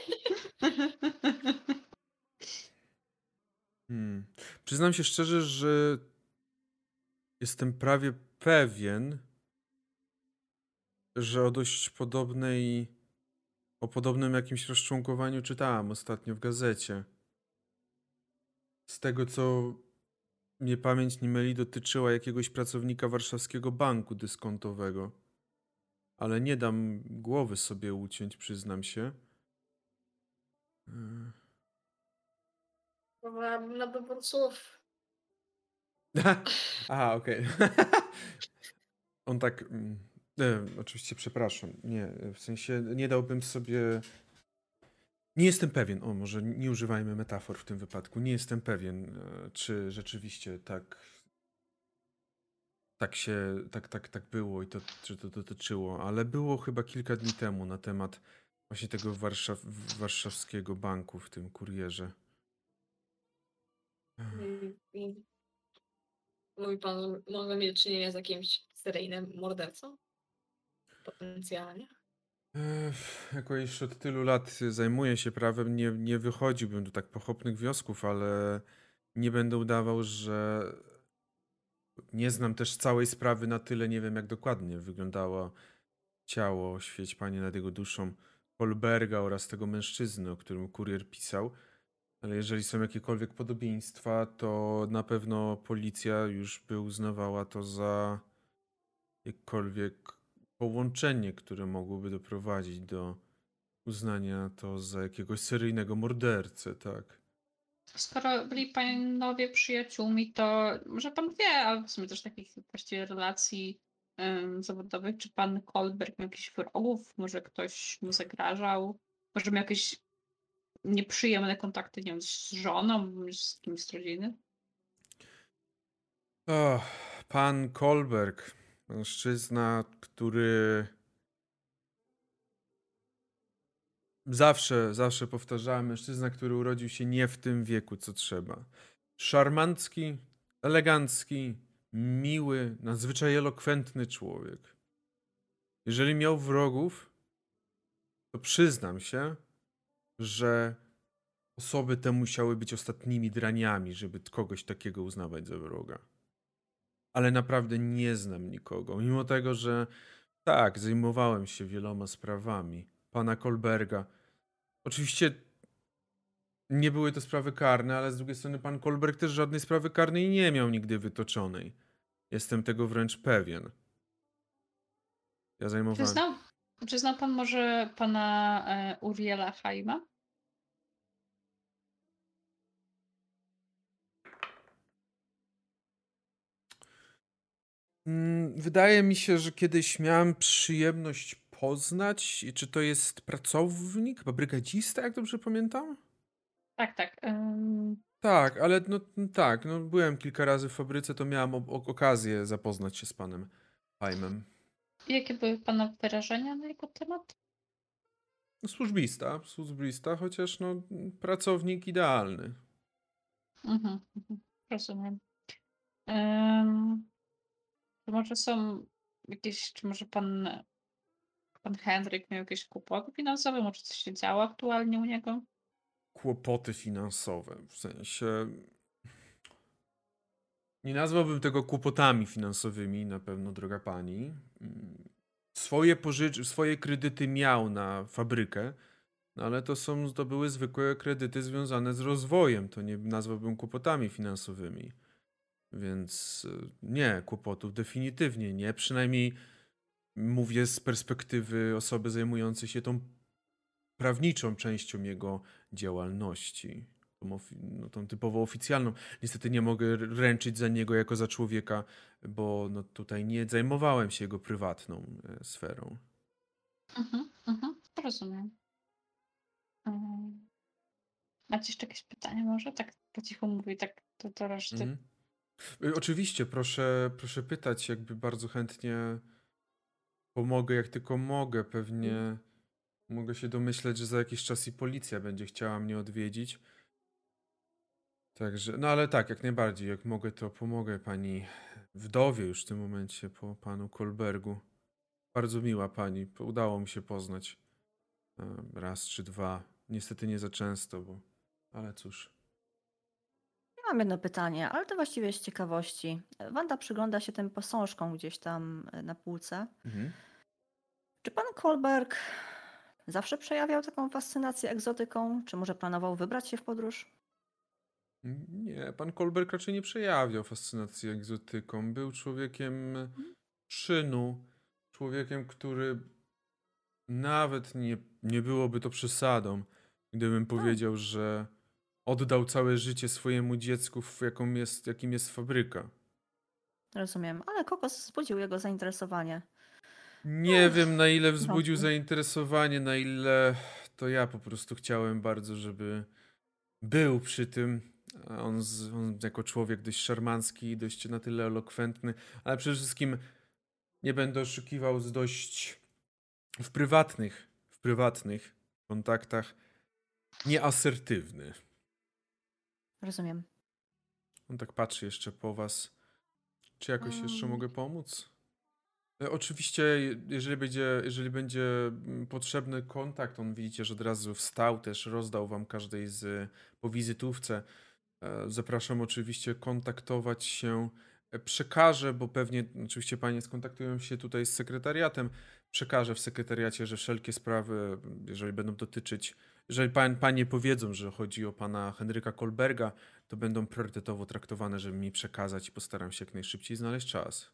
Przyznam się szczerze, że jestem prawie pewien, że o podobnym jakimś rozczłonkowaniu czytałem ostatnio w gazecie. Z tego, co mnie pamięć nie myli, dotyczyła jakiegoś pracownika warszawskiego banku dyskontowego. Ale nie dam głowy sobie uciąć, przyznam się. Dobra, na dobór słów. Aha, okej. On tak... oczywiście przepraszam. Nie, w sensie nie dałbym sobie... Nie jestem pewien, o może nie używajmy metafor w tym wypadku. Nie jestem pewien, czy rzeczywiście tak było i czy to dotyczyło, ale było chyba kilka dni temu na temat właśnie tego warszawskiego banku w tym kurierze. I mówi pan, że mamy mieć do czynienia z jakimś seryjnym mordercą? Potencjalnie. Jako już od tylu lat zajmuję się prawem, nie wychodziłbym do tak pochopnych wniosków, ale nie będę udawał, że nie znam też całej sprawy na tyle, nie wiem jak dokładnie wyglądało ciało, świeć Panie nad jego duszą, Kolberga oraz tego mężczyzny, o którym kurier pisał. Ale jeżeli są jakiekolwiek podobieństwa, to na pewno policja już by uznawała to za jakiekolwiek połączenie, które mogłoby doprowadzić do uznania to za jakiegoś seryjnego mordercę, tak? Skoro byli panowie przyjaciółmi, to może pan wie, a w sumie też takich właściwie relacji zawodowych, czy pan Kolberg miał jakichś wrogów, może ktoś mu zagrażał, może miał jakieś nieprzyjemne kontakty, nie wiem, z żoną, z kimś z rodziny? O, pan Kolberg, mężczyzna, który zawsze powtarzałem, mężczyzna, który urodził się nie w tym wieku, co trzeba. Szarmancki, elegancki, miły, nadzwyczaj elokwentny człowiek. Jeżeli miał wrogów, to przyznam się, że osoby te musiały być ostatnimi draniami, żeby kogoś takiego uznawać za wroga. Ale naprawdę nie znam nikogo, mimo tego, że tak, zajmowałem się wieloma sprawami pana Kolberga. Oczywiście nie były to sprawy karne, ale z drugiej strony pan Kolberg też żadnej sprawy karnej nie miał nigdy wytoczonej. Jestem tego wręcz pewien. Ja Czy zajmowałem... znał, czy znał pan może pana Uriela Haima? Wydaje mi się, że kiedyś miałem przyjemność poznać, czy to jest pracownik, chyba brygadzista, jak dobrze pamiętam? Tak, tak. Tak, ale tak, byłem kilka razy w fabryce, to miałem okazję zapoznać się z panem Haimem. Jakie były pana wrażenia na jego temat? Służbista, chociaż pracownik idealny. Mhm, rozumiem. To może są jakieś, czy może pan Henryk miał jakieś kłopoty finansowe? Może coś się działo aktualnie u niego? Kłopoty finansowe, w sensie... Nie nazwałbym tego kłopotami finansowymi, na pewno, droga pani. swoje kredyty miał na fabrykę, no ale to były zwykłe kredyty związane z rozwojem. To nie nazwałbym kłopotami finansowymi. Więc nie, kłopotów definitywnie nie. Przynajmniej mówię z perspektywy osoby zajmującej się tą prawniczą częścią jego działalności. Tą typowo oficjalną. Niestety nie mogę ręczyć za niego jako za człowieka, bo no, tutaj nie zajmowałem się jego prywatną sferą. Rozumiem. Macie jeszcze jakieś pytanie może? Tak po cichu mówi, tak do reszty. Mhm. Oczywiście, proszę pytać, jakby bardzo chętnie pomogę, jak tylko mogę. Pewnie mogę się domyśleć, że za jakiś czas i policja będzie chciała mnie odwiedzić. Także, no ale tak, jak najbardziej, jak mogę, to pomogę pani wdowie już w tym momencie po panu Kolbergu. Bardzo miła pani, udało mi się poznać raz czy dwa. Niestety nie za często, ale cóż. Ja mam jedno pytanie, ale to właściwie z ciekawości. Wanda przygląda się tym posążkom gdzieś tam na półce. Mhm. Czy pan Kolberg zawsze przejawiał taką fascynację egzotyką? Czy może planował wybrać się w podróż? Nie, pan Kolberg raczej nie przejawiał fascynacji egzotyką. Był człowiekiem czynu, człowiekiem, który nawet nie byłoby to przesadą, gdybym powiedział, że oddał całe życie swojemu dziecku, jakim jest fabryka. Rozumiem, ale kokos wzbudził jego zainteresowanie. Nie wiem, na ile wzbudził wątpię. zainteresowanie, na ile to ja po prostu chciałem bardzo, żeby był przy tym. A on jako człowiek dość szarmancki, dość na tyle elokwentny, ale przede wszystkim nie będę oszukiwał, w prywatnych kontaktach nieasertywny. Rozumiem. On tak patrzy jeszcze po was. Czy jakoś jeszcze mogę pomóc? Oczywiście, jeżeli będzie potrzebny kontakt, on widzicie, że od razu wstał też, rozdał wam każdej po wizytówce. Zapraszam oczywiście kontaktować się. Przekażę, bo pewnie oczywiście panie skontaktują się tutaj z sekretariatem. Przekażę w sekretariacie, że wszelkie sprawy, jeżeli będą dotyczyć, jeżeli panie powiedzą, że chodzi o pana Henryka Kolberga, to będą priorytetowo traktowane, żeby mi przekazać i postaram się jak najszybciej znaleźć czas.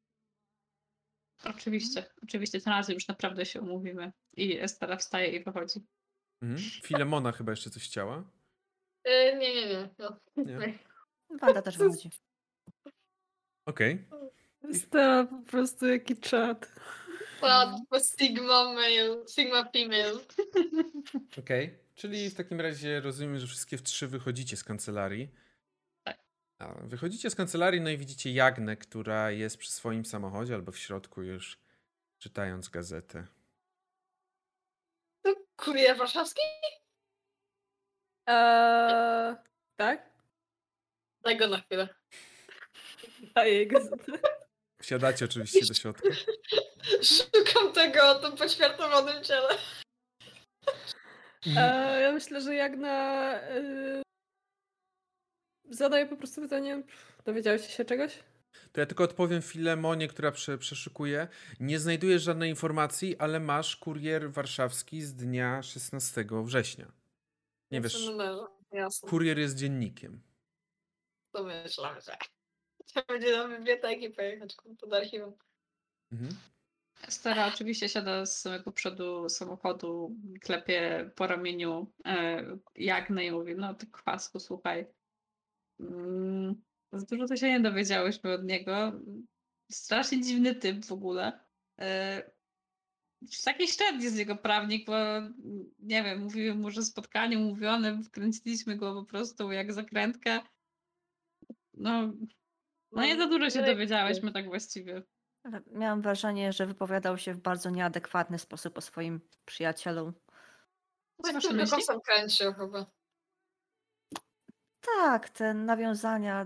Oczywiście, tym razem już naprawdę się umówimy. I Estera wstaje i wychodzi. Filemona chyba jeszcze coś chciała? Nie. No. Nie. Wanda też wychodzi. Okej. Stella po prostu jaki czad. Sigma male, Sigma female. Okej. Czyli w takim razie rozumiem, że wszystkie w 3 wychodzicie z kancelarii. Tak. Wychodzicie z kancelarii, no i widzicie Jagnę, która jest przy swoim samochodzie albo w środku już czytając gazetę. To kurier warszawski? Tak? Daj go na chwilę. Daję gazetę. Wsiadacie oczywiście do środka. Szukam tego o tym poćwiartowanym ciele. Ja myślę, że Jagna zadaje po prostu pytanie, dowiedziałeś się czegoś? To ja tylko odpowiem Filemonie, która przeszukuje. Nie znajdujesz żadnej informacji, ale masz kurier warszawski z dnia 16 września. Nie wiesz, Numerze. Jasne. kurier jest dziennikiem. To myślałam, że trzeba będzie do biblioteki pojechać pod archiwum. Estera oczywiście siada z samego przodu samochodu, klepie po ramieniu Jagnę i mówi, no ty kwasku, słuchaj. Za dużo to się nie dowiedziałyśmy od niego. Strasznie dziwny typ w ogóle. Taki średni z niego prawnik, bo nie wiem, mówiłem mu, że spotkanie umówione, wkręciliśmy go po prostu jak zakrętkę. No nie za dużo się dowiedziałyśmy tak właściwie. Miałam wrażenie, że wypowiadał się w bardzo nieadekwatny sposób o swoim przyjacielu. Co masz na Tylko myśli? kosem kręcił chyba. Tak, te nawiązania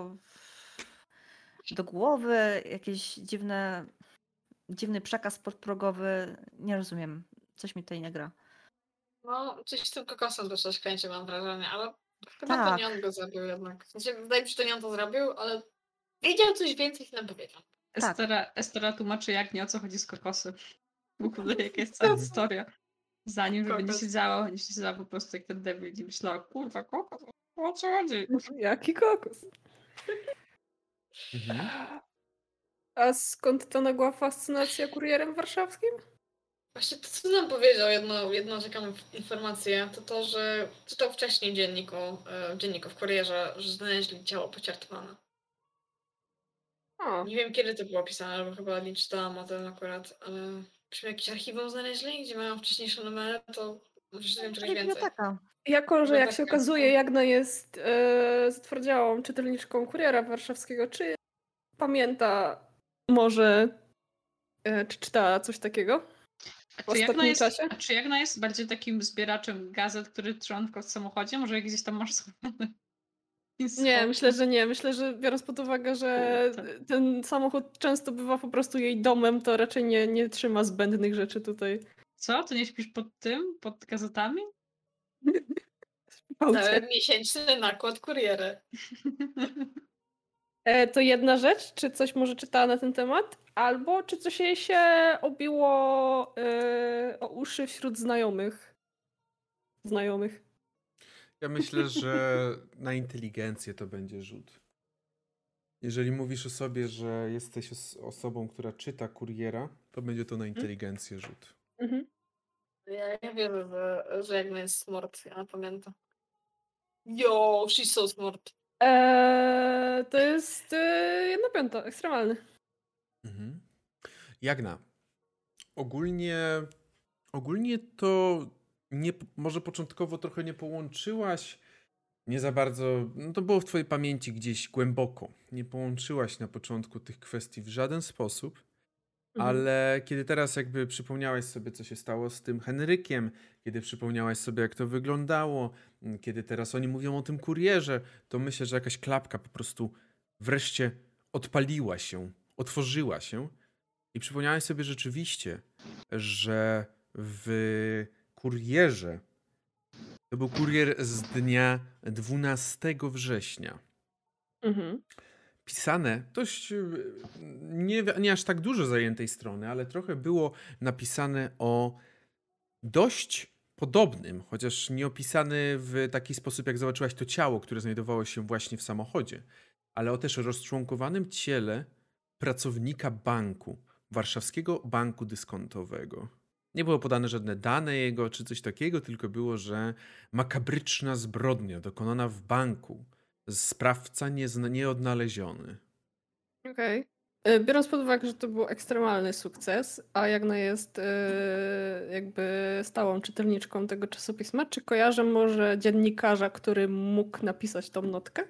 do głowy, jakieś dziwny przekaz podprogowy. Nie rozumiem. Coś mi tutaj nie gra. No, coś z tym kokosem też coś kręci, mam wrażenie, ale chyba Tak. to nie on go zrobił jednak. W sensie, wydaje mi się, że to nie on to zrobił, ale wiedział coś więcej, nam powiedział. Tak. Estera tłumaczy Jagnie, o co chodzi z kokosem. W ogóle jaka jest cała historia. Zanim, żeby Kokos. nie siedziała po prostu jak ten debil i myślała, kurwa, kokos, o co chodzi? Jaki kokos. Mhm. A skąd ta nagła fascynacja kurierem warszawskim? Właśnie to, co nam powiedział, jedną ciekawą informację, to, że czytał wcześniej w dzienniku w Kurierze, że znaleźli ciało poćwiartowane. O, Nie wiem, kiedy to było pisane, bo chyba nie czytałam o tym akurat, ale byśmy jakieś archiwum znaleźli, gdzie mają wcześniejsze numery, to może wiem czegoś więcej. Biblioteka. jako, że jak się Biblioteka. okazuje, Jagna jest zatwardziałą czytelniczką Kuriera Warszawskiego, czy pamięta może, czy czytała coś takiego w ostatnim czasie? Czy Jagna jest bardziej takim zbieraczem gazet, który trzyma tylko w samochodzie? Może gdzieś tam masz schowane? Nie, myślę, że nie. Myślę, że biorąc pod uwagę, że Kurde. ten samochód często bywa po prostu jej domem, to raczej nie trzyma zbędnych rzeczy tutaj. Co? To nie śpisz pod gazetami? w aucie. Cały miesięczny nakład Kuriery. To jedna rzecz, czy coś może czytała na ten temat, albo czy coś jej się obiło o uszy wśród znajomych. Ja myślę, że na inteligencję to będzie rzut. Jeżeli mówisz o sobie, że jesteś osobą, która czyta Kuriera, to będzie to na inteligencję rzut. Mhm. Ja wiem, że Jagna jest smart, ja pamiętam. Yo, she's so smart. To jest 1/5, ekstremalny. Mhm. Jagna, ogólnie to może początkowo trochę nie połączyłaś, nie za bardzo, no to było w twojej pamięci gdzieś głęboko. Nie połączyłaś na początku tych kwestii w żaden sposób, ale kiedy teraz jakby przypomniałaś sobie, co się stało z tym Henrykiem, kiedy przypomniałaś sobie, jak to wyglądało, kiedy teraz oni mówią o tym kurierze, to myślę, że jakaś klapka po prostu wreszcie odpaliła się, otworzyła się i przypomniałaś sobie rzeczywiście, że w kurierze to był kurier z dnia 12 września. Mhm. Pisane dość nie aż tak dużo zajętej strony, ale trochę było napisane o dość podobnym, chociaż nie opisany w taki sposób, jak zobaczyłaś to ciało, które znajdowało się właśnie w samochodzie, ale o też rozczłonkowanym ciele pracownika banku, Warszawskiego Banku Dyskontowego. Nie było podane żadne dane jego czy coś takiego, tylko było, że makabryczna zbrodnia dokonana w banku. Sprawca nieodnaleziony. Okej. Biorąc pod uwagę, że to był ekstremalny sukces, a Jagna jest jakby stałą czytelniczką tego czasopisma, czy kojarzę może dziennikarza, który mógł napisać tą notkę?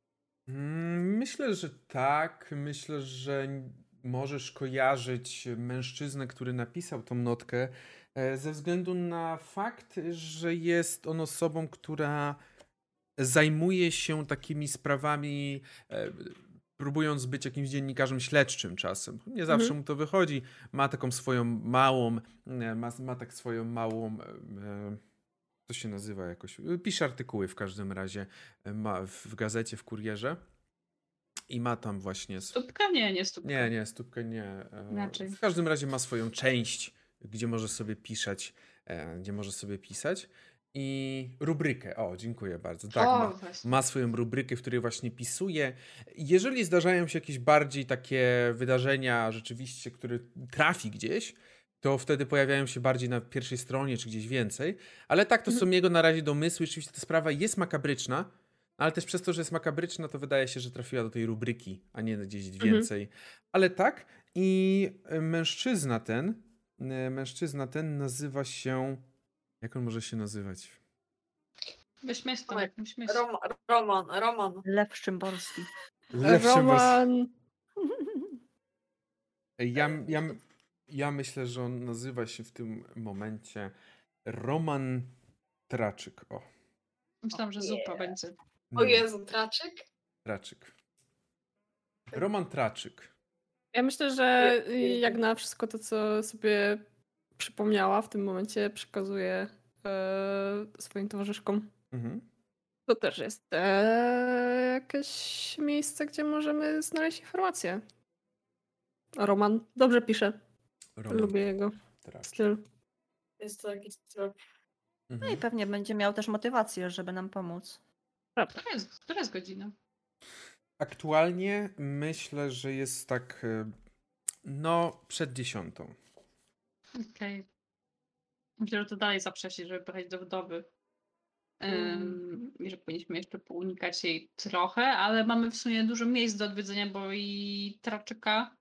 Myślę, że tak. Myślę, że możesz kojarzyć mężczyznę, który napisał tą notkę, ze względu na fakt, że jest on osobą, która zajmuje się takimi sprawami, próbując być jakimś dziennikarzem śledczym czasem. Nie zawsze mu to wychodzi. Ma taką swoją małą, ma tak swoją małą, to się nazywa jakoś, pisze artykuły w każdym razie w gazecie, w Kurierze. I ma tam właśnie... Stópka? Nie stópka. Nie, stópkę nie. Inaczej. W każdym razie ma swoją część, gdzie może sobie pisać. I rubrykę. O, dziękuję bardzo. Tak, ma swoją rubrykę, w której właśnie pisuje. Jeżeli zdarzają się jakieś bardziej takie wydarzenia rzeczywiście, które trafi gdzieś, to wtedy pojawiają się bardziej na pierwszej stronie, czy gdzieś więcej. Ale tak, to są jego na razie domysły. Rzeczywiście ta sprawa jest makabryczna, ale też przez to, że jest makabryczna, to wydaje się, że trafiła do tej rubryki, a nie gdzieś więcej. Ale tak, i mężczyzna ten nazywa się... Jak on może się nazywać? Wyśmieć to. Roman. Lew Szymborski. Roman. Ja myślę, że on nazywa się w tym momencie Roman Traczyk. O. Myślałam, że zupa będzie. O Jezu, Traczyk? Traczyk. Roman Traczyk. Ja myślę, że Jagna wszystko to, co sobie przypomniała w tym momencie, przekazuje swoim towarzyszkom. To też jest jakieś miejsce, gdzie możemy znaleźć informacje. Roman dobrze pisze. Roman Lubię jego Tracz. styl. Jest to jakiś trop. No i Mhm. pewnie będzie miał też motywację, żeby nam pomóc. Która jest godzina? Aktualnie myślę, że jest tak, no, przed 10. Okej. Myślę, że to dalej zaprzeci, żeby pojechać do wdowy. I że powinniśmy jeszcze pounikać jej trochę, ale mamy w sumie dużo miejsc do odwiedzenia, bo i Traczyka,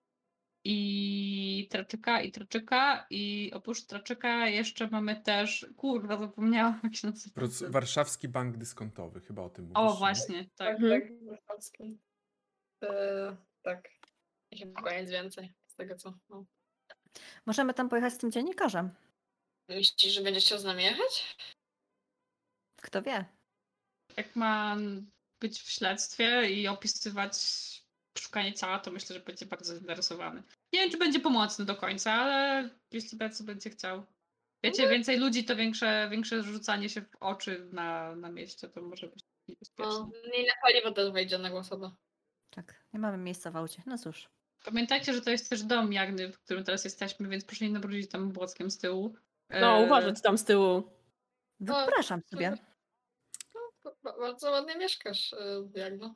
i oprócz Traczyka jeszcze mamy też, kurwa, zapomniałam jak się nazywa. Warszawski Bank Dyskontowy, chyba o tym mówisz. O, nie? właśnie, tak. Tak, warszawski. Tak. I chyba nic więcej z tego co. No. Możemy tam pojechać z tym dziennikarzem. Myślisz, że będziesz chciał z nami jechać? Kto wie? Jak ma być w śledztwie i opisywać szukanie ciała, to myślę, że będzie bardzo zainteresowany. Nie wiem, czy będzie pomocny do końca, ale jeśli bardzo będzie chciał. Wiecie, więcej ludzi, to większe rzucanie się w oczy na mieście, to może być niebezpieczne. No, i na paliwo też wejdzie na głosowo. Tak, nie mamy miejsca w aucie. No cóż. Pamiętajcie, że to jest też dom Jagny, w którym teraz jesteśmy, więc proszę nie nabrudzić tam błockiem z tyłu. No, uważać tam z tyłu. Wypraszam sobie. Bardzo ładnie mieszkasz, Jagno.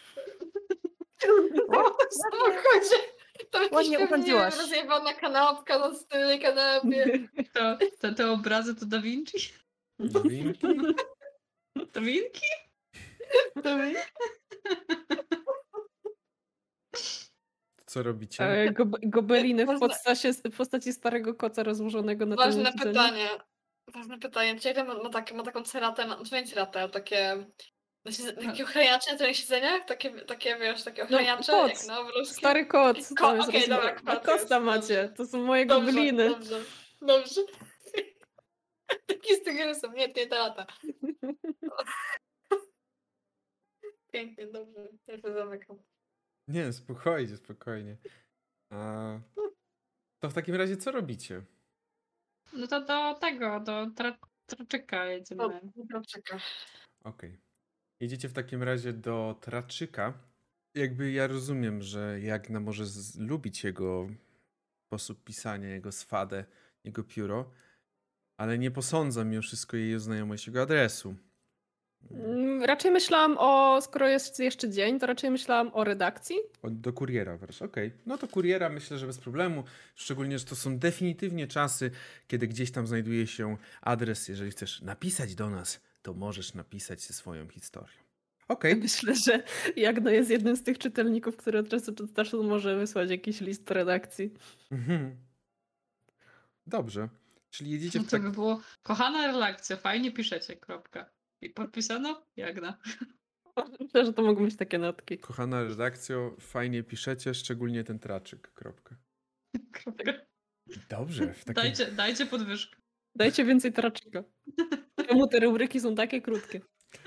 Ładnie- Samochodzie. Tam jakaś Ładnie pewnie urządziłaś. rozjebana kanapka na tylnej kanapie. Te obrazy to Da Vinci? Nowinki? Da Vinci? Co robicie? Gobeliny Ważne- w postaci starego koca rozłożonego na Ważne tylnym siedzeniu. pytanie. Ważne pytanie. Czy Jagno ma taką ceratę, nie ceratę, ale takie ochraniacze na tylnych siedzeniach? Takie wiesz, takie ochraniacze kot. jak na wróżki? Stary kot. Okej, dobra, A kot kosta jest, macie. dobrze. To są moje Dobrze, gobeliny. dobrze. Taki z tygrysem, nie ta lata. Pięknie, dobrze. Ja się zamykam. Nie, spokojnie, spokojnie. To w takim razie co robicie? No to do tego, do Traczyka jedziemy. Czeka. Okej. Jedziecie w takim razie do Traczyka. Jakby ja rozumiem, że Jagna może lubić jego sposób pisania, jego swadę, jego pióro, ale nie posądzam mimo wszystko jej o znajomość jego adresu. Raczej myślałam skoro jest jeszcze dzień, to raczej myślałam o redakcji. Do kuriera wreszcie. Okej. No to kuriera myślę, że bez problemu. Szczególnie, że to są definitywnie czasy, kiedy gdzieś tam znajduje się adres. Jeżeli chcesz napisać do nas, to możesz napisać ze swoją historią. Okej. Myślę, że Jagno jest jednym z tych czytelników, który od czasu do czasu może wysłać jakiś list po redakcji. Mhm. Dobrze. Czyli jedziecie No w to tak... by było, kochana redakcja, fajnie piszecie, kropka. I podpisano? Jagna. Myślę, że to mogą być takie notki. Kochana redakcjo, fajnie piszecie, szczególnie ten Traczyk. Kropka. Kropka. Dobrze. W takim... Dajcie podwyżkę. Dajcie więcej Traczyka. Czemu te rubryki są takie krótkie?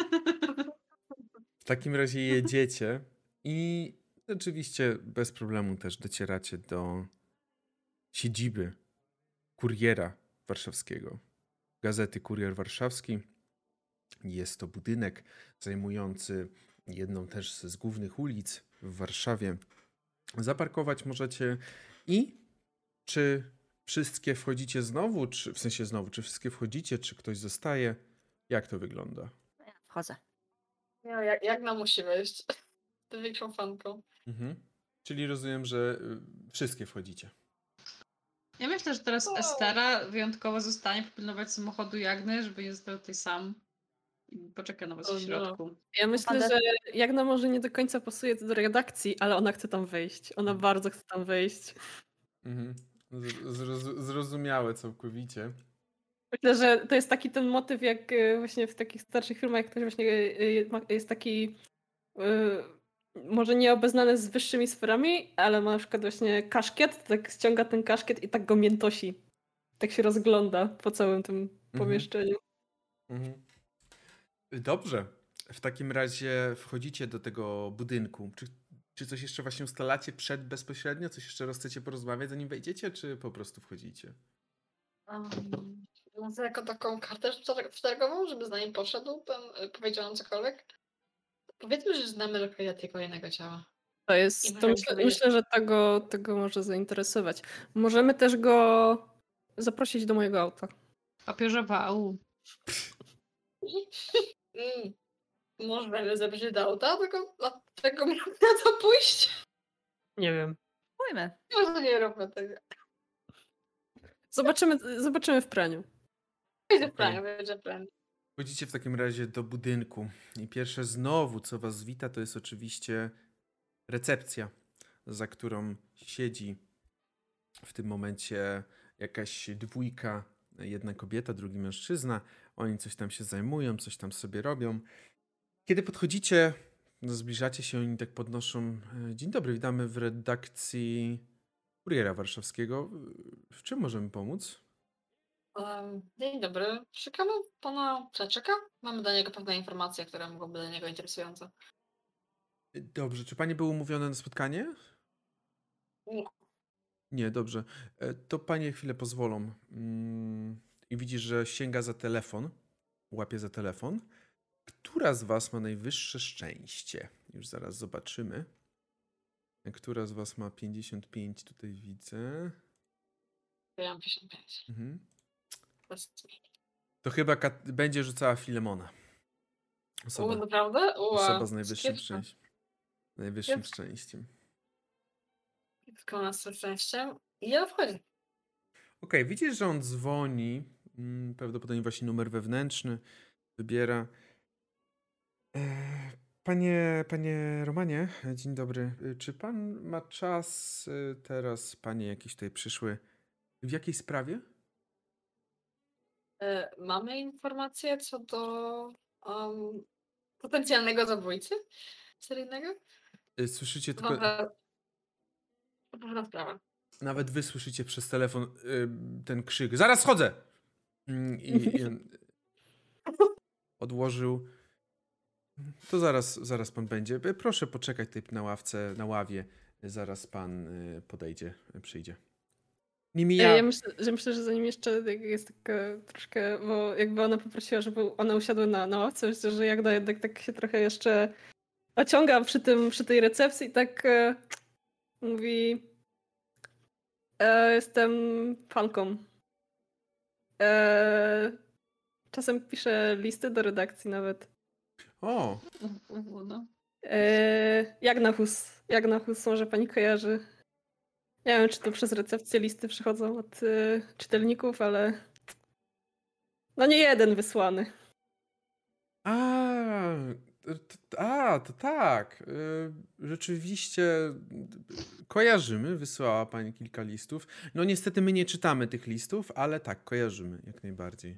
W takim razie jedziecie i oczywiście bez problemu też docieracie do siedziby Kuriera Warszawskiego. Gazety Kurier Warszawski. Jest to budynek zajmujący jedną też z głównych ulic w Warszawie. Zaparkować możecie i czy wszystkie wchodzicie znowu, czy w sensie znowu, czy wszystkie wchodzicie, czy ktoś zostaje? Jak to wygląda? Wchodzę. No, Jagna musi wejść. Jestem większą fanką. Mhm. Czyli rozumiem, że wszystkie wchodzicie. Ja myślę, że teraz O. Estera wyjątkowo zostanie popilnować samochodu Jagny, żeby nie został tutaj sam. I poczeka na was O w no. środku. Ja myślę, że Jagna może nie do końca pasuje do redakcji, ale ona chce tam wejść. Ona bardzo chce tam wejść. Mhm. Zrozumiałe całkowicie. Myślę, że to jest taki ten motyw, jak właśnie w takich starszych filmach, jak ktoś właśnie jest taki może nie obeznany z wyższymi sferami, ale ma na przykład właśnie kaszkiet, to tak ściąga ten kaszkiet i tak go miętosi. Tak się rozgląda po całym tym pomieszczeniu. Mhm. Dobrze. W takim razie wchodzicie do tego budynku. Czy coś jeszcze właśnie ustalacie bezpośrednio? Coś jeszcze raz chcecie porozmawiać, zanim wejdziecie, czy po prostu wchodzicie? Mam jako taką kartę przetargową, żeby za nim poszedł, powiedział nam cokolwiek. Powiedzmy, że znamy lokalizację kolejnego ciała. To I jest, to możemy myślę, powiedzieć- myślę, że tego może zainteresować. Możemy też go zaprosić do mojego auta. Papieżowa, au. Mm, Możemy zabrać do auta, tylko dlaczego miałam na to pójść? Nie wiem. Pójmy. Może nie róbmy tego. Zobaczymy w praniu. Będzie w Okej. planie, będzie w planie. Wchodzicie w takim razie do budynku i pierwsze znowu, co was wita, to jest oczywiście recepcja, za którą siedzi w tym momencie jakaś dwójka, jedna kobieta, drugi mężczyzna. Oni coś tam się zajmują, coś tam sobie robią. Kiedy podchodzicie, zbliżacie się, oni tak podnoszą: dzień dobry, witamy w redakcji Kuriera Warszawskiego. W czym możemy pomóc? Dzień dobry. Szukamy pana Przeczeka. Mamy dla niego pewne informacje, które mogłyby dla niego interesujące. Dobrze, czy panie były umówione na spotkanie? Nie. Nie, dobrze. To panie chwilę pozwolą. I widzisz, że sięga za telefon, łapie za telefon. Która z was ma najwyższe szczęście? Już zaraz zobaczymy. Która z was ma 55? Tutaj widzę. Ja mam 55. Mhm. Bez- To chyba będzie rzucała Filemona. Osoba naprawdę? z najwyższym kiepsko. szczęściem. Najwyższym Kiepsko. szczęściem. Tylko na swoim szczęściem. I ja wchodzi. Okej, widzisz, że on dzwoni. Prawdopodobnie właśnie numer wewnętrzny wybiera. Panie Romanie, dzień dobry. Czy pan ma czas teraz? Panie jakieś tutaj przyszły. W jakiej sprawie? Mamy informacje co do potencjalnego zabójcy seryjnego? Słyszycie To tylko. pewna sprawa. Nawet wy słyszycie przez telefon ten krzyk. Zaraz schodzę! I on odłożył. To zaraz pan będzie. Proszę poczekać tutaj na ławce, na ławie. Zaraz pan podejdzie, przyjdzie. Nimi Ja myślę, że zanim jeszcze jest taka troszkę, bo jakby ona poprosiła, żeby ona usiadła na ławce, myślę, że Jagna jednak tak się trochę jeszcze ociąga przy tej recepcji i tak mówi: jestem fanką. Czasem piszę listy do redakcji nawet. O, No. Jagna Hus może pani kojarzy. Nie wiem, czy to przez recepcję listy przychodzą od czytelników, ale no nie jeden wysłany. to tak. Rzeczywiście kojarzymy, wysłała pani kilka listów. No niestety my nie czytamy tych listów, ale tak, kojarzymy jak najbardziej.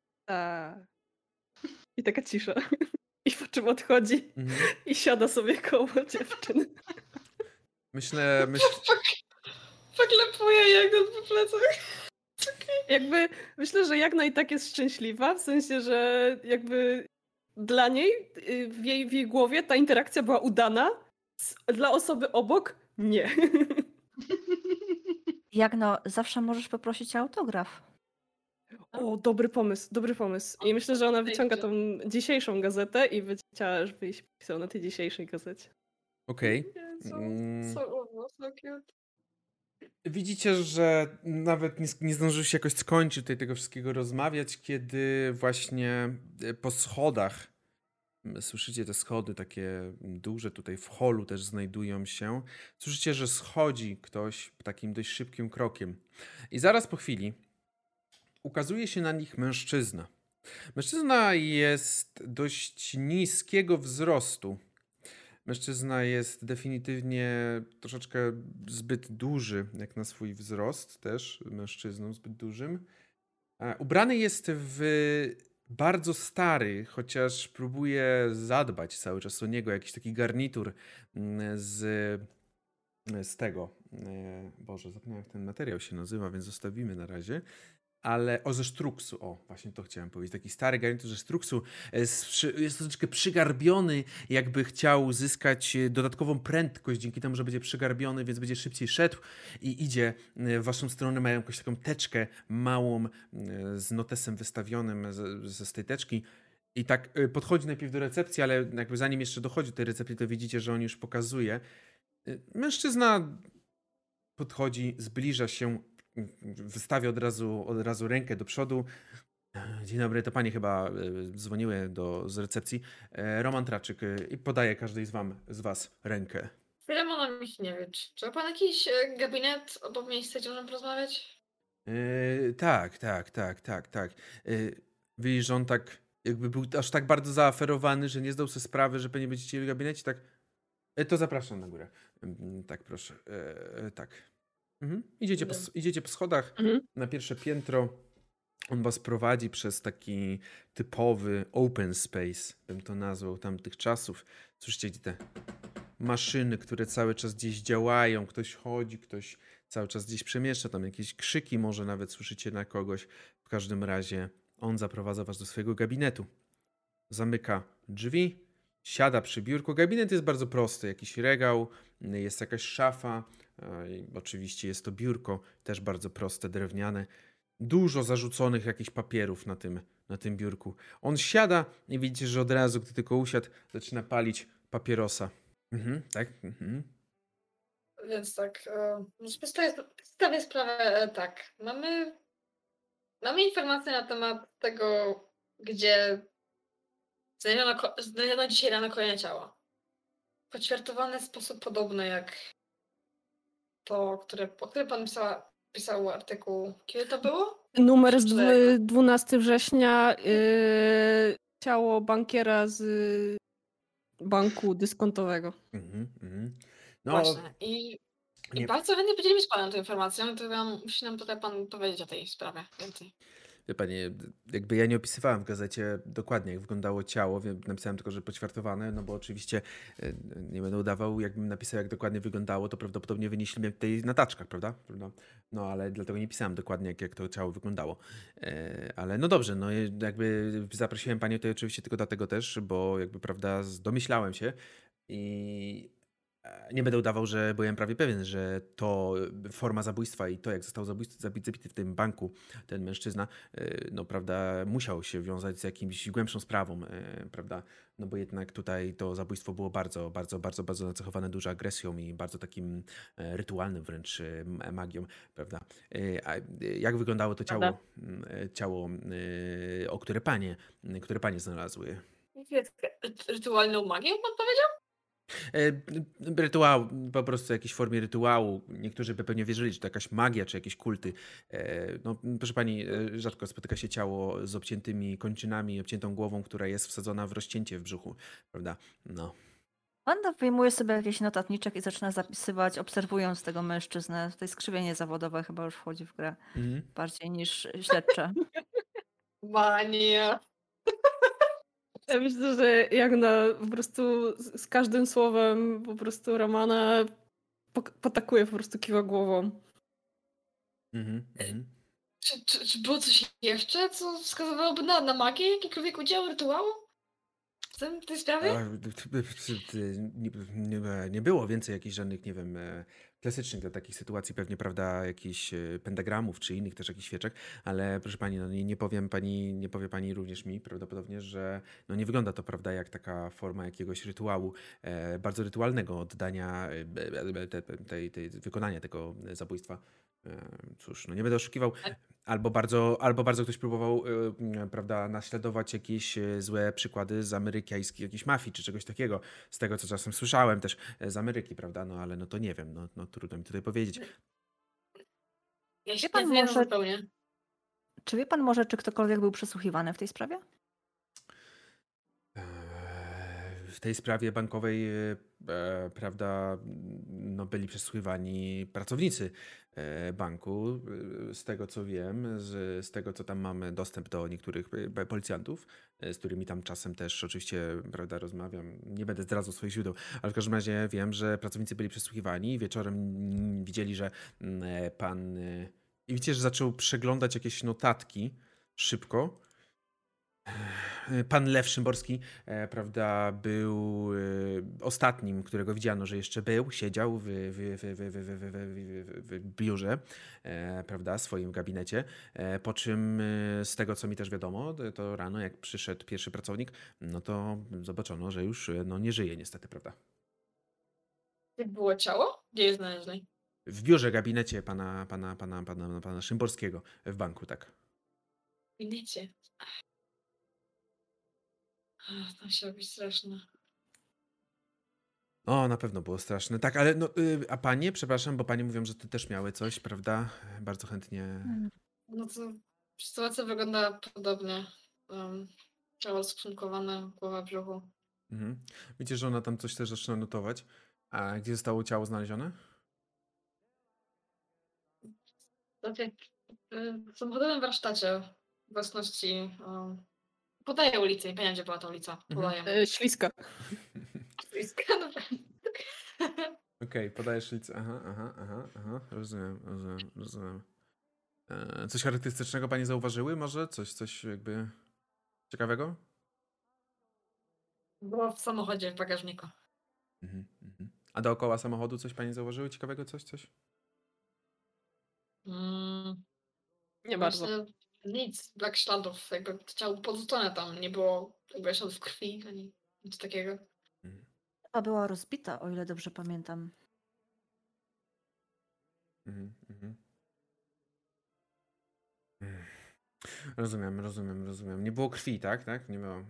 I taka cisza. I po czym odchodzi i siada sobie koło dziewczyny. Myślę, Poklepuję jak po plecach. Jakby myślę, że Jagna i tak jest szczęśliwa, w sensie, że jakby dla niej, w jej głowie ta interakcja była udana, dla osoby obok nie. Jagno, zawsze możesz poprosić o autograf. O, dobry pomysł. I myślę, że ona wyciąga tą dzisiejszą gazetę i będzie chciała, żebyś pisał na tej dzisiejszej gazecie. okej. So cute. Widzicie, że nawet nie zdążył się jakoś skończyć tutaj tego wszystkiego rozmawiać, kiedy właśnie po schodach, słyszycie te schody takie duże, tutaj w holu też znajdują się, słyszycie, że schodzi ktoś takim dość szybkim krokiem. I zaraz po chwili ukazuje się na nich mężczyzna. Mężczyzna jest dość niskiego wzrostu. Mężczyzna jest definitywnie troszeczkę zbyt duży, jak na swój wzrost, też mężczyzną zbyt dużym. Ubrany jest w bardzo stary, chociaż próbuje zadbać cały czas o niego, jakiś taki garnitur z tego. Boże, zapomniałem, jak ten materiał się nazywa, więc zostawimy na razie. Ale ze sztruksu, właśnie to chciałem powiedzieć, taki stary garnitur ze sztruksu, jest troszeczkę przygarbiony, jakby chciał uzyskać dodatkową prędkość, dzięki temu, że będzie przygarbiony, więc będzie szybciej szedł i idzie w waszą stronę, mają jakąś taką teczkę małą z notesem wystawionym z tej teczki i tak podchodzi najpierw do recepcji, ale jakby zanim jeszcze dochodzi do tej recepcji, to widzicie, że on już pokazuje Mężczyzna podchodzi, zbliża się, wystawia od razu rękę do przodu. Dzień dobry, to panie chyba dzwoniły z recepcji. Roman Traczyk i podaje każdej z was rękę. Filemona Michniewicz. Czy ma pan jakiś gabinet obok miejsca, gdzie możemy porozmawiać? Tak. Widzisz, że on tak jakby był aż tak bardzo zaaferowany, że nie zdał sobie sprawy, że pewnie będziecie w gabinecie, tak. To zapraszam na górę. Tak, proszę. Tak. Idziecie po schodach na pierwsze piętro. On was prowadzi przez taki typowy open space, bym to nazwał, tamtych czasów. Słyszycie, gdzie te maszyny, które cały czas gdzieś działają, ktoś chodzi, ktoś cały czas gdzieś przemieszcza, tam jakieś krzyki może nawet słyszycie na kogoś. W każdym razie on zaprowadza was do swojego gabinetu. Zamyka drzwi, siada przy biurku. Gabinet jest bardzo prosty, jakiś regał, jest jakaś szafa, i oczywiście jest to biurko, też bardzo proste, drewniane. Dużo zarzuconych jakichś papierów na tym biurku. On siada i widzicie, że od razu, gdy tylko usiadł, zaczyna palić papierosa. Tak. Więc tak, przedstawię sprawę tak. Mamy informacje na temat tego, gdzie znaleziono dzisiaj rano kolejne ciało. Poćwiartowane w sposób podobny jak to, o którym pan pisał artykuł. Kiedy to było? Numer z Przeczytaj. 12 września. Ciało bankiera z banku dyskontowego. No, Właśnie. I bardzo chętnie podzielimy się z panem tą informacją, to musi nam tutaj pan powiedzieć o tej sprawie więcej. wie panie, jakby ja nie opisywałem w gazecie dokładnie, jak wyglądało ciało. Napisałem tylko, że poćwiartowane, no bo oczywiście nie będę udawał, jakbym napisał, jak dokładnie wyglądało, to prawdopodobnie wynieśli mnie tutaj na taczkach, prawda? No ale dlatego nie pisałem dokładnie, jak to ciało wyglądało. Ale no dobrze, no jakby zaprosiłem panią tutaj oczywiście tylko dlatego też, bo jakby, prawda, domyślałem się i nie będę udawał, że byłem prawie pewien, że to forma zabójstwa i to, jak został zabity w tym banku ten mężczyzna, no prawda, musiał się wiązać z jakimś głębszą sprawą, prawda, no bo jednak tutaj to zabójstwo było bardzo nacechowane dużą agresją i bardzo takim rytualnym wręcz magią, prawda. A jak wyglądało to ciało, które panie znalazły? Rytualną magią pan powiedział? Rytuał, po prostu jakiejś formie rytuału. Niektórzy by pewnie wierzyli, że to jakaś magia, czy jakieś kulty. No, proszę pani, rzadko spotyka się ciało z obciętymi kończynami, obciętą głową, która jest wsadzona w rozcięcie w brzuchu, prawda? No. Wanda wyjmuje sobie jakiś notatniczek i zaczyna zapisywać, obserwując tego mężczyznę. Tutaj skrzywienie zawodowe chyba już wchodzi w grę bardziej niż śledcze. Mania. Ja myślę, że jak po prostu z każdym słowem po prostu Romana potakuje, po prostu kiwa głową. Czy było coś jeszcze, co wskazywałoby na magię, jakikolwiek udział rytuału? W tej sprawie? Nie było więcej jakichś żadnych, nie wiem, klasycznych dla takich sytuacji, pewnie, prawda, jakichś pentagramów czy innych też jakichś świeczek, ale proszę pani, no nie powie pani również mi prawdopodobnie, że no nie wygląda to, prawda, jak taka forma jakiegoś rytuału, bardzo rytualnego oddania, wykonania tego zabójstwa. Cóż, no nie będę oszukiwał. Albo bardzo ktoś próbował, prawda, naśladować jakieś złe przykłady z amerykańskiej jakiejś mafii, czy czegoś takiego. Z tego, co czasem słyszałem też z Ameryki, prawda? No ale no to nie wiem, no trudno mi tutaj powiedzieć. Ja się Wie pan nie może- zupełnie. Czy wie pan może, czy ktokolwiek był przesłuchiwany w tej sprawie? W tej sprawie bankowej, prawda, no byli przesłuchiwani pracownicy banku, z tego co wiem, z tego co tam mamy dostęp do niektórych policjantów, z którymi tam czasem też oczywiście, prawda, rozmawiam, nie będę zdradzał swoich źródeł, ale w każdym razie wiem, że pracownicy byli przesłuchiwani i wieczorem widzieli, że pan, i widzicie, że zaczął przeglądać jakieś notatki szybko. Pan Lew Szymborski, prawda, był ostatnim, którego widziano, że jeszcze był, siedział w biurze, prawda, w swoim gabinecie, po czym z tego, co mi też wiadomo, to rano, jak przyszedł pierwszy pracownik, no to zobaczono, że już no, nie żyje niestety, prawda. Jak było ciało? Gdzie je znaleźli? W biurze, gabinecie pana Szymborskiego w banku, tak. W gabinecie. Ach, to się robi straszne. O, na pewno było straszne. Tak, ale no, a panie, przepraszam, bo panie mówią, że ty też miały coś, prawda? Bardzo chętnie. No to sytuacja wygląda podobnie. Ciało skrzynkowane, głowa w brzuchu. Mhm. Widzicie, że ona tam coś też zaczyna notować. A gdzie zostało ciało znalezione? Znaczy, w samochodowym warsztacie własności podaję ulicę, nie pamiętam gdzie była ta ulica. Podaję. Śliska. Bliska, dobra. Okej, podajesz licę. Aha. Rozumiem. Coś charakterystycznego pani zauważyły może? Coś jakby ciekawego? Było w samochodzie, w bagażniku. Mhm. A dookoła samochodu coś pani zauważyły? Ciekawego coś? Nie bardzo. Właśnie nic, brak śladów, jakby ciało porzucone tam, nie było jakby śladów krwi, ani nic takiego. Chyba była rozbita, o ile dobrze pamiętam. Mhm. Rozumiem. Nie było krwi, tak? Tak? Nie było.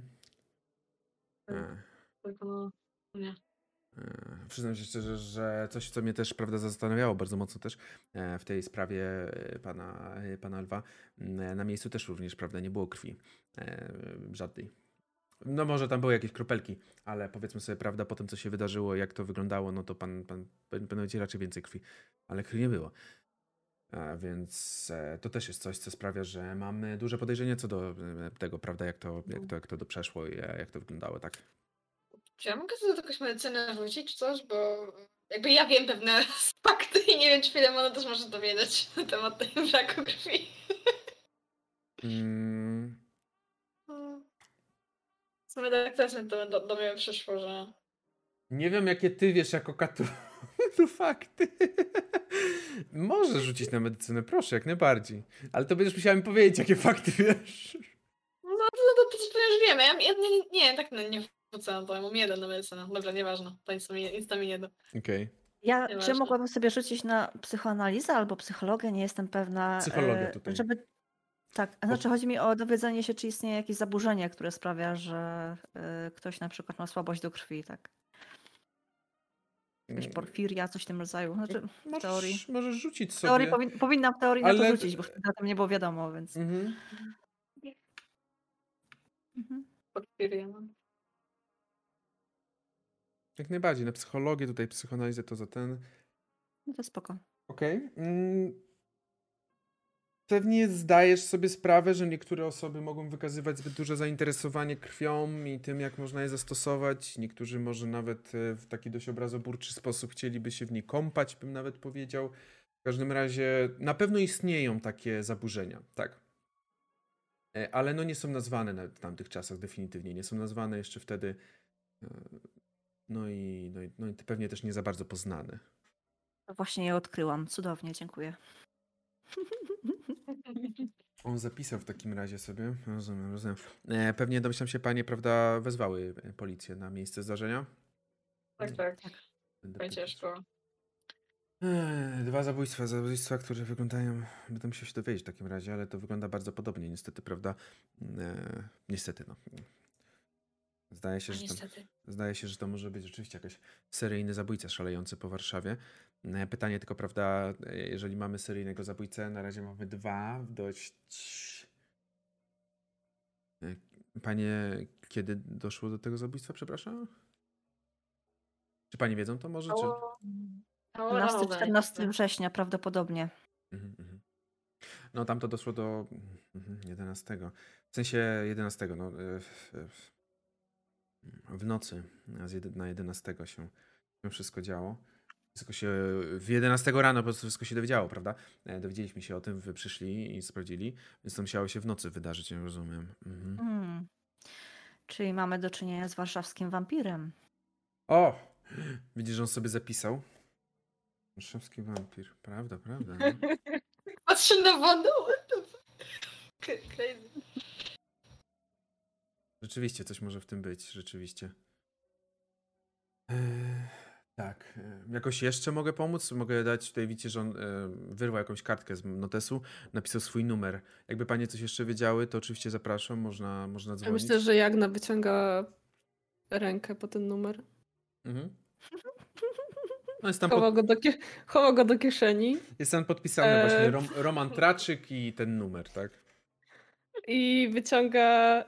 Tylko no, nie. Przyznam się szczerze, że coś, co mnie też, prawda, zastanawiało bardzo mocno też w tej sprawie pana Lwa, na miejscu też również, prawda, nie było krwi żadnej. No może tam były jakieś kropelki, ale powiedzmy sobie, prawda, po tym, co się wydarzyło, jak to wyglądało, no to pan będzie raczej więcej krwi, ale krwi nie było. Więc to też jest coś, co sprawia, że mamy duże podejrzenie co do tego, prawda, jak to przeszło i jak to wyglądało, tak? Czy ja mogę sobie do jakąś medycynę wrócić, czy coś, bo jakby ja wiem pewne fakty i nie wiem, czy Filemona też może dowiedzieć na temat tej braku krwi. W sumie tak też mi to do mnie przyszło, że Nie wiem, jakie ty wiesz jako katu. To fakty. Możesz rzucić na medycynę, proszę, jak najbardziej. Ale to będziesz musiała mi powiedzieć, jakie fakty wiesz. to już wiemy. Ja nie, tak nie wrócę, bo ja mam 1 na medycynę. Dobra, nieważne, to nic tam mi nie da. Okej. Ja Nieważne. czy mogłabym sobie rzucić na psychoanalizę albo psychologię, nie jestem pewna. Psychologia tutaj. Żeby. Tak, znaczy chodzi mi o dowiedzenie się, czy istnieje jakieś zaburzenie, które sprawia, że ktoś na przykład ma słabość do krwi, tak? Jakaś porfiria, coś w tym rodzaju. Znaczy, w teorii. Możesz rzucić W teorii sobie. powinnam w teorii na ale- to rzucić, bo wtedy o tym nie było wiadomo, więc. Mhm. Porfirię mam. Jak najbardziej. Na psychologię, tutaj psychoanalizę to za ten. No to spoko. Okej. Pewnie zdajesz sobie sprawę, że niektóre osoby mogą wykazywać zbyt duże zainteresowanie krwią i tym, jak można je zastosować. Niektórzy może nawet w taki dość obrazoburczy sposób chcieliby się w niej kąpać, bym nawet powiedział. W każdym razie na pewno istnieją takie zaburzenia, tak. Ale no nie są nazwane w tamtych czasach definitywnie. Nie są nazwane jeszcze wtedy. No i pewnie też nie za bardzo poznane. Właśnie je odkryłam. Cudownie, dziękuję. On zapisał w takim razie sobie. Rozumiem. Pewnie domyślam się, panie, prawda, wezwały policję na miejsce zdarzenia? Tak. Będę Będzie ciężko. 2 zabójstwa, które wyglądają... Będę musiał się dowiedzieć w takim razie, ale to wygląda bardzo podobnie, niestety, prawda? Niestety, no. Zdaje się, że to może być rzeczywiście jakiś seryjny zabójca szalejący po Warszawie. Pytanie tylko, prawda, jeżeli mamy seryjnego zabójcę, na razie mamy 2 dość... Panie, kiedy doszło do tego zabójstwa, przepraszam? Czy pani wiedzą to może? Czy... 14 września prawdopodobnie. No tam to doszło do 11. W sensie 11, no w nocy na 11 się wszystko działo. W 11 rano po prostu wszystko się dowiedziało, prawda? Dowiedzieliśmy się o tym, wy przyszli i sprawdzili, więc to musiało się w nocy wydarzyć, ja rozumiem. Czyli mamy do czynienia z warszawskim wampirem. O! Widzisz, że on sobie zapisał? Warszawski wampir. Prawda. No. Patrzę na wodę. Crazy. Rzeczywiście, coś może w tym być, rzeczywiście. Tak. Jakoś jeszcze mogę pomóc? Mogę dać, tutaj widzicie, że on wyrwał jakąś kartkę z notesu, napisał swój numer. Jakby panie coś jeszcze wiedziały, to oczywiście zapraszam, można Ja dzwonić. myślę, że Jagna wyciąga rękę po ten numer. Mhm. No jest tam, Chowa go do kieszeni jest tam podpisany właśnie Roman Traczyk i ten numer, tak? i wyciąga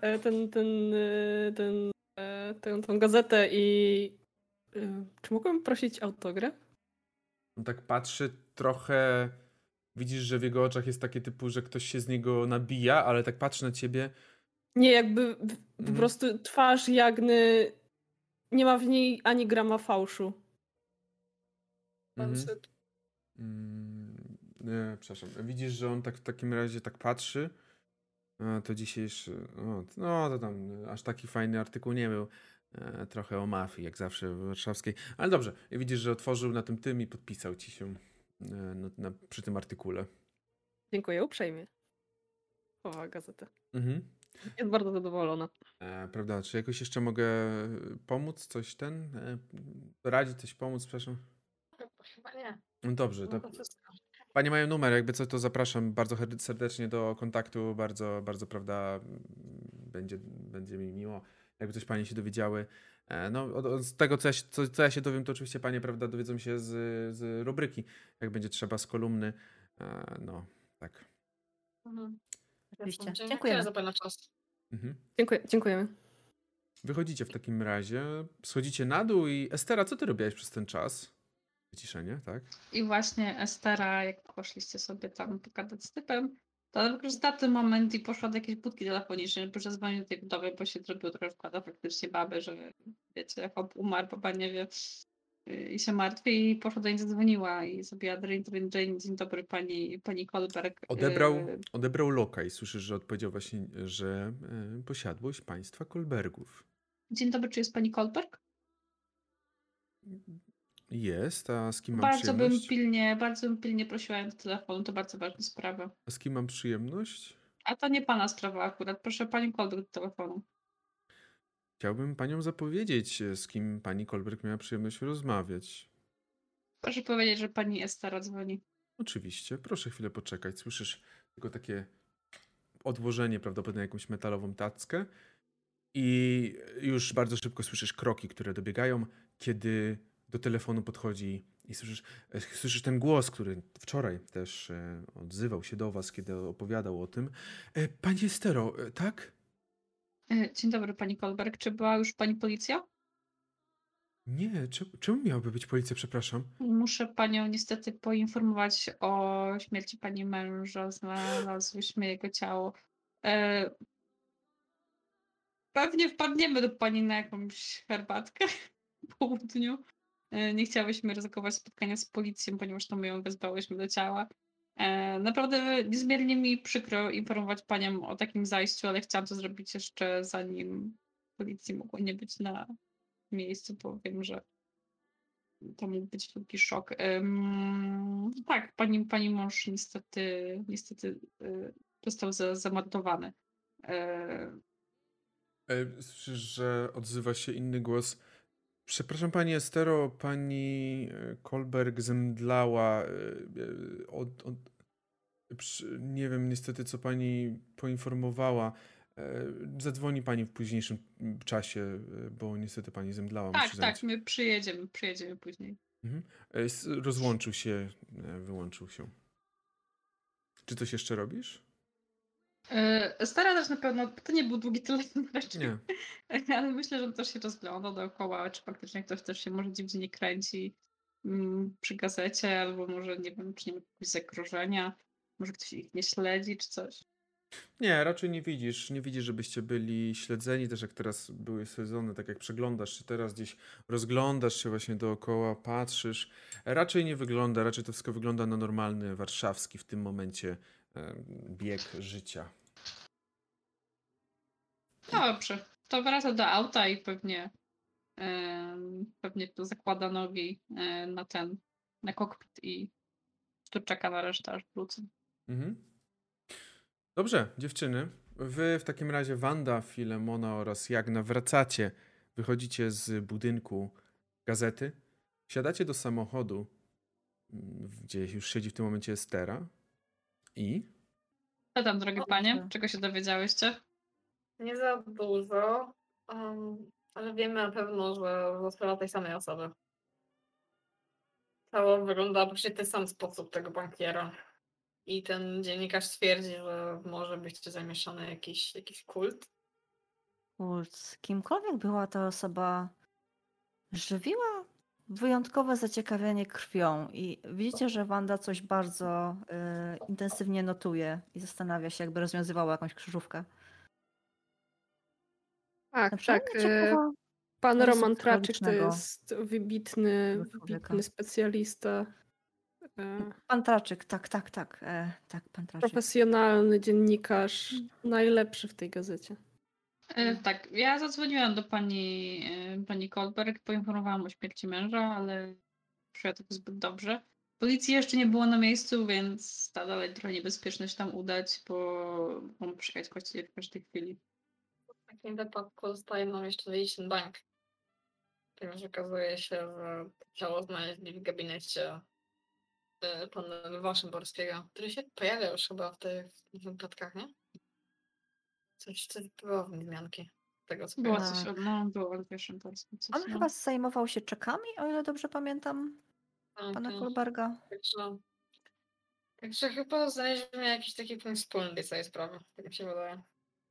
tą gazetę i czy mogłem prosić autograf? On tak patrzy trochę, widzisz, że w jego oczach jest takie typu, że ktoś się z niego nabija, ale tak patrzy na ciebie. Nie, jakby po Mhm. prostu twarz Jagny, nie ma w niej ani grama fałszu. Mhm. Nie, przepraszam. Widzisz, że on tak w takim razie tak patrzy. A, to dzisiejszy. No to tam aż taki fajny artykuł nie był. Trochę o mafii, jak zawsze warszawskiej. Ale dobrze, widzisz, że otworzył na tym i podpisał ci się przy tym artykule. Dziękuję uprzejmie. Chowa gazetę. Mhm. Jest bardzo zadowolona. Prawda, czy jakoś jeszcze mogę pomóc? Coś radzić, coś pomóc, przepraszam? Chyba nie. No dobrze, to To wszystko. panie mają numer, jakby co, to zapraszam bardzo serdecznie do kontaktu, bardzo, bardzo, prawda, będzie mi miło, jakby coś panie się dowiedziały. No, z tego, co ja się dowiem, to oczywiście panie, prawda, dowiedzą się z rubryki, jak będzie trzeba, z kolumny. No, tak. Oczywiście. Dziękuję Dziękujemy. za pana czas. Mhm. Dziękujemy. Wychodzicie w takim razie, schodzicie na dół i Estera, co ty robiłaś przez ten czas? Wyciszenie, tak? I właśnie Estera, jak poszliście sobie tam pogadać z typem, to ona wykorzystała ten moment i poszła do jakiejś budki telefonicznej, bo zadzwonił do tej budowy, bo się zrobił trochę wkłada faktycznie baby, że wiecie, hop, umarł, baba nie wie i się martwi i poszła do niej, zadzwoniła i zrobiła dzień dobry pani Kolberg. Odebrał loka i słyszysz, że odpowiedział właśnie, że posiadłość państwa Kolbergów. Dzień dobry, czy jest pani Kolberg? Jest, a z kim mam Bardzo bym przyjemność? pilnie prosiła ją do telefonu, to bardzo ważna sprawa. A z kim mam przyjemność? A to nie pana sprawa akurat, proszę panią Kolberg do telefonu. Chciałbym panią zapowiedzieć, z kim pani Kolberg miała przyjemność rozmawiać. Proszę powiedzieć, że pani Estera dzwoni. Oczywiście, proszę chwilę poczekać. Słyszysz tylko takie odłożenie, prawdopodobnie jakąś metalową tackę i już bardzo szybko słyszysz kroki, które dobiegają, kiedy do telefonu podchodzi i słyszysz ten głos, który wczoraj też odzywał się do was, kiedy opowiadał o tym. Pani Estero, tak? Dzień dobry, pani Kolberg. Czy była już pani policja? Nie, czemu miałaby być policja, przepraszam? Muszę panią niestety poinformować o śmierci pani męża. Znalazłyśmy jego ciało. Pewnie wpadniemy do pani na jakąś herbatkę po południu. Nie chciałyśmy ryzykować spotkania z policją, ponieważ to my ją wezwałyśmy do ciała. Naprawdę niezmiernie mi przykro informować panią o takim zajściu, ale chciałam to zrobić jeszcze zanim policji mogło nie być na miejscu, bo wiem, że to mógł być wielki szok. Tak, pani mąż niestety został zamordowany. Słyszysz, że odzywa się inny głos. Przepraszam pani Estero, pani Kolberg zemdlała. Nie wiem niestety, co pani poinformowała. Zadzwoni pani w późniejszym czasie, bo niestety pani zemdlała. Tak, musi zająć. my przyjedziemy później. Mhm. Rozłączył się, wyłączył się. Czy coś jeszcze robisz? Stara też na pewno, to nie był długi telefon raczej, Nie. ale myślę, że on też się rozgląda dookoła, czy faktycznie ktoś też się może dziwnie nie kręci przy gazecie, albo może nie wiem, czy nie ma jakiegoś zagrożenia, może ktoś ich nie śledzi, czy coś. Nie, raczej nie widzisz, żebyście byli śledzeni, też jak teraz były sezony, tak jak przeglądasz się teraz gdzieś, rozglądasz się właśnie dookoła, patrzysz, raczej nie wygląda, raczej to wszystko wygląda na normalny warszawski w tym momencie bieg życia. Dobrze, to wraca do auta i pewnie to zakłada nogi na kokpit i tu czeka na resztę, aż wrócę. Mhm. Dobrze, dziewczyny. Wy w takim razie, Wanda, Filemona oraz Jagna, wracacie. Wychodzicie z budynku gazety. Wsiadacie do samochodu, gdzie już siedzi w tym momencie Estera i Co tam, drogie O, panie? dobrze. Czego się dowiedziałyście? Nie za dużo, ale wiemy na pewno, że została tej samej osoby. Ciało wygląda praktycznie w ten sam sposób tego bankiera. I ten dziennikarz stwierdzi, że może być tu zamieszany jakiś kult. Kult. Kimkolwiek była ta osoba, żywiła wyjątkowe zaciekawienie krwią i widzicie, że Wanda coś bardzo intensywnie notuje i zastanawia się, jakby rozwiązywała jakąś krzyżówkę. Tak, Znaczy, tak. ciekawa Pan rysu Roman Traczyk to psychologicznego jest wybitny, tego człowieka. wybitny specjalista. Pan Traczyk, tak, pan Traczyk. Profesjonalny dziennikarz, najlepszy w tej gazecie. Tak, ja zadzwoniłam do pani Kolberg, poinformowałam o śmierci męża, ale przyjęło to zbyt dobrze. Policji jeszcze nie było na miejscu, więc dalej trochę niebezpieczne się tam udać, bo mogą przyjechać właściwie w każdej chwili. W takim wypadku zostaje nam jeszcze wyjść ten bank. Ponieważ okazuje się, że ciało znaleźli w gabinecie pana Waszymborskiego, który się pojawia już chyba w tych wypadkach, nie? Coś było w nim zmianki. Tego co Było pamiętam. coś, było w pierwszym polskim coś. On chyba zajmował się czekami, o ile dobrze pamiętam, pana Kolberga. Także chyba znaleźliśmy jakiś taki punkt wspólny tej całej sprawy. Tak mi się wydaje.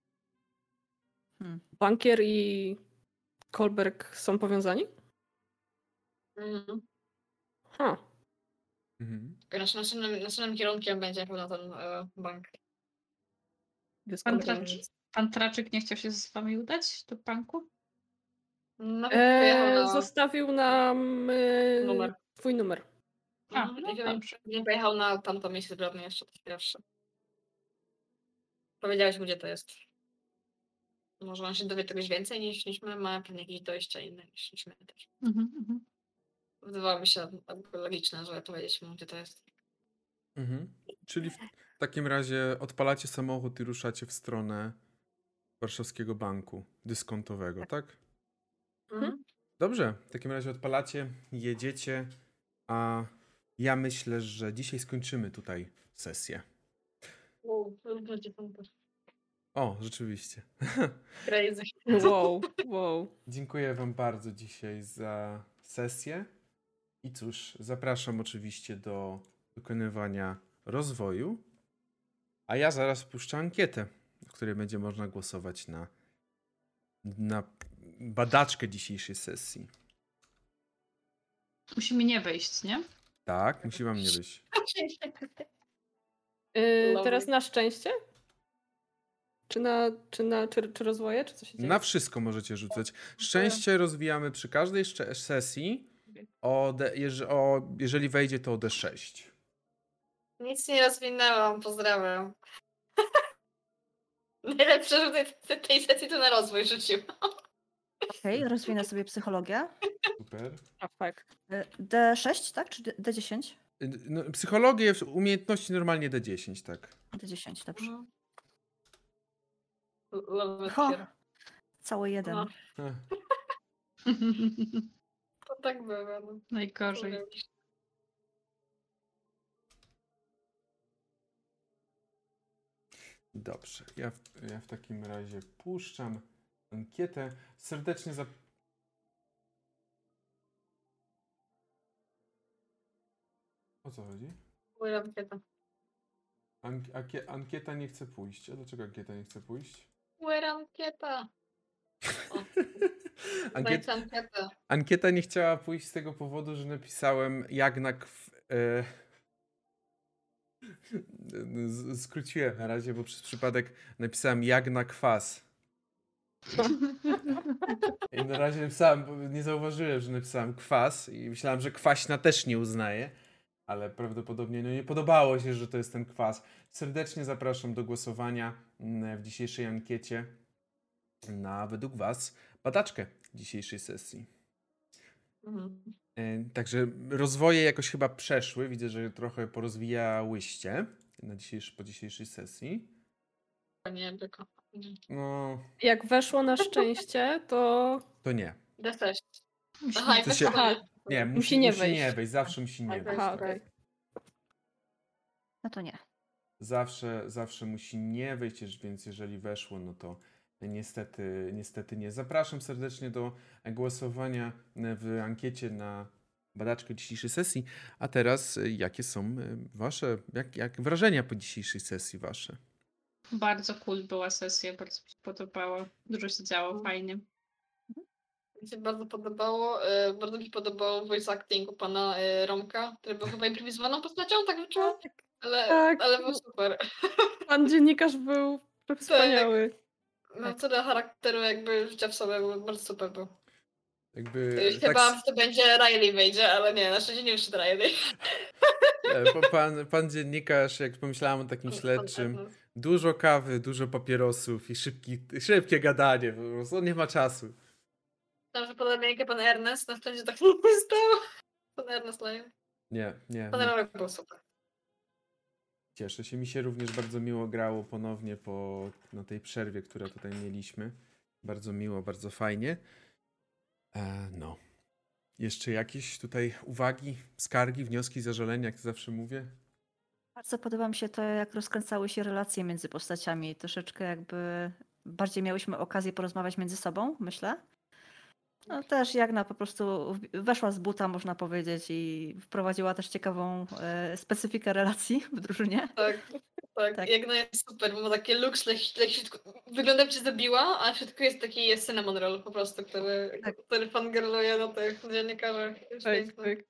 Bankier i Kolberg są powiązani? Mhm. Naszym kierunkiem będzie na pewno ten bank. Pan Traczyk nie chciał się z wami udać do banku? Nawet pojechał na Zostawił nam numer. twój numer. Nie pojechał na tamto miejsce zbrodni jeszcze to pierwsze. Powiedziałeś mu, gdzie to jest. Może on się dowie czegoś więcej niż my, mamy pewnie jakieś dojścia inne niż my też. Wydawało mi się logiczne, że powiedzieć mu, gdzie to jest. Czyli w takim razie odpalacie samochód i ruszacie w stronę warszawskiego banku dyskontowego, tak? Dobrze, w takim razie odpalacie, jedziecie, a ja myślę, że dzisiaj skończymy tutaj sesję. O, rzeczywiście. Crazy. Wow. Dziękuję wam bardzo dzisiaj za sesję i cóż, zapraszam oczywiście do wykonywania rozwoju, a ja zaraz wpuszczę ankietę, w której będzie można głosować na badaczkę dzisiejszej sesji. Musi mi nie wejść, nie? Tak, musi wam nie wyjść. Teraz na szczęście? Czy rozwoje? Czy co się dzieje? Na wszystko możecie rzucać. Szczęście rozwijamy przy każdej sesji, jeżeli wejdzie to o D6. Nic nie rozwinęłam, pozdrawiam. Najlepsze rzut tej sesji to na rozwój rzucił. Okej, rozwinę sobie psychologię. Super. Tak. D6, tak? Czy D10? No, psychologię, umiejętności normalnie D10, tak. D10, dobrze. Love Ho, here. cały jeden. No. To tak bywa. No. Najgorzej. Dobrze, ja w takim razie puszczam ankietę. Serdecznie O co chodzi? Ankieta. Ankieta nie chce pójść. A dlaczego ankieta nie chce pójść? Ankieta. Ankieta. Ankieta nie chciała pójść z tego powodu, że napisałem skróciłem na razie, bo przez przypadek napisałem jak na kwas. I na razie napisałem, nie zauważyłem, że napisałem kwas i myślałem, że kwaśna też nie uznaje, ale prawdopodobnie nie podobało się, że to jest ten kwas. Serdecznie zapraszam do głosowania w dzisiejszej ankiecie na według was badaczkę dzisiejszej sesji. Także rozwoje jakoś chyba przeszły. Widzę, że trochę porozwijałyście po dzisiejszej sesji. Nie, tylko. No. Jak weszło na szczęście, to... To nie. D6. Musimy- Aha, To się- Nie, Musi nie musi nie wejść. wejść, zawsze musi nie Tak, wejść. Aha, tak. okej. No to nie. Zawsze musi nie wejść, więc jeżeli weszło, no to niestety nie. Zapraszam serdecznie do głosowania w ankiecie na badaczkę dzisiejszej sesji. A teraz, jakie są wasze, jak wrażenia po dzisiejszej sesji wasze? Bardzo cool była sesja, bardzo mi się podobała. Dużo się działo, fajnie. Mi się bardzo podobało. Bardzo mi się podobał voice acting u pana Romka, który był chyba improwizowaną postacią, tak wyczułam. Tak. Ale był super. Pan dziennikarz był wspaniały. Miał tyle charakteru, jakby życia w sobie, bardzo super był. Jakby Się bałam, że to będzie Riley wejdzie, ale nie, na szczęście nie wyszedł Riley. bo pan dziennikarz, jak pomyślałam o takim śledczym, dużo kawy, dużo papierosów i szybkie gadanie, po prostu on nie ma czasu. Tam, że podobnie jak pan Ernest, na szczęście tak nie stało. Pan Ernest Lyon. Nie. Pan Romek był super. Cieszę się. Mi się również bardzo miło grało ponownie na tej przerwie, którą tutaj mieliśmy. Bardzo miło, bardzo fajnie. No. Jeszcze jakieś tutaj uwagi, skargi, wnioski, zażalenia, jak to zawsze mówię? Bardzo podoba mi się to, jak rozkręcały się relacje między postaciami. Troszeczkę jakby bardziej miałyśmy okazję porozmawiać między sobą, myślę. No też Jagna po prostu weszła z buta, można powiedzieć, i wprowadziła też ciekawą specyfikę relacji w drużynie. Tak. Tak. Jagna jest super, bo ma takie looks, wygląda jak się zabiła, a w środku jest taki cinnamon roll po prostu, który fangirluje na tych dziennikarzach. Jest Tak, piękny. tak.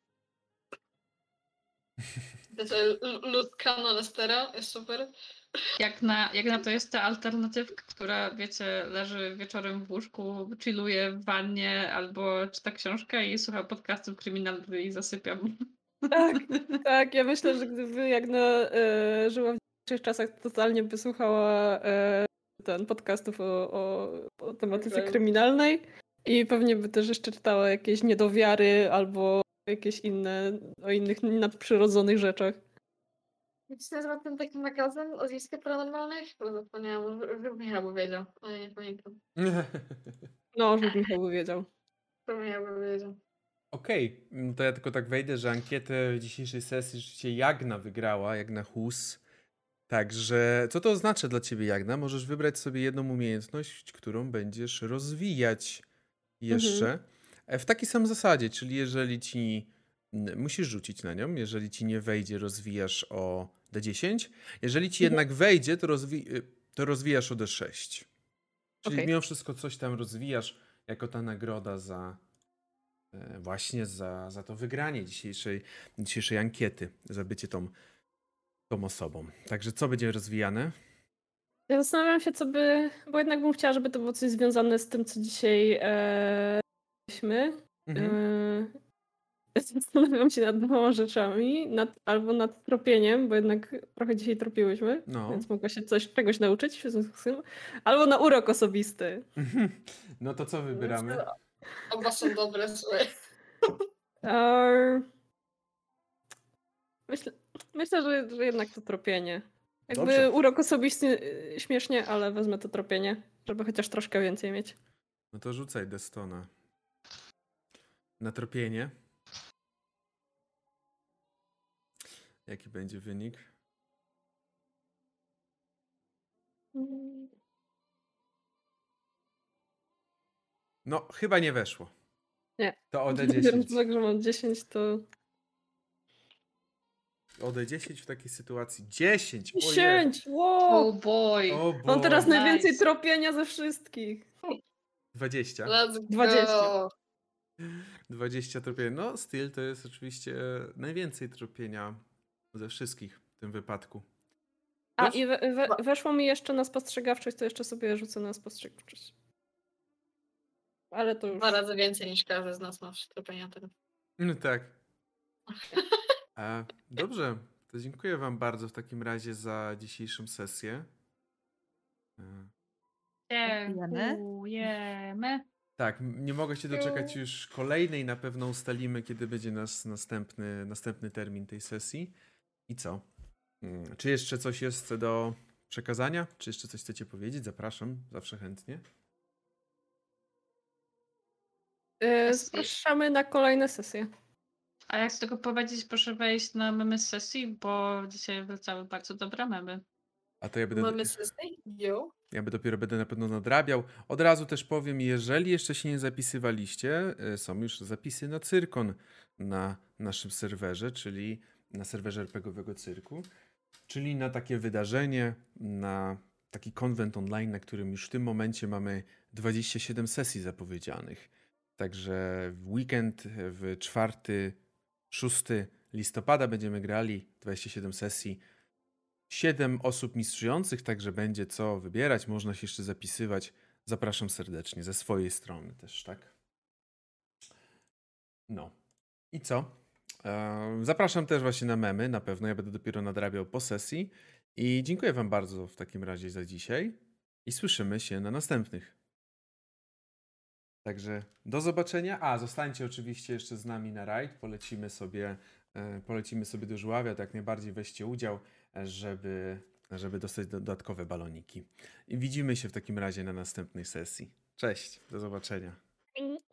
Też Luz Kano Lestera jest super. Jak na to jest ta alternatywka, która, wiecie, leży wieczorem w łóżku, chilluje w wannie albo czyta książkę i słucha podcastów kryminalnych i zasypiam. Tak, ja myślę, że gdyby Jagna żyła w dzisiejszych czasach, to totalnie by słuchała podcastów o tematyce Okej. kryminalnej i pewnie by też jeszcze czytała jakieś niedowiary albo jakieś o innych nadprzyrodzonych rzeczach. Jak się nazywa ten taki magazyn o zjawiskach paranormalnych? Bo zapomniałam, że Michał by wiedział, ale nie pamiętam. No, żeby Michał by wiedział. To Michał by wiedział. Okej, to ja tylko tak wejdę, że ankietę dzisiejszej sesji rzeczywiście Jagna wygrała, Jagna Hus. Także, co to oznacza dla ciebie, Jagna? Możesz wybrać sobie jedną umiejętność, którą będziesz rozwijać jeszcze. W takiej samej zasadzie, czyli jeżeli ci musisz rzucić na nią, jeżeli ci nie wejdzie, rozwijasz o D10. Jeżeli ci jednak wejdzie, to rozwijasz o D6. Czyli Okej. mimo wszystko coś tam rozwijasz jako ta nagroda właśnie za to wygranie dzisiejszej ankiety, za bycie tą osobą. Także co będzie rozwijane? Ja zastanawiam się, bo jednak bym chciała, żeby to było coś związane z tym, co dzisiaj mieliśmy. Zastanawiam się nad dwoma rzeczami, albo nad tropieniem, bo jednak trochę dzisiaj tropiłyśmy, No. więc mogła się czegoś nauczyć w związku z tym, albo na urok osobisty. No to co wybieramy? Oba są dobre, słuchaj. Eee, Myślę, że jednak to tropienie. Jakby Dobrze. urok osobisty śmiesznie, ale wezmę to tropienie, żeby chociaż troszkę więcej mieć. No to rzucaj Destona. Na tropienie. Jaki będzie wynik? No, chyba nie weszło. Nie. To o Biorąc D10. tak, że mam 10, to... O D10 w takiej sytuacji. 10! 10! Oh Wow! boy! O Mam teraz Boże. najwięcej Nice. tropienia ze wszystkich. 20. Let's 20. go. 20 tropienia. No, styl to jest oczywiście najwięcej tropienia ze wszystkich w tym wypadku. A Już? i weszło mi jeszcze na spostrzegawczość, to jeszcze sobie rzucę na spostrzegawczość. Ale to już... 2 razy więcej niż każdy z nas ma tropienia teraz. No tak. Dobrze, to dziękuję wam bardzo w takim razie za dzisiejszą sesję. Dziękujemy. Tak, nie mogę się doczekać już kolejnej. Na pewno ustalimy, kiedy będzie nasz następny termin tej sesji. I co? Czy jeszcze coś jest do przekazania? Czy jeszcze coś chcecie powiedzieć? Zapraszam, zawsze chętnie. Zapraszamy na kolejne sesje. A jak z tego powiedzieć, proszę wejść na memy z sesji, bo dzisiaj wracały bardzo dobre memy. A to Mamy sesję? Jo. ja dopiero będę na pewno nadrabiał. Od razu też powiem, jeżeli jeszcze się nie zapisywaliście, są już zapisy na Cyrkon na naszym serwerze, czyli na serwerze RPGowego Cyrku, czyli na takie wydarzenie, na taki konwent online, na którym już w tym momencie mamy 27 sesji zapowiedzianych. Także w weekend, w 4-6 listopada będziemy grali 27 sesji. 7 osób mistrzujących, także będzie co wybierać, można się jeszcze zapisywać. Zapraszam serdecznie, ze swojej strony też, tak? No. I co? Zapraszam też właśnie na memy, na pewno, ja będę dopiero nadrabiał po sesji. I dziękuję wam bardzo w takim razie za dzisiaj i słyszymy się na następnych. Także do zobaczenia. A, zostańcie oczywiście jeszcze z nami na rajd, polecimy sobie do Żuławia, to jak najbardziej weźcie udział, żeby dostać dodatkowe baloniki. I widzimy się w takim razie na następnej sesji. Cześć, do zobaczenia.